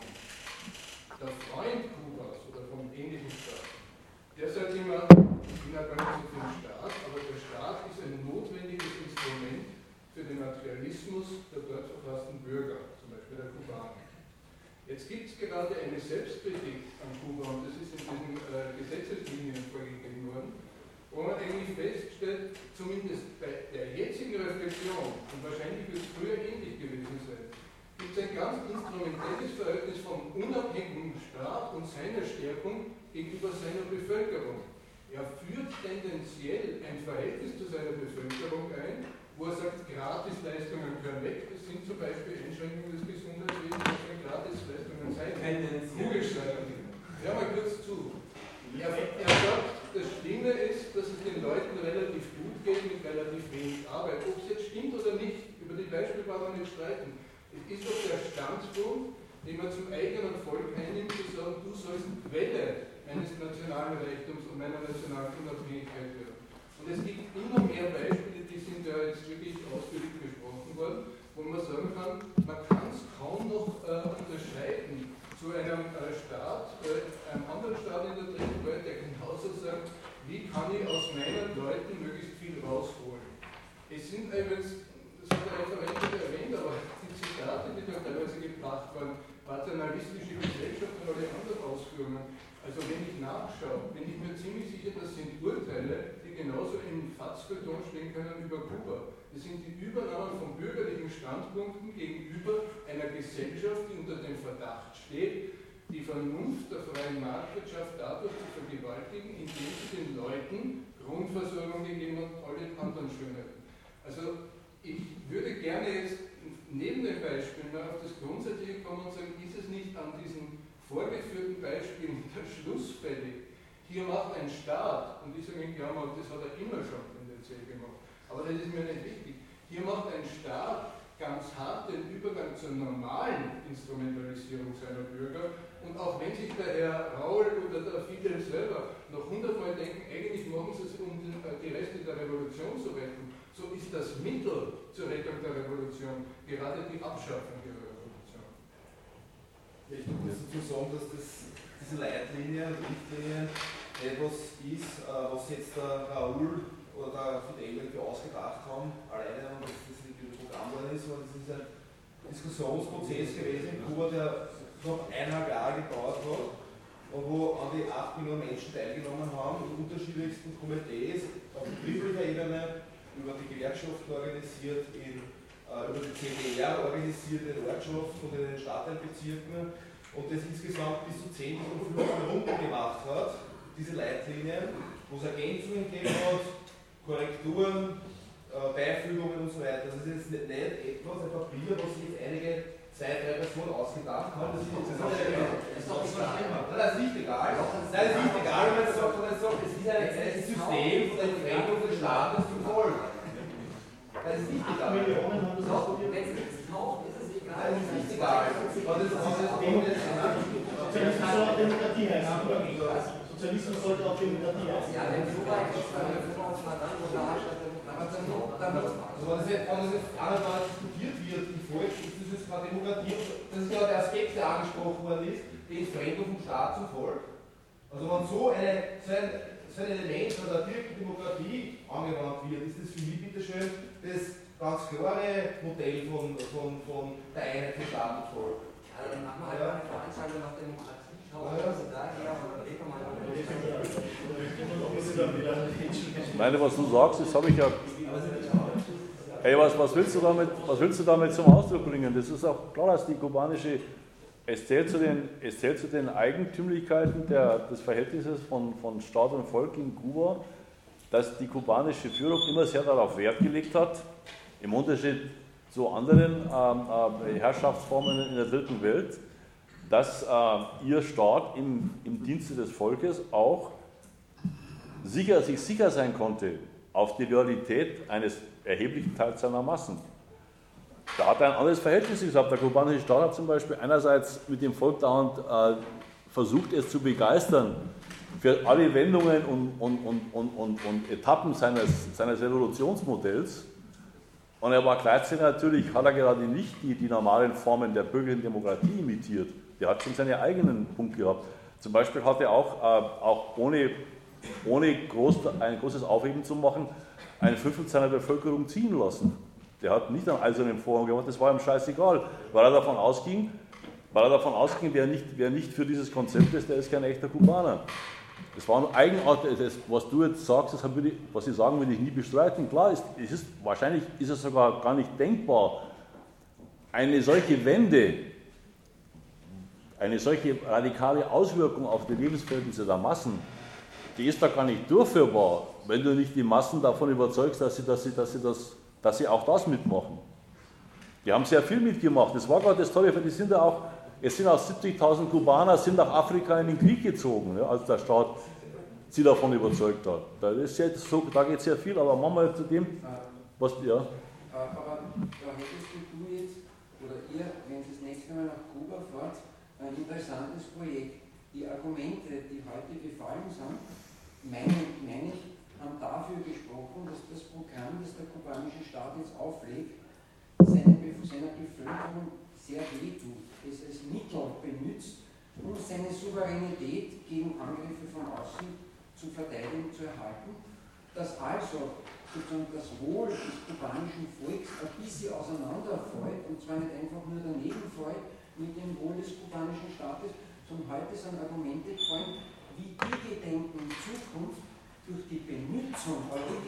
Der Freund Kubas oder vom ähnlichen Staat, der sagt immer, ich bin ja gar nicht so für den Staat, aber der Staat ist ein notwendiges Instrument für den Materialismus der dort verfassten Bürger, zum Beispiel der Kubaner. Jetzt gibt es gerade eine Selbstkritik an Kuba, und das ist in diesen Gesetzeslinien vorgegeben worden, wo man eigentlich feststellt, zumindest bei der jetzigen Reflexion, und wahrscheinlich wird es früher ähnlich gewesen sein, gibt es ein ganz instrumentelles Verhältnis vom unabhängigen Staat und seiner Stärkung gegenüber seiner Bevölkerung. Er führt tendenziell ein Verhältnis zu seiner Bevölkerung ein, wo er sagt, Gratisleistungen gehören weg. Das sind zum Beispiel Einschränkungen des Gesundheitswesens, das können Gratisleistungen sein. Kugelschreiber. Hör mal kurz zu. Er sagt, das Schlimme ist, dass es den Leuten relativ gut geht mit relativ wenig Arbeit. Ob es jetzt stimmt oder nicht, über die Beispiele kann man nicht streiten. Es ist doch der Standpunkt, den man zum eigenen Volk einnimmt, zu sagen, du sollst Quelle meines nationalen Reichtums und meiner nationalen Unabhängigkeit werden. Und es gibt immer mehr Beispiele, die sind ja jetzt wirklich ausführlich besprochen worden, wo man sagen kann, man kann es kaum noch unterscheiden zu einem Staat, einem anderen Staat in der dritten Welt, der genauso sagt, wie kann ich aus meinen Leuten möglichst viel rausholen. Es sind übrigens, das hat der Referent erwähnt, aber die Zitate, die da teilweise gebracht waren, paternalistische Gesellschaft und alle anderen Ausführungen. Also wenn ich nachschaue, bin ich mir ziemlich sicher, das sind Urteile, die genauso im Fatzbeton stehen können über Kuba. Das sind die Übernahmen von bürgerlichen Standpunkten gegenüber einer Gesellschaft, die unter dem Verdacht steht, die Vernunft der freien Marktwirtschaft dadurch zu vergewaltigen, indem sie den Leuten Grundversorgung gegeben und alle anderen Schönheiten. Also ich würde gerne jetzt neben den Beispielen noch auf das Grundsätzliche kommen und sagen, ist es nicht an diesen vorgeführten Beispielen der schlussfällig? Hier macht ein Staat, und ich sage Ihnen, ja, das hat er immer schon tendenziell gemacht, aber das ist mir nicht wichtig. Hier macht ein Staat ganz hart den Übergang zur normalen Instrumentalisierung seiner Bürger. Und auch wenn sich der Herr Raul oder der Fidel selber noch 100-mal denken, eigentlich machen sie es, um die Reste der Revolution zu retten, so ist das Mittel zur Rettung der Revolution gerade die Abschaffung der Revolution. Ich muss dazu sagen, dass diese Leitlinie, die Richtlinie etwas ist, was jetzt der Raul oder der Fidel irgendwie ausgedacht haben, alleine, und dass das nicht im Programm worden ist, sondern das ist ein Diskussionsprozess gewesen in Kuba, der noch 1,5 Jahre gedauert hat und wo an die 8 Millionen Menschen teilgenommen haben, in unterschiedlichsten Komitees, auf betrieblicher Ebene, über die Gewerkschaften organisiert, über die CDR organisiert, in den Ortschaften und in den Stadtteilbezirken, und das insgesamt bis zu 10 bis 15 Runden gemacht hat, diese Leitlinien, wo es Ergänzungen gegeben hat, Korrekturen, Beifügungen und so weiter. Das ist jetzt nicht etwas, ein Papier, was sich jetzt einige 2-3 Personen ausgedacht haben. Das ist nicht egal. Nein, das ist nicht egal, wenn man sagt, es ist ein System von der Entfremdung des Staates zum Volk. Das ist nicht egal. Millionen haben das ausprobiert. Wenn es nichts taucht, ist es egal. Das ist nicht egal. Sozialismus soll auch Demokratie heißen. Sozialismus sollte auch Demokratie heißen. Ja, wenn so weit ist, dann können wir uns mal dann, wo der Arsch also wenn das jetzt andermal diskutiert wird im Volk, ist das jetzt keine Demokratie. Das ist genau der Aspekt, der angesprochen worden ist, die Entfremdung vom Staat zum Volk. Also wenn so ein Element von der direkten Demokratie angewandt wird, ist das für mich bitteschön das ganz klare Modell von der Einheit von Staat und Volk. Also dann machen wir halt eine Veranstaltung nach Demokratie. Ich meine, was du sagst, das habe ich ja. Hey, was willst du damit zum Ausdruck bringen? Das ist auch klar, dass die kubanische. Es zählt zu den Eigentümlichkeiten des Verhältnisses von Staat und Volk in Kuba, dass die kubanische Führung immer sehr darauf Wert gelegt hat, im Unterschied zu anderen Herrschaftsformen in der dritten Welt, dass ihr Staat im Dienste des Volkes auch sich sicher sein konnte auf die Loyalität eines erheblichen Teils seiner Massen. Da hat er ein anderes Verhältnis gehabt. Der kubanische Staat hat zum Beispiel einerseits mit dem Volk dauernd versucht, es zu begeistern für alle Wendungen und Etappen seines Revolutionsmodells. Und er war gleichzeitig natürlich, hat er gerade nicht die normalen Formen der bürgerlichen Demokratie imitiert. Der hat schon seine eigenen Punkte gehabt. Zum Beispiel hat er auch ohne ein großes Aufheben zu machen, ein Fünftel seiner Bevölkerung ziehen lassen. Der hat nicht einen eisernen Vorhang gemacht, das war ihm scheißegal, weil er davon ausging, wer nicht für dieses Konzept ist, der ist kein echter Kubaner. Das war ein eigenartig, was du jetzt sagst, was ich sagen will, ich nie bestreiten. Klar, wahrscheinlich ist es sogar gar nicht denkbar, eine solche Wende, eine solche radikale Auswirkung auf die Lebensverhältnisse der Massen, die ist da gar nicht durchführbar, wenn du nicht die Massen davon überzeugst, dass sie auch das mitmachen. Die haben sehr viel mitgemacht. Das war gerade das Tolle, es sind auch 70.000 Kubaner sind nach Afrika in den Krieg gezogen, ja, als der Staat sie davon überzeugt hat. Da geht sehr viel, aber machen wir zu dem, was, ja. Aber da hättest du jetzt, oder ihr, wenn Sie das nächste Mal nach Kuba fahrt, ein interessantes Projekt. Die Argumente, die heute gefallen sind, meine ich, haben dafür gesprochen, dass das Programm, das der kubanische Staat jetzt auflegt, seiner Bevölkerung sehr wehtut. Es als Mittel benutzt, um seine Souveränität gegen Angriffe von außen zu verteidigen, zu erhalten. Dass also sozusagen das Wohl des kubanischen Volks ein bisschen auseinanderfällt, und zwar nicht einfach nur daneben fällt mit dem Wohl des kubanischen Staates, sondern heute sind Argumente gefallen, wie die gedenken in Zukunft durch die Benutzung,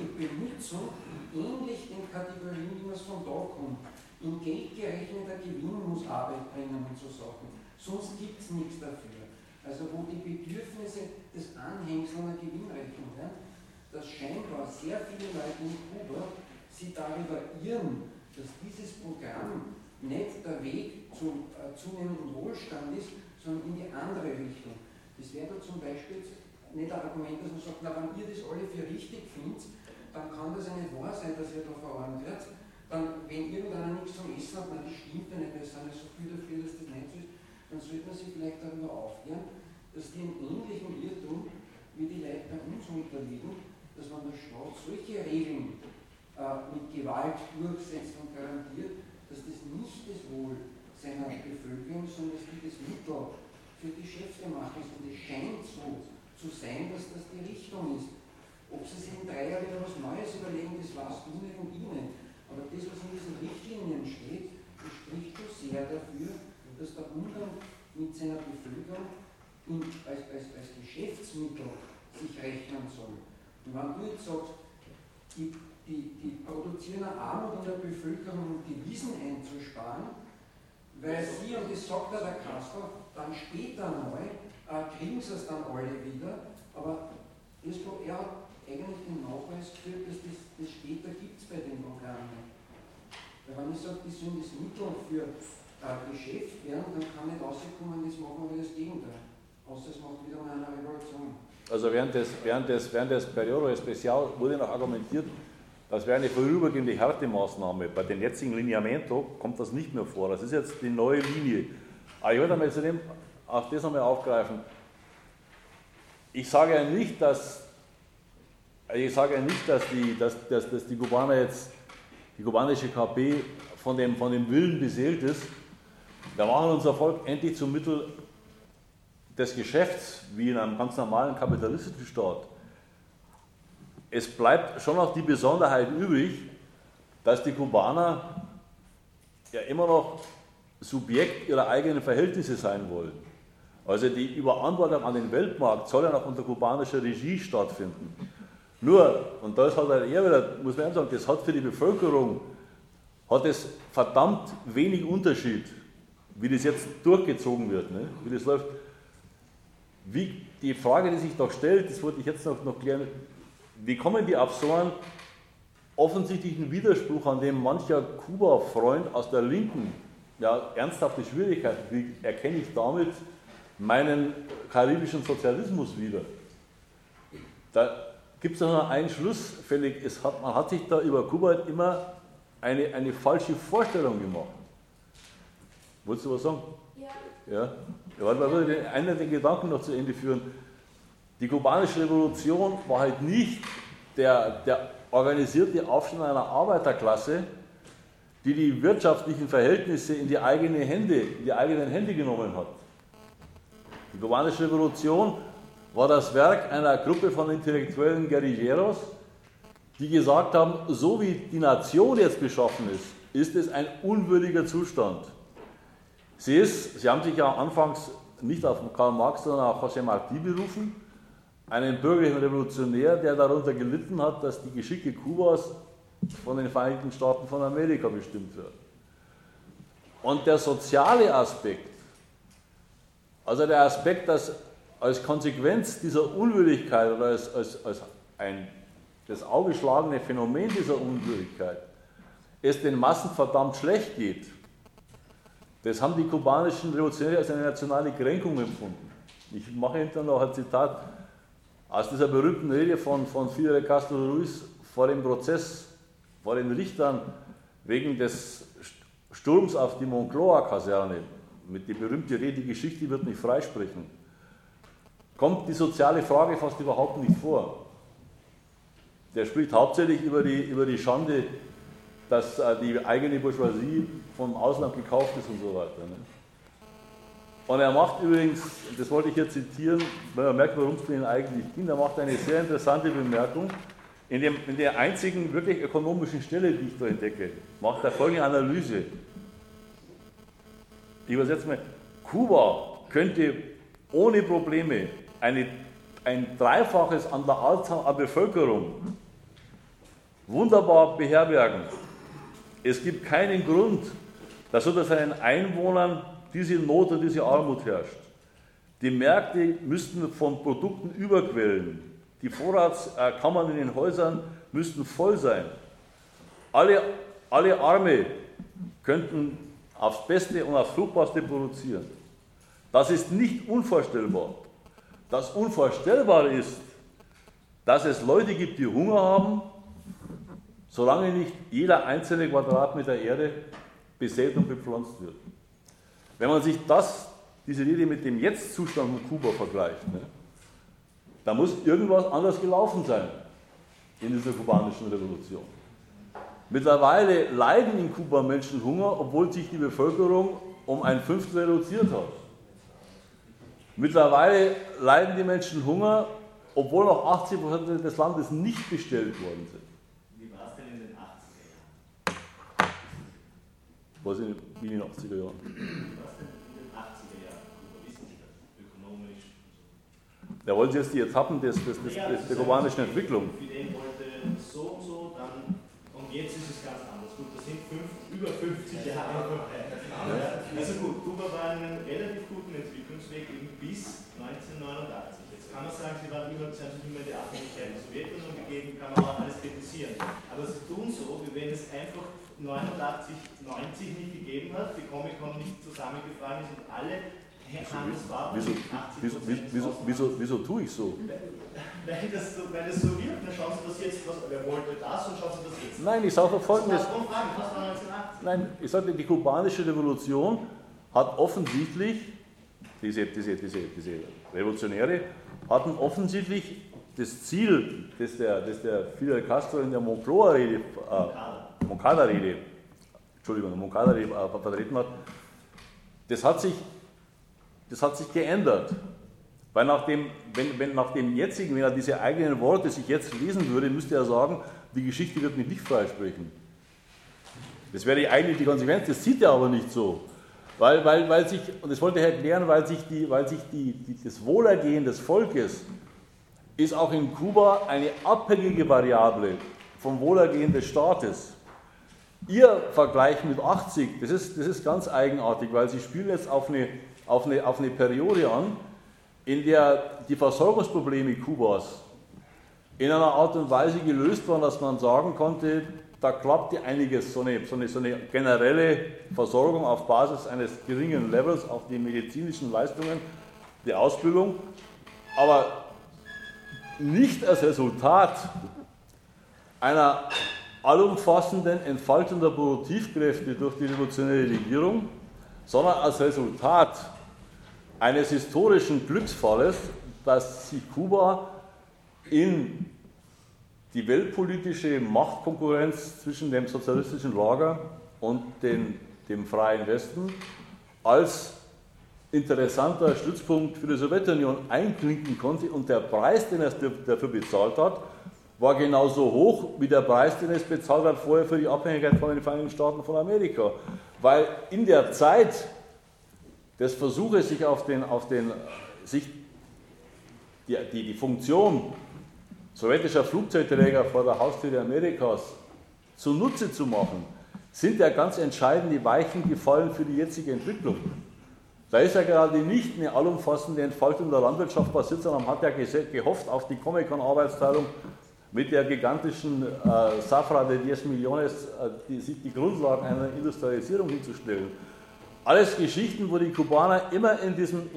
ähnlich den Kategorien, wie man es von da kommt, in Geld gerechneter Gewinn muss Arbeit bringen und so Sachen. Sonst gibt es nichts dafür. Also wo die Bedürfnisse des Anhängs einer Gewinnrechnung werden, dass scheinbar sehr viele Leute in Kuba sich darüber irren, dass dieses Programm nicht der Weg zum zunehmenden Wohlstand ist, sondern in die andere Richtung. Das wäre da zum Beispiel nicht ein Argument, dass man sagt, na, wenn ihr das alle für richtig findet, dann kann das ja nicht wahr sein, dass ihr da verarmt werdet. Dann, wenn irgendeiner nichts zum Essen hat, na, das stimmt ja nicht, wir sind ja so viel dafür, dass das nicht so ist, dann sollte man sich vielleicht darüber aufklären, dass die einen ähnlichen Irrtum wie die Leute bei uns unterliegen, dass man der Staat solche Regeln mit Gewalt durchsetzt und garantiert, dass das nicht das Wohl seiner Bevölkerung, sondern dass die das Mittel für Geschäfte machen ist. Und es scheint so zu sein, dass das die Richtung ist. Ob sie sich in 3 Jahren wieder was Neues überlegen, das weißt du nicht und ich nicht. Aber das, was in diesen Richtlinien steht, das spricht schon sehr dafür, dass der Umgang mit seiner Bevölkerung als Geschäftsmittel sich rechnen soll. Und wenn du jetzt sagst, die produzieren eine Armut in der Bevölkerung, um Devisen einzusparen, weil sie, und das sagt ja der Kastel, dann später mal kriegen sie es dann alle wieder, aber er hat eigentlich den Nachweis geführt, dass das später gibt es bei den Programmen. Weil wenn ich sage, die sollen das Mittel für Geschäft werden, dann kann nicht rauskommen, das machen wir das Gegenteil. Außer es macht wieder mal eine Revolution. Also während des Periodo Especial wurde noch argumentiert, das wäre eine vorübergehende Härtemaßnahme. Bei den jetzigen Lineamento kommt das nicht mehr vor. Das ist jetzt die neue Linie. Aber ich wollte einmal zudem auch das nochmal aufgreifen. Ich sage ja nicht, dass die Kubaner jetzt, die kubanische KP von dem Willen beseelt ist, wir machen unser Volk endlich zum Mittel des Geschäfts, wie in einem ganz normalen kapitalistischen Staat. Es bleibt schon noch die Besonderheit übrig, dass die Kubaner ja immer noch Subjekt ihrer eigenen Verhältnisse sein wollen. Also die Überantwortung an den Weltmarkt soll ja noch unter kubanischer Regie stattfinden. Nur, und da ist halt wieder, muss man sagen, das hat für die Bevölkerung es verdammt wenig Unterschied, wie das jetzt durchgezogen wird, ne? Wie das läuft. Die Frage, die sich doch stellt, das wollte ich jetzt noch klären, wie kommen die auf so einen offensichtlichen Widerspruch, an dem mancher Kuba-Freund aus der Linken ja ernsthafte Schwierigkeiten kriegt, erkenne ich damit meinen karibischen Sozialismus wieder. Da gibt es noch einen Schluss fällig, man hat sich da über Kuba immer eine falsche Vorstellung gemacht. Wolltest du was sagen? Ja. Man würde den Gedanken noch zu Ende führen. Die kubanische Revolution war halt nicht der organisierte Aufstand einer Arbeiterklasse, die die wirtschaftlichen Verhältnisse in die eigenen Hände genommen hat. Die kubanische Revolution war das Werk einer Gruppe von intellektuellen Guerilleros, die gesagt haben, so wie die Nation jetzt beschaffen ist, ist es ein unwürdiger Zustand. Sie haben sich ja anfangs nicht auf Karl Marx, sondern auf José Martí berufen, einen bürgerlichen Revolutionär, der darunter gelitten hat, dass die Geschicke Kubas von den Vereinigten Staaten von Amerika bestimmt werden. Und der soziale Aspekt, also der Aspekt, dass als Konsequenz dieser Unwürdigkeit oder als das augeschlagene Phänomen dieser Unwürdigkeit es den Massen verdammt schlecht geht, das haben die kubanischen Revolutionäre als eine nationale Kränkung empfunden. Ich mache hinterher noch ein Zitat aus dieser berühmten Rede von Fidel Castro Ruiz vor dem Prozess, vor den Richtern wegen des Sturms auf die Moncloa-Kaserne, mit der berühmten Rede, die Geschichte wird nicht freisprechen, kommt die soziale Frage fast überhaupt nicht vor. Der spricht hauptsächlich über die Schande, dass die eigene Bourgeoisie vom Ausland gekauft ist und so weiter. Ne? Und er macht übrigens, das wollte ich hier zitieren, weil man merkt, worum es für ihn eigentlich ging, er macht eine sehr interessante Bemerkung. In der einzigen wirklich ökonomischen Stelle, die ich da entdecke, macht er folgende Analyse. Ich übersetze mal, Kuba könnte ohne Probleme ein Dreifaches an der Anzahl an Bevölkerung wunderbar beherbergen. Es gibt keinen Grund, dass unter seinen Einwohnern diese Not und diese Armut herrscht. Die Märkte müssten von Produkten überquellen. Die Vorratskammern in den Häusern müssten voll sein. Alle Arme könnten aufs Beste und aufs Fruchtbarste produzieren. Das ist nicht unvorstellbar. Das Unvorstellbare ist, dass es Leute gibt, die Hunger haben, solange nicht jeder einzelne Quadratmeter Erde besät und bepflanzt wird. Wenn man sich diese Rede mit dem Jetzt-Zustand von Kuba vergleicht, ne, da muss irgendwas anders gelaufen sein in dieser kubanischen Revolution. Mittlerweile leiden in Kuba Menschen Hunger, obwohl sich die Bevölkerung um 1/5 reduziert hat. Mittlerweile leiden die Menschen Hunger, obwohl noch 80% des Landes nicht bestellt worden sind. Wie war es denn in den 80er Jahren? Was wie in den 80er Jahren? Wie war es denn in den 80er Jahren, wissenschaftlich, ökonomisch? Da wollen Sie jetzt die Etappen der kubanischen Entwicklung. Fidel wollte so und so, dann, und jetzt ist es ganz anders. Gut, das sind über 50 Jahre vorbei. Also gut, Kuba war in einem relativ guten Entwicklungsweg eben bis 1989. Jetzt kann man sagen, sie haben sich immer in die Abhängigkeit der Sowjetunion gegeben, kann man auch alles kritisieren. Aber sie tun so, wie wenn es einfach 89, 90 nicht gegeben hat, die Comic-Con nicht zusammengefahren ist und alle Wieso tue ich so? Weil das so wirkt, dann schauen Sie das jetzt, wer wollte das und schauen Sie das jetzt. Nein, ich sage Folgendes. Was war 1980? Nein, ich sage, die kubanische Revolution hat offensichtlich, diese Revolutionäre hatten offensichtlich das Ziel, das der Fidel Castro in der Moncada-Rede vertreten hat, das hat sich geändert. Weil wenn er diese eigenen Worte sich jetzt lesen würde, müsste er sagen, die Geschichte wird mich nicht freisprechen. Das wäre eigentlich die Konsequenz, das sieht er aber nicht so. Weil sich, und das wollte er erklären, weil sich das Wohlergehen des Volkes ist auch in Kuba eine abhängige Variable vom Wohlergehen des Staates. Ihr Vergleich mit 80, das ist ganz eigenartig, weil Sie spielen jetzt auf eine Periode an, in der die Versorgungsprobleme Kubas in einer Art und Weise gelöst waren, dass man sagen konnte, da klappte einiges, so eine generelle Versorgung auf Basis eines geringen Levels, auch die medizinischen Leistungen, die Ausbildung, aber nicht als Resultat einer allumfassenden Entfaltung der Produktivkräfte durch die revolutionäre Regierung, sondern als Resultat eines historischen Glücksfalles, dass sich Kuba in die weltpolitische Machtkonkurrenz zwischen dem sozialistischen Lager und dem Freien Westen als interessanter Stützpunkt für die Sowjetunion einklinken konnte, und der Preis, den er dafür bezahlt hat, war genauso hoch wie der Preis, den es bezahlt hat vorher für die Abhängigkeit von den Vereinigten Staaten von Amerika. Weil in der Zeit des Versuches, sich die Funktion sowjetischer Flugzeugträger vor der Haustüre Amerikas zunutze zu machen, sind ja ganz entscheidend die Weichen gefallen für die jetzige Entwicklung. Da ist ja gerade nicht eine allumfassende Entfaltung der Landwirtschaft passiert, sondern man hat ja gehofft auf die Comecon-Arbeitsteilung mit der gigantischen Safra de 10 Millones, die Grundlagen einer Industrialisierung hinzustellen. Alles Geschichten, wo die Kubaner immer in diesem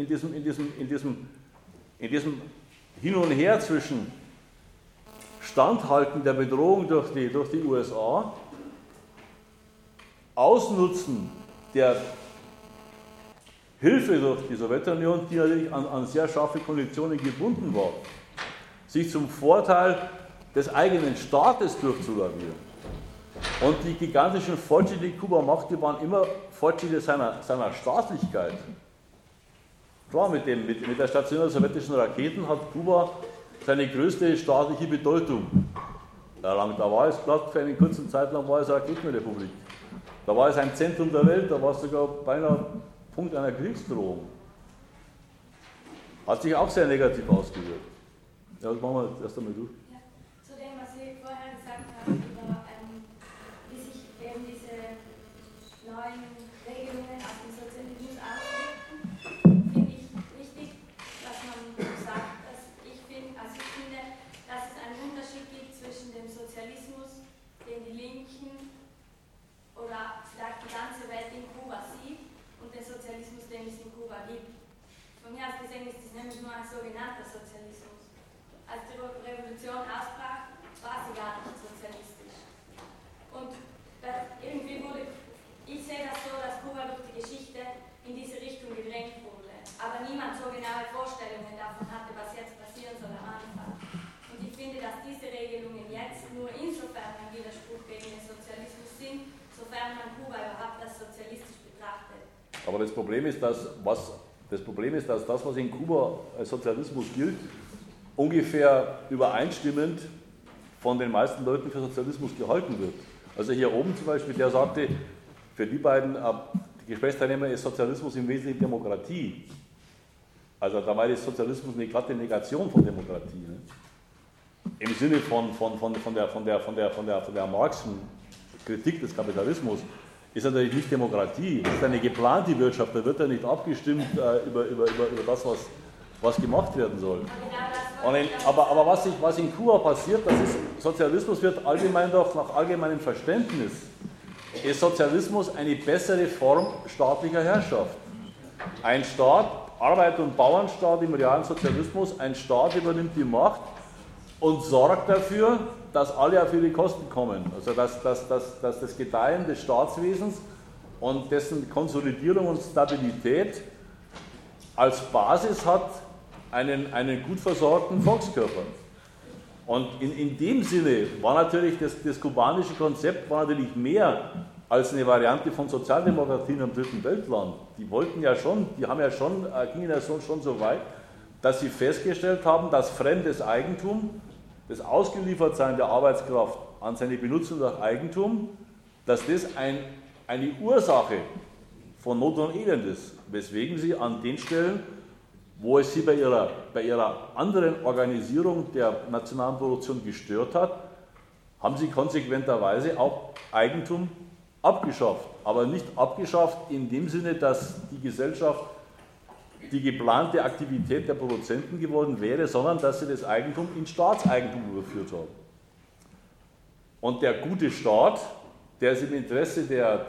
Hin und Her zwischen Standhalten der Bedrohung durch die USA, Ausnutzen der Hilfe durch die Sowjetunion, die natürlich an sehr scharfe Konditionen gebunden war, sich zum Vorteil des eigenen Staates durchzulavieren. Und die gigantischen Fortschritte, die Kuba machte, waren immer Fortschritte seiner Staatlichkeit. Klar, mit der Station der sowjetischen Raketen hat Kuba seine größte staatliche Bedeutung erlangt. Da war es glatt, für eine kurze Zeit lang war es eine Raketenrepublik. Da war es ein Zentrum der Welt, da war es sogar beinahe Punkt einer Kriegsdrohung. Hat sich auch sehr negativ ausgewirkt. Ja, das machen wir erst einmal durch. Ja, zu dem, was Sie vorher gesagt haben, über wie sich eben diese neuen Regelungen auf den Sozialismus auswirken, finde ich wichtig, dass man sagt, dass ich finde, dass es einen Unterschied gibt zwischen dem Sozialismus, den die Linken oder vielleicht die ganze Welt in Kuba sieht, und den Sozialismus, den es in Kuba gibt. Von mir aus gesehen ist das nämlich nur ein sogenannter Sozialismus. Als die Revolution ausbrach, war sie gar nicht sozialistisch. Und irgendwie ich sehe das so, dass Kuba durch die Geschichte in diese Richtung gedrängt wurde. Aber niemand so genaue Vorstellungen davon hatte, was jetzt passieren soll am Anfang. Und ich finde, dass diese Regelungen jetzt nur insofern ein Widerspruch gegen den Sozialismus sind, sofern man Kuba überhaupt als sozialistisch betrachtet. Aber das Problem ist, dass das, was in Kuba als Sozialismus gilt, ungefähr übereinstimmend von den meisten Leuten für Sozialismus gehalten wird. Also hier oben zum Beispiel, der sagte, für die beiden Gesprächsteilnehmer ist Sozialismus im Wesentlichen Demokratie. Also da war der Sozialismus eine glatte Negation von Demokratie. Ne? Im Sinne von der Marxischen Kritik des Kapitalismus ist natürlich nicht Demokratie, das ist eine geplante Wirtschaft, da wird ja nicht abgestimmt über das, was gemacht werden soll. Aber was in Kuba passiert, das ist, Sozialismus wird allgemein doch nach allgemeinem Verständnis, ist Sozialismus eine bessere Form staatlicher Herrschaft. Ein Staat, Arbeit- und Bauernstaat im realen Sozialismus, ein Staat übernimmt die Macht und sorgt dafür, dass alle auf ihre Kosten kommen. Also dass das Gedeihen des Staatswesens und dessen Konsolidierung und Stabilität als Basis hat einen gut versorgten Volkskörper. Und in dem Sinne war natürlich das kubanische Konzept war natürlich mehr als eine Variante von Sozialdemokratie in einem dritten Weltland. Die wollten ja schon, gingen ja schon so weit, dass sie festgestellt haben, dass fremdes Eigentum, das Ausgeliefertsein der Arbeitskraft an seine Benutzung durch Eigentum, dass das eine Ursache von Not und Elend ist, weswegen sie an den Stellen, wo es sie bei ihrer anderen Organisierung der nationalen Produktion gestört hat, haben sie konsequenterweise auch Eigentum abgeschafft. Aber nicht abgeschafft in dem Sinne, dass die Gesellschaft die geplante Aktivität der Produzenten geworden wäre, sondern dass sie das Eigentum in Staatseigentum überführt haben. Und der gute Staat, der ist im Interesse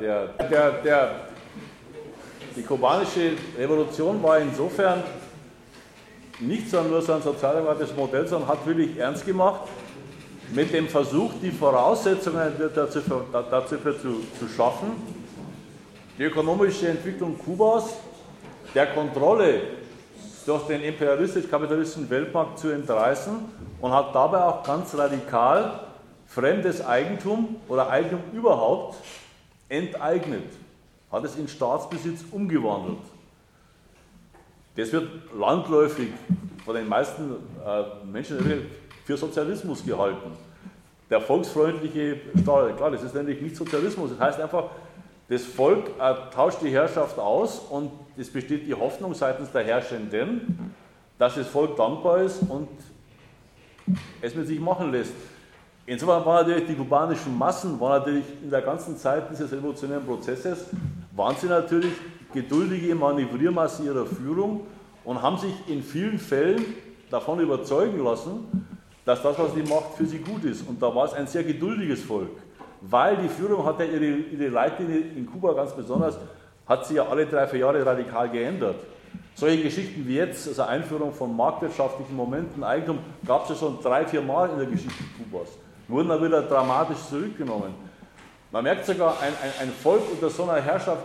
die kubanische Revolution war insofern nicht nur so ein sozialdemokratisches Modell, sondern hat wirklich ernst gemacht mit dem Versuch, die Voraussetzungen dazu zu schaffen, die ökonomische Entwicklung Kubas der Kontrolle durch den imperialistisch-kapitalistischen Weltmarkt zu entreißen und hat dabei auch ganz radikal fremdes Eigentum oder Eigentum überhaupt enteignet, hat es in Staatsbesitz umgewandelt. Das wird landläufig von den meisten Menschen für Sozialismus gehalten. Der volksfreundliche Staat, klar, das ist nämlich nicht Sozialismus, das heißt einfach, das Volk tauscht die Herrschaft aus und es besteht die Hoffnung seitens der Herrschenden, dass das Volk dankbar ist und es mit sich machen lässt. Insofern waren natürlich die kubanischen Massen, waren natürlich in der ganzen Zeit dieses revolutionären Prozesses, waren sie natürlich geduldige Manövriermasse ihrer Führung und haben sich in vielen Fällen davon überzeugen lassen, dass das, was sie macht, für sie gut ist. Und da war es ein sehr geduldiges Volk, weil die Führung hat ja ihre Leitlinie in Kuba ganz besonders, hat sie ja alle 3-4 Jahre radikal geändert. Solche Geschichten wie jetzt, also Einführung von marktwirtschaftlichen Momenten, Eigentum, gab es ja schon 3-4 Mal in der Geschichte Kubas. Wurden dann wieder dramatisch zurückgenommen. Man merkt sogar, ein Volk unter so einer Herrschaft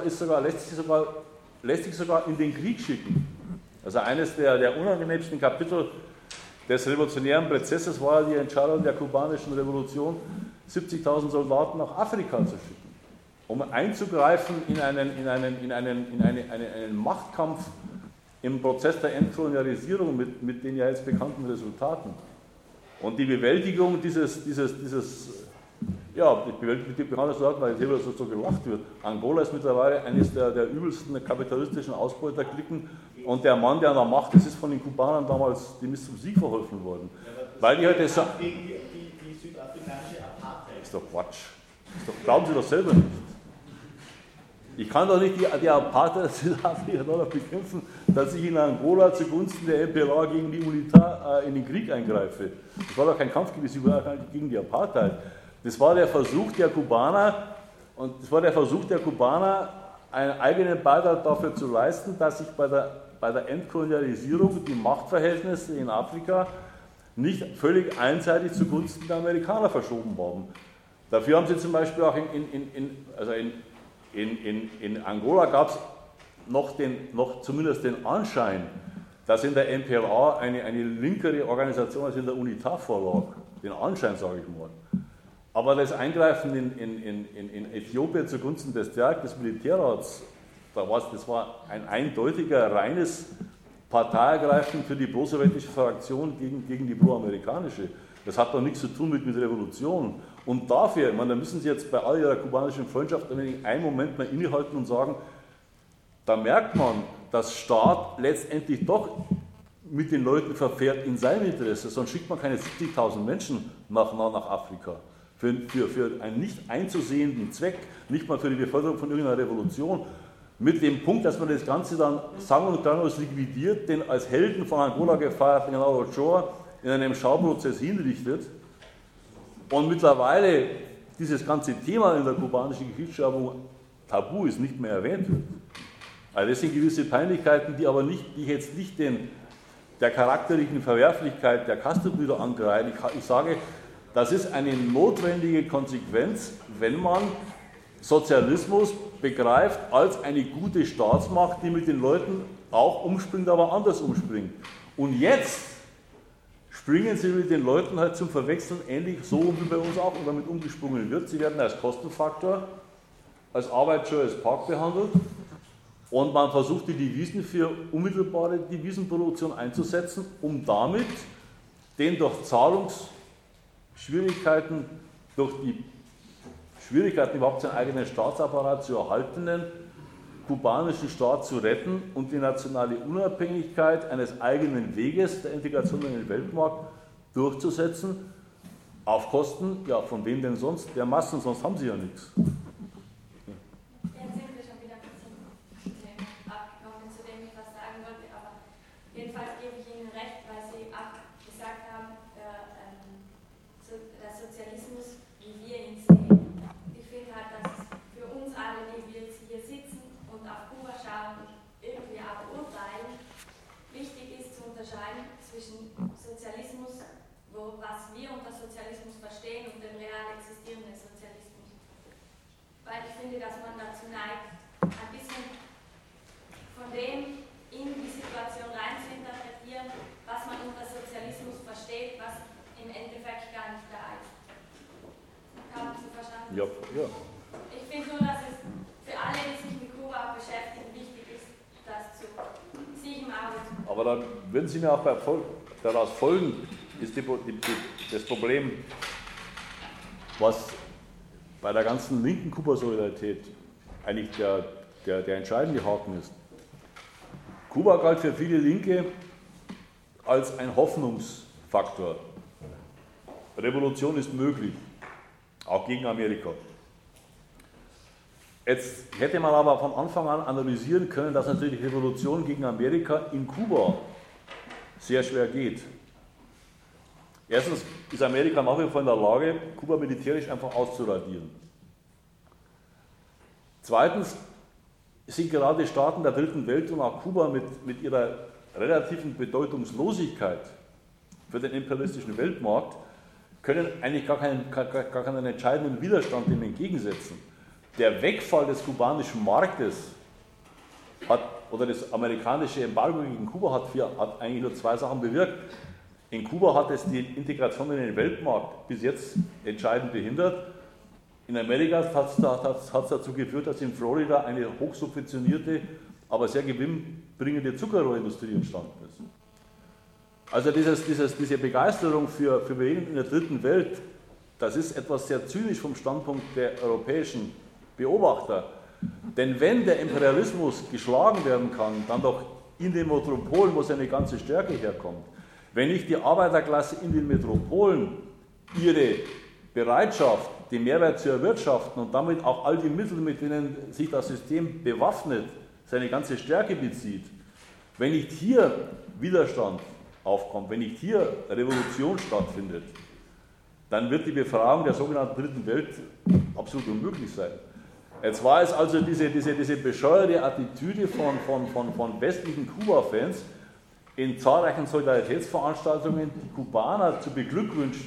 lässt sich sogar in den Krieg schicken. Also eines der unangenehmsten Kapitel des revolutionären Prozesses war die Entscheidung der kubanischen Revolution, 70.000 Soldaten nach Afrika zu schicken, um einzugreifen in einen Machtkampf im Prozess der Entkolonialisierung mit den ja jetzt bekannten Resultaten. Und die Bewältigung dieses ja, die bekannte Sache, weil hier so gelacht wird. Angola ist mittlerweile eines der übelsten kapitalistischen Ausbeuterklicken und der Mann, der an der Macht ist, ist von den Kubanern damals, dem ist zum Sieg verholfen worden. Ja, weil die heute sagen, gegen die südafrikanische Apartheid. Das ist doch Quatsch. Glauben Sie doch selber nicht. Ich kann doch nicht die Apartheid Südafrika noch bekämpfen, dass ich in Angola zugunsten der MPLA gegen die UNITA in den Krieg eingreife. Das war doch kein Kampf gegen die Apartheid. Das war der Versuch der Kubaner, einen eigenen Beitrag dafür zu leisten, dass sich bei der Entkolonialisierung die Machtverhältnisse in Afrika nicht völlig einseitig zugunsten der Amerikaner verschoben haben. Dafür haben sie zum Beispiel auch in Angola gab es noch zumindest den Anschein, dass in der MPLA eine linkere Organisation als in der UNITA vorlag. Den Anschein, sage ich mal. Aber das Eingreifen in Äthiopien zugunsten des DERG, des Militärrats, das war ein eindeutiger, reines Parteiergreifen für die prosowjetische Fraktion gegen die proamerikanische. Das hat doch nichts zu tun mit Revolution. Und dafür, da müssen Sie jetzt bei all Ihrer kubanischen Freundschaft einen Moment mal innehalten und sagen, da merkt man, dass Staat letztendlich doch mit den Leuten verfährt in seinem Interesse, sonst schickt man keine 70.000 Menschen nach Afrika. Für einen nicht einzusehenden Zweck, nicht mal für die Beförderung von irgendeiner Revolution, mit dem Punkt, dass man das Ganze dann sang- und klanglos liquidiert, den als Helden von Angola gefeierten General Ochoa in einem Schauprozess hinrichtet und mittlerweile dieses ganze Thema in der kubanischen Geschichtsschreibung tabu ist, nicht mehr erwähnt wird. Also das sind gewisse Peinlichkeiten, die jetzt nicht der charakterlichen Verwerflichkeit der Castro-Brüder angreifen. Ich sage, das ist eine notwendige Konsequenz, wenn man Sozialismus begreift als eine gute Staatsmacht, die mit den Leuten auch umspringt, aber anders umspringt. Und jetzt springen sie mit den Leuten halt zum Verwechseln ähnlich so wie bei uns auch damit umgesprungen wird. Sie werden als Kostenfaktor, als arbeitsscheues Park behandelt und man versucht die Devisen für unmittelbare Devisenproduktion einzusetzen, um damit den durch Zahlungsschwierigkeiten, durch die Schwierigkeiten überhaupt seinen eigenen Staatsapparat zu erhaltenen kubanischen Staat zu retten und die nationale Unabhängigkeit eines eigenen Weges der Integration in den Weltmarkt durchzusetzen, auf Kosten, ja, von wem denn sonst? Der Massen, sonst haben sie ja nichts. Jetzt sind wir schon wieder ein bisschen abgekommen, zu dem ich was sagen wollte, aber jedenfalls gebe ich Ihnen recht, weil Sie auch gesagt haben, der Sozialismus, wie wir ihn sehen. Ich finde halt, dass für uns alle, die wir jetzt hier sitzen und auf Kuba schauen und irgendwie auch beurteilen, wichtig ist zu unterscheiden zwischen Sozialismus, was wir unter Sozialismus verstehen, und dem real existierenden Sozialismus. Weil ich finde, dass man dazu neigt, ein bisschen von dem in die Situation rein zu interpretieren, was man unter Sozialismus versteht, was im Endeffekt gar nicht da ist. Haben Sie verstanden? Ja. Ich finde nur, aber dann würden Sie mir auch daraus folgen, ist das Problem, was bei der ganzen linken Kuba-Solidarität eigentlich der entscheidende Haken ist. Kuba galt für viele Linke als ein Hoffnungsfaktor. Revolution ist möglich, auch gegen Amerika. Jetzt hätte man aber von Anfang an analysieren können, dass natürlich Revolution gegen Amerika in Kuba sehr schwer geht. Erstens ist Amerika nach wie vor in der Lage, Kuba militärisch einfach auszuradieren. Zweitens sind gerade Staaten der Dritten Welt und auch Kuba mit ihrer relativen Bedeutungslosigkeit für den imperialistischen Weltmarkt, können eigentlich gar keinen entscheidenden Widerstand dem entgegensetzen. Der Wegfall des kubanischen Marktes oder das amerikanische Embargo gegen Kuba hat eigentlich nur zwei Sachen bewirkt. In Kuba hat es die Integration in den Weltmarkt bis jetzt entscheidend behindert. In Amerika hat es dazu geführt, dass in Florida eine hochsubventionierte, aber sehr gewinnbringende Zuckerrohrindustrie entstanden ist. Also diese Begeisterung für Bewegung in der Dritten Welt, das ist etwas sehr zynisch vom Standpunkt der europäischen Beobachter. Denn wenn der Imperialismus geschlagen werden kann, dann doch in den Metropolen, wo seine ganze Stärke herkommt. Wenn nicht die Arbeiterklasse in den Metropolen ihre Bereitschaft, den Mehrwert zu erwirtschaften und damit auch all die Mittel, mit denen sich das System bewaffnet, seine ganze Stärke bezieht, wenn nicht hier Widerstand aufkommt, wenn nicht hier Revolution stattfindet, dann wird die Befreiung der sogenannten Dritten Welt absolut unmöglich sein. Jetzt war es also diese bescheuerte Attitüde von westlichen Kuba-Fans, in zahlreichen Solidaritätsveranstaltungen die Kubaner zu beglückwünschen,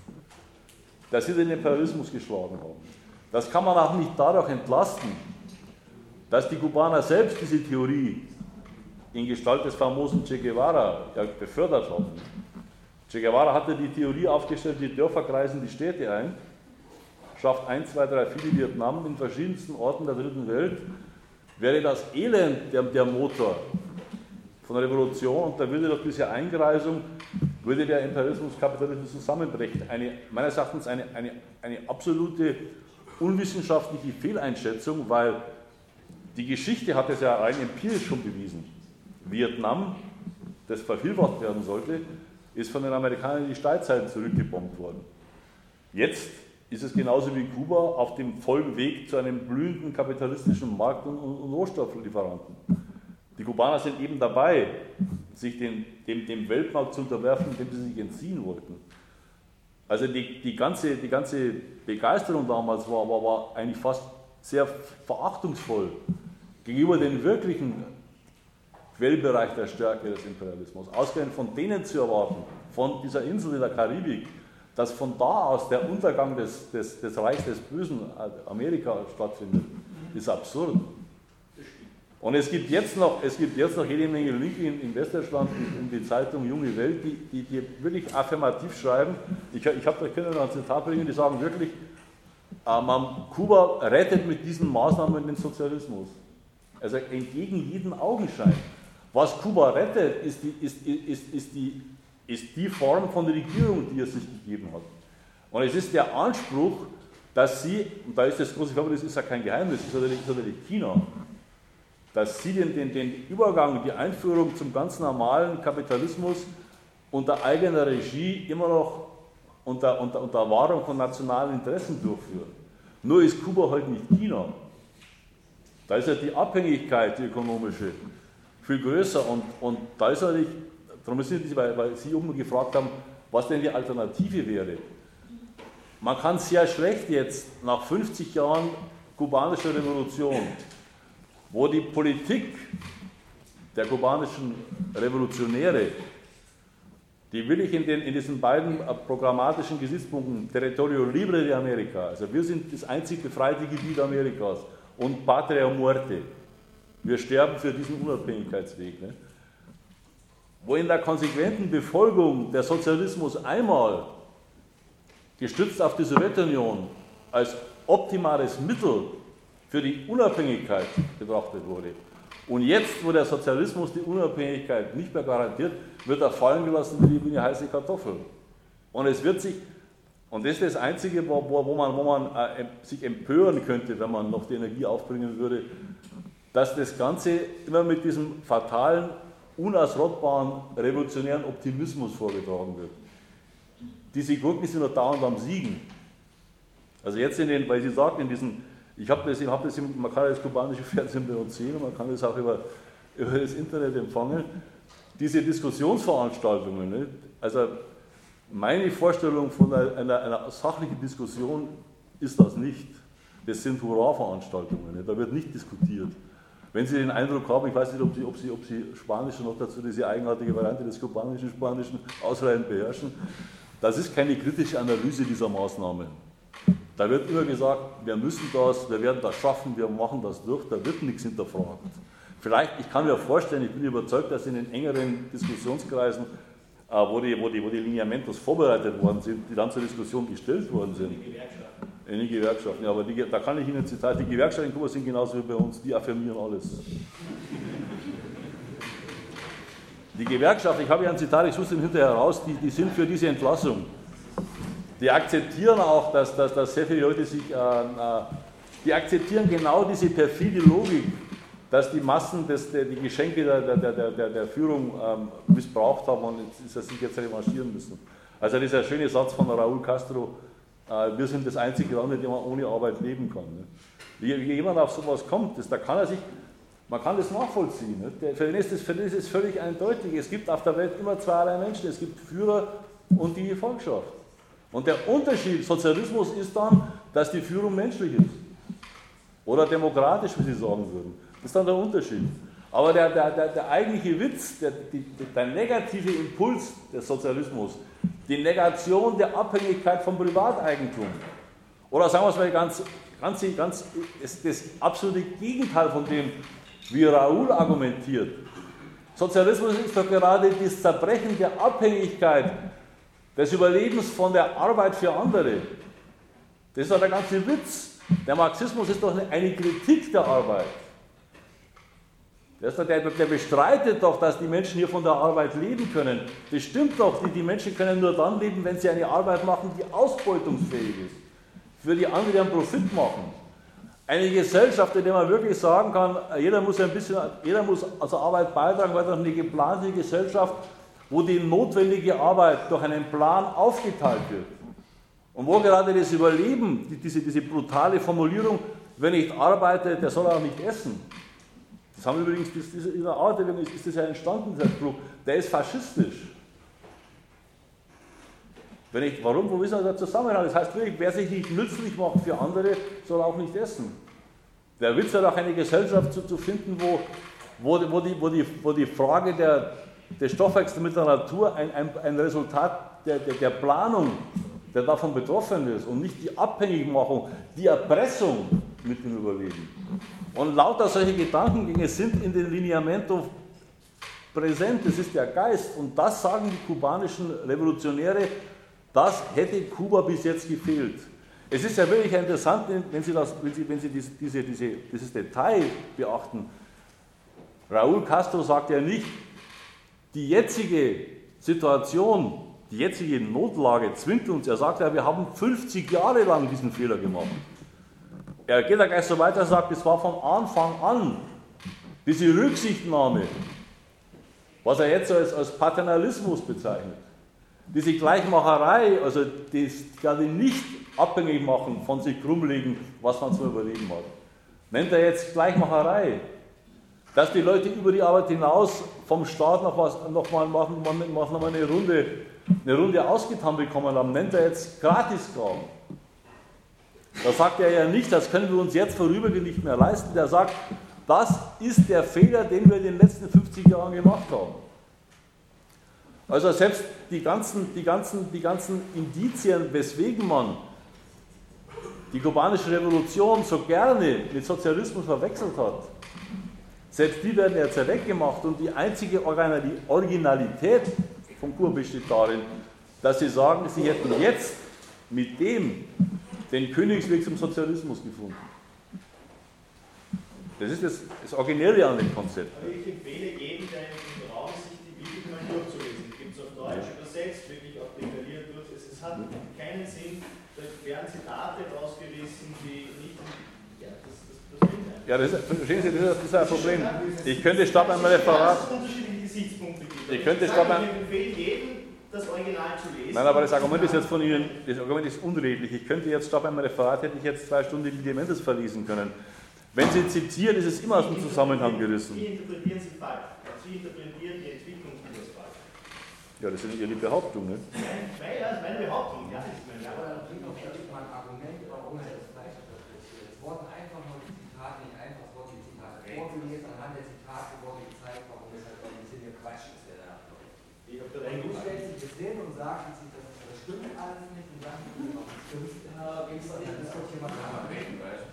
dass sie den Imperialismus geschlagen haben. Das kann man auch nicht dadurch entlasten, dass die Kubaner selbst diese Theorie in Gestalt des famosen Che Guevara befördert haben. Che Guevara hatte die Theorie aufgestellt, die Dörfer kreisen die Städte ein, schafft 1, 2, 3, 4 Vietnam in verschiedensten Orten der Dritten Welt, wäre das Elend der Motor von der Revolution und da würde durch diese Eingreisung, würde der Imperialismus, Kapitalismus zusammenbrechen. Meines Erachtens eine absolute unwissenschaftliche Fehleinschätzung, weil die Geschichte hat es ja rein empirisch schon bewiesen. Vietnam, das vervielfacht werden sollte, ist von den Amerikanern in die Steinzeiten zurückgebombt worden. Jetzt ist es genauso wie Kuba auf dem vollen Weg zu einem blühenden kapitalistischen Markt und Rohstofflieferanten. Die Kubaner sind eben dabei, sich dem Weltmarkt zu unterwerfen, dem sie sich entziehen wollten. Also die ganze Begeisterung damals war eigentlich fast sehr verachtungsvoll gegenüber dem wirklichen Quellbereich der Stärke des Imperialismus. Ausgerechnet von denen zu erwarten, von dieser Insel in der Karibik, dass von da aus der Untergang des Reichs des Bösen Amerika stattfindet, ist absurd. Und es gibt jetzt noch jede Menge Linke in Westdeutschland, in die Zeitung Junge Welt, die wirklich affirmativ schreiben. Ich könnte noch ein Zitat bringen, die sagen wirklich, Kuba rettet mit diesen Maßnahmen den Sozialismus. Also entgegen jeden Augenschein. Was Kuba rettet, ist die Form von Regierung, die es sich gegeben hat. Und es ist der Anspruch, dass sie, und da ist das große Problem, das ist ja kein Geheimnis, das ist natürlich China, dass sie den Übergang, die Einführung zum ganz normalen Kapitalismus unter eigener Regie immer noch unter Wahrung von nationalen Interessen durchführen. Nur ist Kuba halt nicht China. Da ist ja die Abhängigkeit, die ökonomische, viel größer und da ist natürlich, darum ist es, weil Sie oben gefragt haben, was denn die Alternative wäre. Man kann sehr schlecht jetzt nach 50 Jahren kubanischer Revolution, wo die Politik der kubanischen Revolutionäre, die will ich in diesen beiden programmatischen Gesichtspunkten, Territorio Libre de America, also wir sind das einzig befreite Gebiet Amerikas und Patria Muerte, wir sterben für diesen Unabhängigkeitsweg, ne? Wo in der konsequenten Befolgung der Sozialismus einmal gestützt auf die Sowjetunion als optimales Mittel für die Unabhängigkeit betrachtet wurde Und jetzt, wo der Sozialismus die Unabhängigkeit nicht mehr garantiert, wird er fallen gelassen wie eine heiße Kartoffel. Und es wird sich, und das ist das Einzige, wo man sich empören könnte, wenn man noch die Energie aufbringen würde, dass das Ganze immer mit diesem fatalen, unausrottbaren, revolutionären Optimismus vorgetragen wird. Diese Gurken sind nur dauernd am Siegen. Also jetzt weil Sie sagten, in diesen, man kann das kubanische Fernsehen benutzen, man kann das auch über das Internet empfangen, diese Diskussionsveranstaltungen, ne? Also meine Vorstellung von einer sachlichen Diskussion ist das nicht. Das sind Hurra-Veranstaltungen, ne? Da wird nicht diskutiert. Wenn Sie den Eindruck haben, ich weiß nicht, ob Sie Spanisch noch dazu diese eigenartige Variante des kubanischen Spanischen ausreichend beherrschen, das ist keine kritische Analyse dieser Maßnahmen. Da wird immer gesagt, wir müssen das, wir werden das schaffen, wir machen das durch, da wird nichts hinterfragt. Vielleicht, ich kann mir vorstellen, ich bin überzeugt, dass in den engeren Diskussionskreisen, wo die Lineamentos vorbereitet worden sind, die dann zur Diskussion gestellt worden sind. In den Gewerkschaften, ja, aber da kann ich Ihnen ein Zitat, die Gewerkschaften in Kuba sind genauso wie bei uns, die affirmieren alles. Die Gewerkschaften, ich habe ja ein Zitat, ich suche es hinterher raus, die sind für diese Entlassung. Die akzeptieren auch, dass sehr viele Leute die akzeptieren genau diese perfide Logik, dass die Massen die Geschenke der Führung missbraucht haben und sich jetzt revanchieren müssen. Also dieser schöne Satz von Raúl Castro, wir sind das einzige Land, in dem man ohne Arbeit leben kann. Ne? Wie jemand auf sowas kommt, man kann das nachvollziehen. Ne? Für den ist es völlig eindeutig. Es gibt auf der Welt immer zweierlei Menschen. Es gibt Führer und die Gefolgschaft. Und der Unterschied, Sozialismus ist dann, dass die Führung menschlich ist. Oder demokratisch, wie Sie sagen würden. Das ist dann der Unterschied. Aber der eigentliche Witz, der negative Impuls des Sozialismus, die Negation der Abhängigkeit vom Privateigentum, oder sagen wir es mal ganz das absolute Gegenteil von dem, wie Raúl argumentiert. Sozialismus ist doch gerade das Zerbrechen der Abhängigkeit des Überlebens von der Arbeit für andere. Das ist doch der ganze Witz. Der Marxismus ist doch eine Kritik der Arbeit. Der bestreitet doch, dass die Menschen hier von der Arbeit leben können. Das stimmt doch, die Menschen können nur dann leben, wenn sie eine Arbeit machen, die ausbeutungsfähig ist. Für die anderen einen Profit machen. Eine Gesellschaft, in der man wirklich sagen kann, jeder muss zur Arbeit beitragen, weil doch eine geplante Gesellschaft, wo die notwendige Arbeit durch einen Plan aufgeteilt wird. Und wo gerade das Überleben, diese brutale Formulierung, wer nicht arbeitet, der soll auch nicht essen. Das haben übrigens, in der Arbeiterbewegung ist das ja entstanden, dieser Spruch, der ist faschistisch. Warum? Wo ist der Zusammenhang? Das heißt wirklich, wer sich nicht nützlich macht für andere, soll auch nicht essen. Der Witz hat auch eine Gesellschaft zu finden, wo die Frage des Stoffwechsels mit der Natur ein Resultat der Planung, der davon betroffen ist und nicht die Abhängigmachung, die Erpressung mit dem Überleben. Und lauter solche Gedankengänge sind in den Lineamento präsent, das ist der Geist. Und das sagen die kubanischen Revolutionäre, das hätte Kuba bis jetzt gefehlt. Es ist ja wirklich interessant, wenn Sie dieses Detail beachten. Raúl Castro sagt ja nicht, die jetzige Situation, die jetzige Notlage zwingt uns, er sagt ja, wir haben 50 Jahre lang diesen Fehler gemacht. Er geht ja gleich so weiter und sagt, es war von Anfang an diese Rücksichtnahme, was er jetzt als Paternalismus bezeichnet. Diese Gleichmacherei, also das gerade nicht abhängig machen von sich krummlegen, was man zu überleben hat. Nennt er jetzt Gleichmacherei. Dass die Leute über die Arbeit hinaus vom Staat noch mal eine Runde ausgetan bekommen haben, nennt er jetzt Gratisgaben. Da sagt er ja nicht, das können wir uns jetzt vorübergehend nicht mehr leisten. Der sagt, das ist der Fehler, den wir in den letzten 50 Jahren gemacht haben. Also selbst die ganzen Indizien, weswegen man die kubanische Revolution so gerne mit Sozialismus verwechselt hat, selbst die werden jetzt weggemacht und die einzige Originalität von Kuba besteht darin, dass sie sagen, sie hätten jetzt mit dem den Königsweg zum Sozialismus gefunden. Das ist das Originelle an dem Konzept. Aber ich empfehle jedem, der im Raum ist, sich die Bibel mal durchzulesen. Gibt es auf Deutsch übersetzt, wirklich auch detailliert durch. Es hat keinen Sinn, da werden Zitate rausgerissen, die nicht. Ja, das bringt einen. Ja, verstehen Sie, das ist ein Problem. Ich könnte statt einem Referat. Unterschiedliche Gesichtspunkte gibt. Ich empfehle jedem, das Original zu lesen. Nein, aber das Argument ist jetzt von Ihnen, das Argument ist unredlich. Ich könnte jetzt statt einem Referat, hätte ich jetzt 2 Stunden die Dimentis verlesen können. Wenn Sie zitieren, ist es immer aus dem Zusammenhang gerissen. Wie interpretieren Sie falsch? Sie interpretieren die Entwicklung des falsch. Ja, das ist Ihre Behauptung, ne? Nein, das ist meine Behauptung. Ja, das ist meine Ja, aber Behauptung. dann bringt auch endlich mal ein Argument, warum er das falsch interpretiert. Es wurden einfach nur die Zitate, nicht einfach, es wurden die Zitate vorgelesen, anhand der Zitate wurde gezeigt, warum es halt ein bisschen hier Quatsch ist, der da abläuft. Und du stellst dich das hin und sagst, das stimmt alles nicht und sagst, das stimmt, das wird jemand anderes reden, weißt du?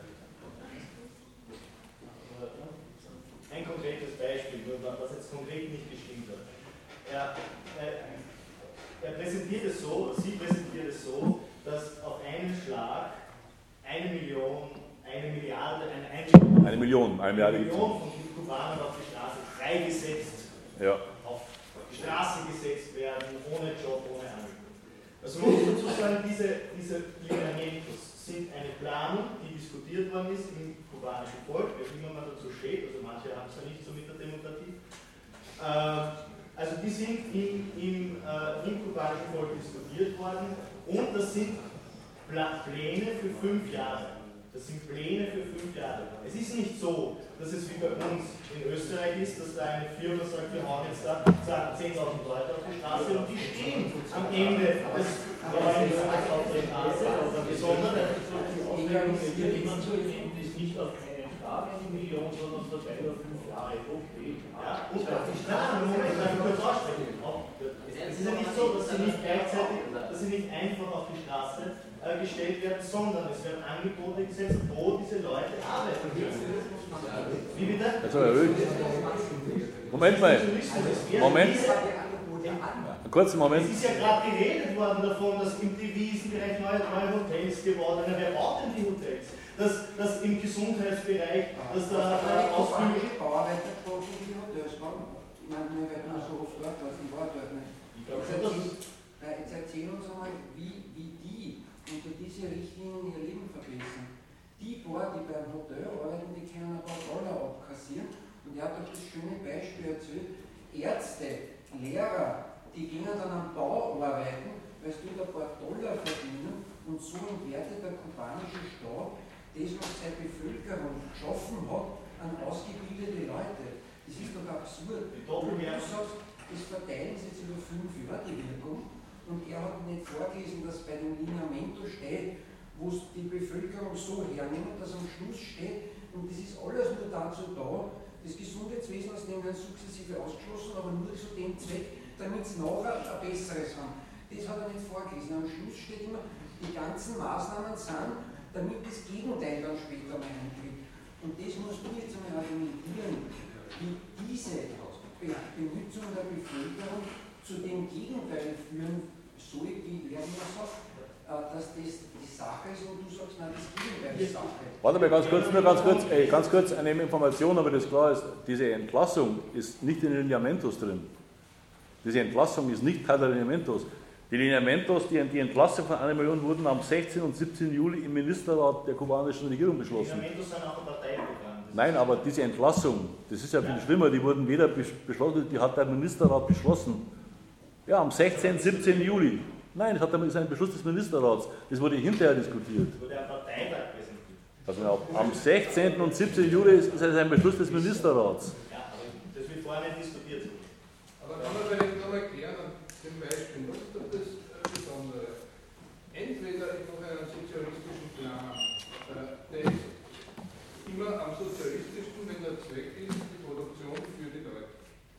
Ein konkretes Beispiel, was jetzt konkret nicht gestimmt hat. Er präsentiert es so, sie präsentiert es so, dass auf einen Schlag 1 Milliarde von Kubanern auf die Straße freigesetzt, auf die Straße gesetzt werden, ohne Job, ohne Angebot. Also man muss dazu sagen, diese Lineamentos sind eine Planung, die diskutiert worden ist im kubanischen Volk, wer immer man dazu steht, also manche haben es ja nicht so mit der Demokratie. Also die sind im kubanischen Volk diskutiert worden und das sind Pläne für 5 Jahre. Das sind Pläne für 5 Jahre. Es ist nicht so, dass es wie bei uns in Österreich ist, dass da eine Firma sagt, wir hauen jetzt da 10.000 Leute auf die Straße und die stehen am Ende des Jahres auf der Straße, sondern jemand zu nehmen, ist nicht auf keinen Schlag 1 Million, sondern verteilt auf 5 Jahre. Okay. Ja, und auf die Straße, Moment, darf ich kurz aussprechen. Es ist ja nicht so, dass sie nicht gleichzeitig, dass sie nicht einfach auf die Straße gestellt werden, sondern es werden Angebote gesetzt, wo diese Leute arbeiten. Wie bitte? Also erhöht. Moment mal. Moment. Kurzen Moment. Es ist ja gerade geredet worden davon, dass im Devisenbereich neue Hotels geworden sind. Wer baut denn die Hotels? Dass im Gesundheitsbereich, dass da Ausbildung. Bauarbeiter brauchen die Hotels bauen. Ich meine, wir werden so oft dort, was ich war dort nicht. Jetzt erzähl uns einmal, wie die unter diese Richtlinien ihr Leben verbessern. Die paar, die beim Hotel arbeiten, die können ein paar Dollar abkassieren. Und er hat euch das schöne Beispiel erzählt. Ärzte, Lehrer, die gehen dann am Bau arbeiten, weil sie dort ein paar Dollar verdienen. Und so entwertet der kubanische Staat das, was seine Bevölkerung geschaffen hat, an ausgebildete Leute. Das ist doch absurd. Du sagst, das verteilen sie jetzt über 5 Jahre, die Wirkung. Und er hat nicht vorgelesen, dass bei dem Lineamento steht, wo es die Bevölkerung so hernimmt, dass am Schluss steht, und das ist alles nur dazu da, das Gesundheitswesen aus dem werden sukzessive ausgeschlossen, aber nur zu dem Zweck, damit sie nachher ein besseres haben. Das hat er nicht vorgelesen. Am Schluss steht immer, die ganzen Maßnahmen sind, damit das Gegenteil dann später mal eintritt. Und das musst du jetzt einmal argumentieren, wie diese Benutzung der Bevölkerung zu dem Gegenteil führen soll, wie Lerner sagt, dass das die Sache ist und du sagst, nein, das Gegenteil ist Sache. Warte mal ganz kurz eine Information, aber das klar ist, diese Entlassung ist nicht in den Lineamentos drin. Diese Entlassung ist nicht Teil der Lineamentos. Die Lineamentos, die Entlassung von 1 Million wurden am 16. und 17. Juli im Ministerrat der kubanischen Regierung beschlossen. Die Lineamentos sind auch ein Parteiprogramm. Nein, aber diese Entlassung, das ist ja viel schlimmer, die wurden weder beschlossen, die hat der Ministerrat beschlossen. Ja, am 16. 17. Juli. Nein, das ist ein Beschluss des Ministerrats. Das wurde hinterher diskutiert. Das wurde am Parteitag präsentiert. Also am 16. und 17. Juli ist es ein Beschluss des Ministerrats. Ja, aber das wird vorher nicht diskutiert. Aber kann man vielleicht nochmal klären an dem Beispiel, was ist doch das Besondere? Entweder ich mache einen sozialistischen Plan, der ist immer am sozialistischsten, wenn der Zweck ist, die Produktion für die Leute.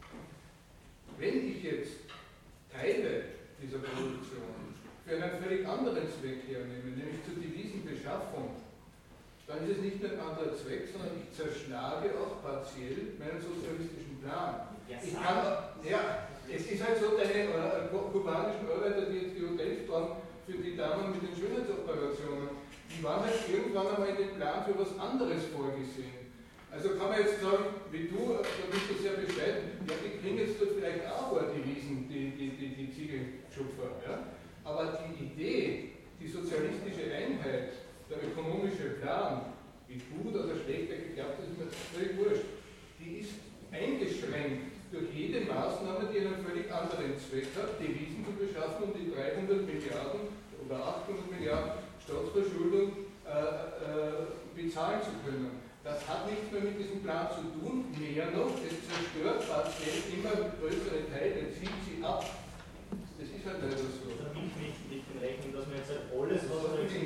Wenn ich jetzt Teile dieser Produktion für einen völlig anderen Zweck hernehme, nämlich zur Devisenbeschaffung, dann ist es nicht nur ein anderer Zweck, sondern ich zerschlage auch partiell meinen sozialistischen Plan. Ich kann, ja, es ist halt so, deine kubanischen Arbeiter, die jetzt die Hotels bauen, für die Damen mit den Schönheitsoperationen, die waren halt irgendwann einmal in dem Plan für was anderes vorgesehen. Also kann man jetzt sagen, wie du, da bist du sehr bescheiden, ja, die kriegen jetzt dort vielleicht auch Devisen, die Ziegelschupfer. Ja? Aber die Idee, die sozialistische Einheit, der ökonomische Plan, wie gut oder schlecht er geklappt ist, ist mir völlig wurscht, die ist eingeschränkt durch jede Maßnahme, die einen völlig anderen Zweck hat, Devisen zu beschaffen, um die 300 Milliarden oder 800 Milliarden Staatsverschuldung bezahlen zu können. Das hat nichts mehr mit diesem Plan zu tun, mehr noch, es zerstört partiell immer größere Teile, zieht sie ab. Das ist halt leider so. Da will ich nicht rechnen, dass man jetzt halt alles, was man jetzt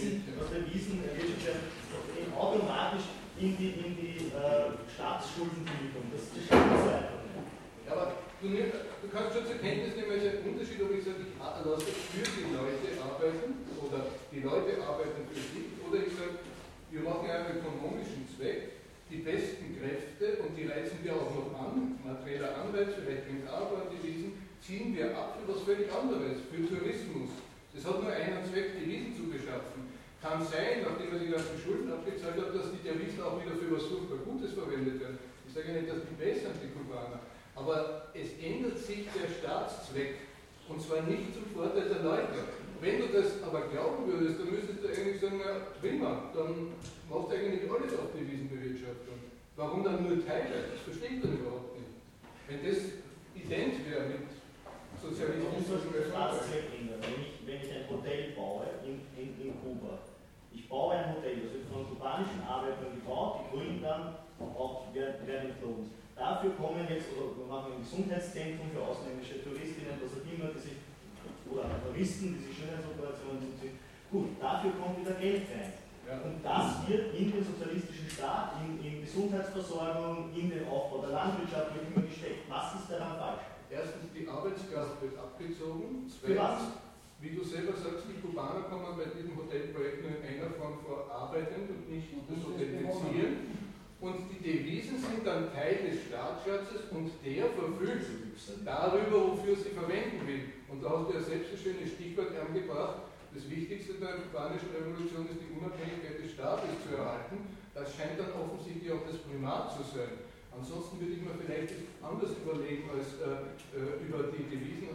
Devisen erwirtschaftet, automatisch in die Staatsschuldenvermietung. Das stimmt so einfach nicht. Ja, aber du kannst schon zur Kenntnis nehmen, es ist ein Unterschied, ob ich sage, ich lasse für die Leute arbeiten oder die Leute arbeiten für sich, oder ich sage, wir machen einen ökonomischen Zweck, die besten Kräfte, und die reizen wir auch noch an, materieller Anreiz, vielleicht mit Arbeit-Devisen, ziehen wir ab für was völlig anderes, für Tourismus. Das hat nur einen Zweck, Devisen zu beschaffen. Kann sein, nachdem er die ganzen Schulden abgezahlt hat, dass die Devisen auch wieder für was furchtbar Gutes verwendet werden. Ich sage nicht, dass die besser sind, die Kubaner, aber es ändert sich der Staatszweck, und zwar nicht zum Vorteil der Leute. Wenn du das aber glauben würdest, dann müsstest du eigentlich sagen, na prima, dann machst du eigentlich alles auf Devisenbewirtschaftung. Warum dann nur Teile? Das versteht man überhaupt nicht. Wenn das ident wäre mit sozialistischen Staatszweck ändern. Wenn ich ein Hotel baue in Kuba, ich baue ein Hotel, das wird von kubanischen Arbeitern gebaut, die gründen dann auch werden entlohnt. Dafür kommen jetzt, oder wir machen ein Gesundheitszentrum für ausländische Touristinnen, was auch immer, oder Touristen, die sich Schönheitsoperationen sind. Gut, dafür kommt wieder Geld rein. Ja. Und das wird in den sozialistischen Staat, in Gesundheitsversorgung, in den Aufbau der Landwirtschaft wird immer gesteckt. Was ist daran falsch? Erstens, die Arbeitskraft wird abgezogen. Zweitens, wie du selber sagst, die Kubaner kommen bei diesem Hotelprojekt nur in einer Form vor arbeitend und nicht das Hotel beziehen. Und die Devisen sind dann Teil des Staatsschatzes und der verfügt darüber, wofür sie verwenden will. Und da hast du ja selbst ein schönes Stichwort angebracht. Das Wichtigste der kubanischen Revolution ist die Unabhängigkeit des Staates zu erhalten. Das scheint dann offensichtlich auch das Primat zu sein. Ansonsten würde ich mir vielleicht anders überlegen, als über die Devisen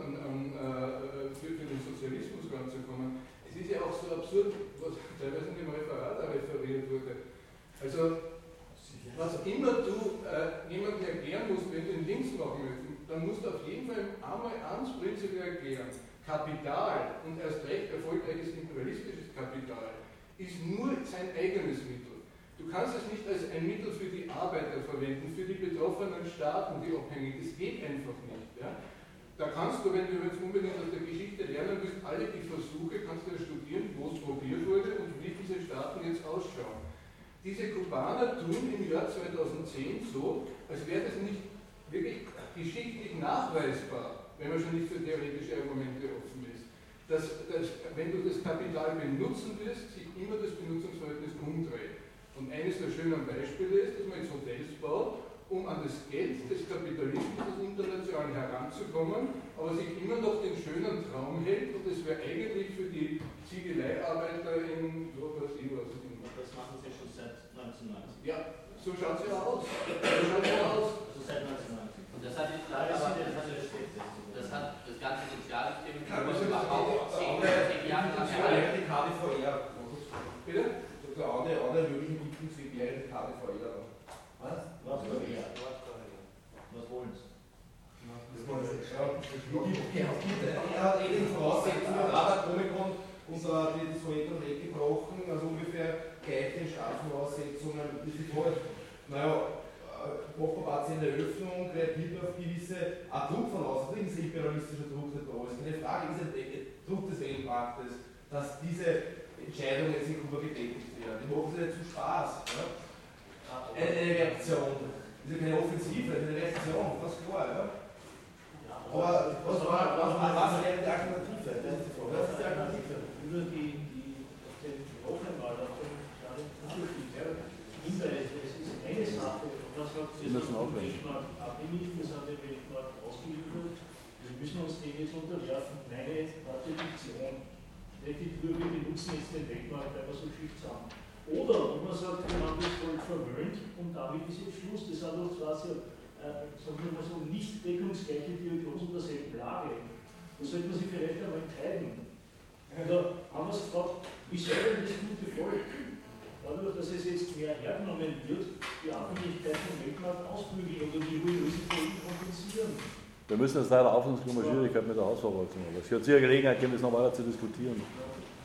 für den Sozialismus ranzukommen. Es ist ja auch so absurd, was teilweise in dem Referat referiert wurde. Also, was immer du jemandem erklären musst, wenn du ihn links machen möchtest, dann musst du auf jeden Fall einmal ans Prinzip erklären. Kapital und erst recht erfolgreiches imperialistisches Kapital ist nur sein eigenes Mittel. Du kannst es nicht als ein Mittel für die Arbeiter verwenden, für die betroffenen Staaten, die abhängen. Das geht einfach nicht. Ja? Da kannst du, wenn du jetzt unbedingt aus der Geschichte lernen willst, alle die Versuche kannst du studieren, wo es probiert wurde und wie diese Staaten jetzt ausschauen. Diese Kubaner tun im Jahr 2010 so, als wäre das nicht wirklich geschichtlich nachweisbar, wenn man schon nicht für theoretische Argumente offen ist, dass wenn du das Kapital benutzen wirst, sich immer das Benutzungsverhältnis umdreht. Und eines der schönen Beispiele ist, dass man jetzt Hotels baut, um an das Geld des Kapitalismus, des Internationalen heranzukommen, aber sich immer noch den schönen Traum hält, und das wäre eigentlich für die Ziegeleiarbeiter in so was ich was. Das machen sie schon seit 1990. Ja, so schaut es ja aus. Also seit 1990. Und das hat jetzt leider das ganze Sozialsystem überhaupt 10 Jahre lang die KDVR. Bitte? Der andere mögliche Entwicklungsweg wäre die KDVR. Was? Was wollen Sie? Er hat die Voraussetzungen nach Omikron und das Sowjetunion weggebrochen, also ungefähr gleich den Startvoraussetzungen. Hochverpatzt in der Eröffnung, reagiert auf gewisse Druck von außen, das ist imperialistischer Druck da ist. Keine Frage, ist ein Druck des Weltmarktes, dass diese Entscheidungen jetzt in Kuba getätigt werden. Die machen sie nicht zum Spaß. Ja? Eine Reaktion. Das ist keine Offensive, eine Reaktion, ganz klar. Ja? Aber was wäre die Alternative? Das ist die Frage. Was ist die Alternative? Über den Wochenwahl auf den Unterschied. Es ist eine Sache, was sagt Sie, das Weltmarkt abhängig, wir sind dem Weltmarkt ausgeliefert, wir müssen uns dem jetzt unterwerfen. Meine Definition, wir benutzen jetzt den Weltmarkt, weil wir so Schicht haben. Oder, wenn man sagt, wir haben das Volk verwöhnt und damit ist jetzt Schluss. Das sind doch zwar so, sagen wir mal so, nicht deckungsgleiche Diagnosen derselben Lage. Da sollte man sich vielleicht einmal entscheiden. Oder anders gefragt, wie soll denn das gute Volk, dadurch, dass es jetzt mehr hergenommen wird, die Abhängigkeit vom Weltmarkt ausbügeln oder die ruinösen Folgen kompensieren? Wir müssen jetzt leider aufhören, es kommen Schwierigkeiten mit der Hausverwaltung. Aber es hat sicher Gelegenheit, das noch weiter zu diskutieren.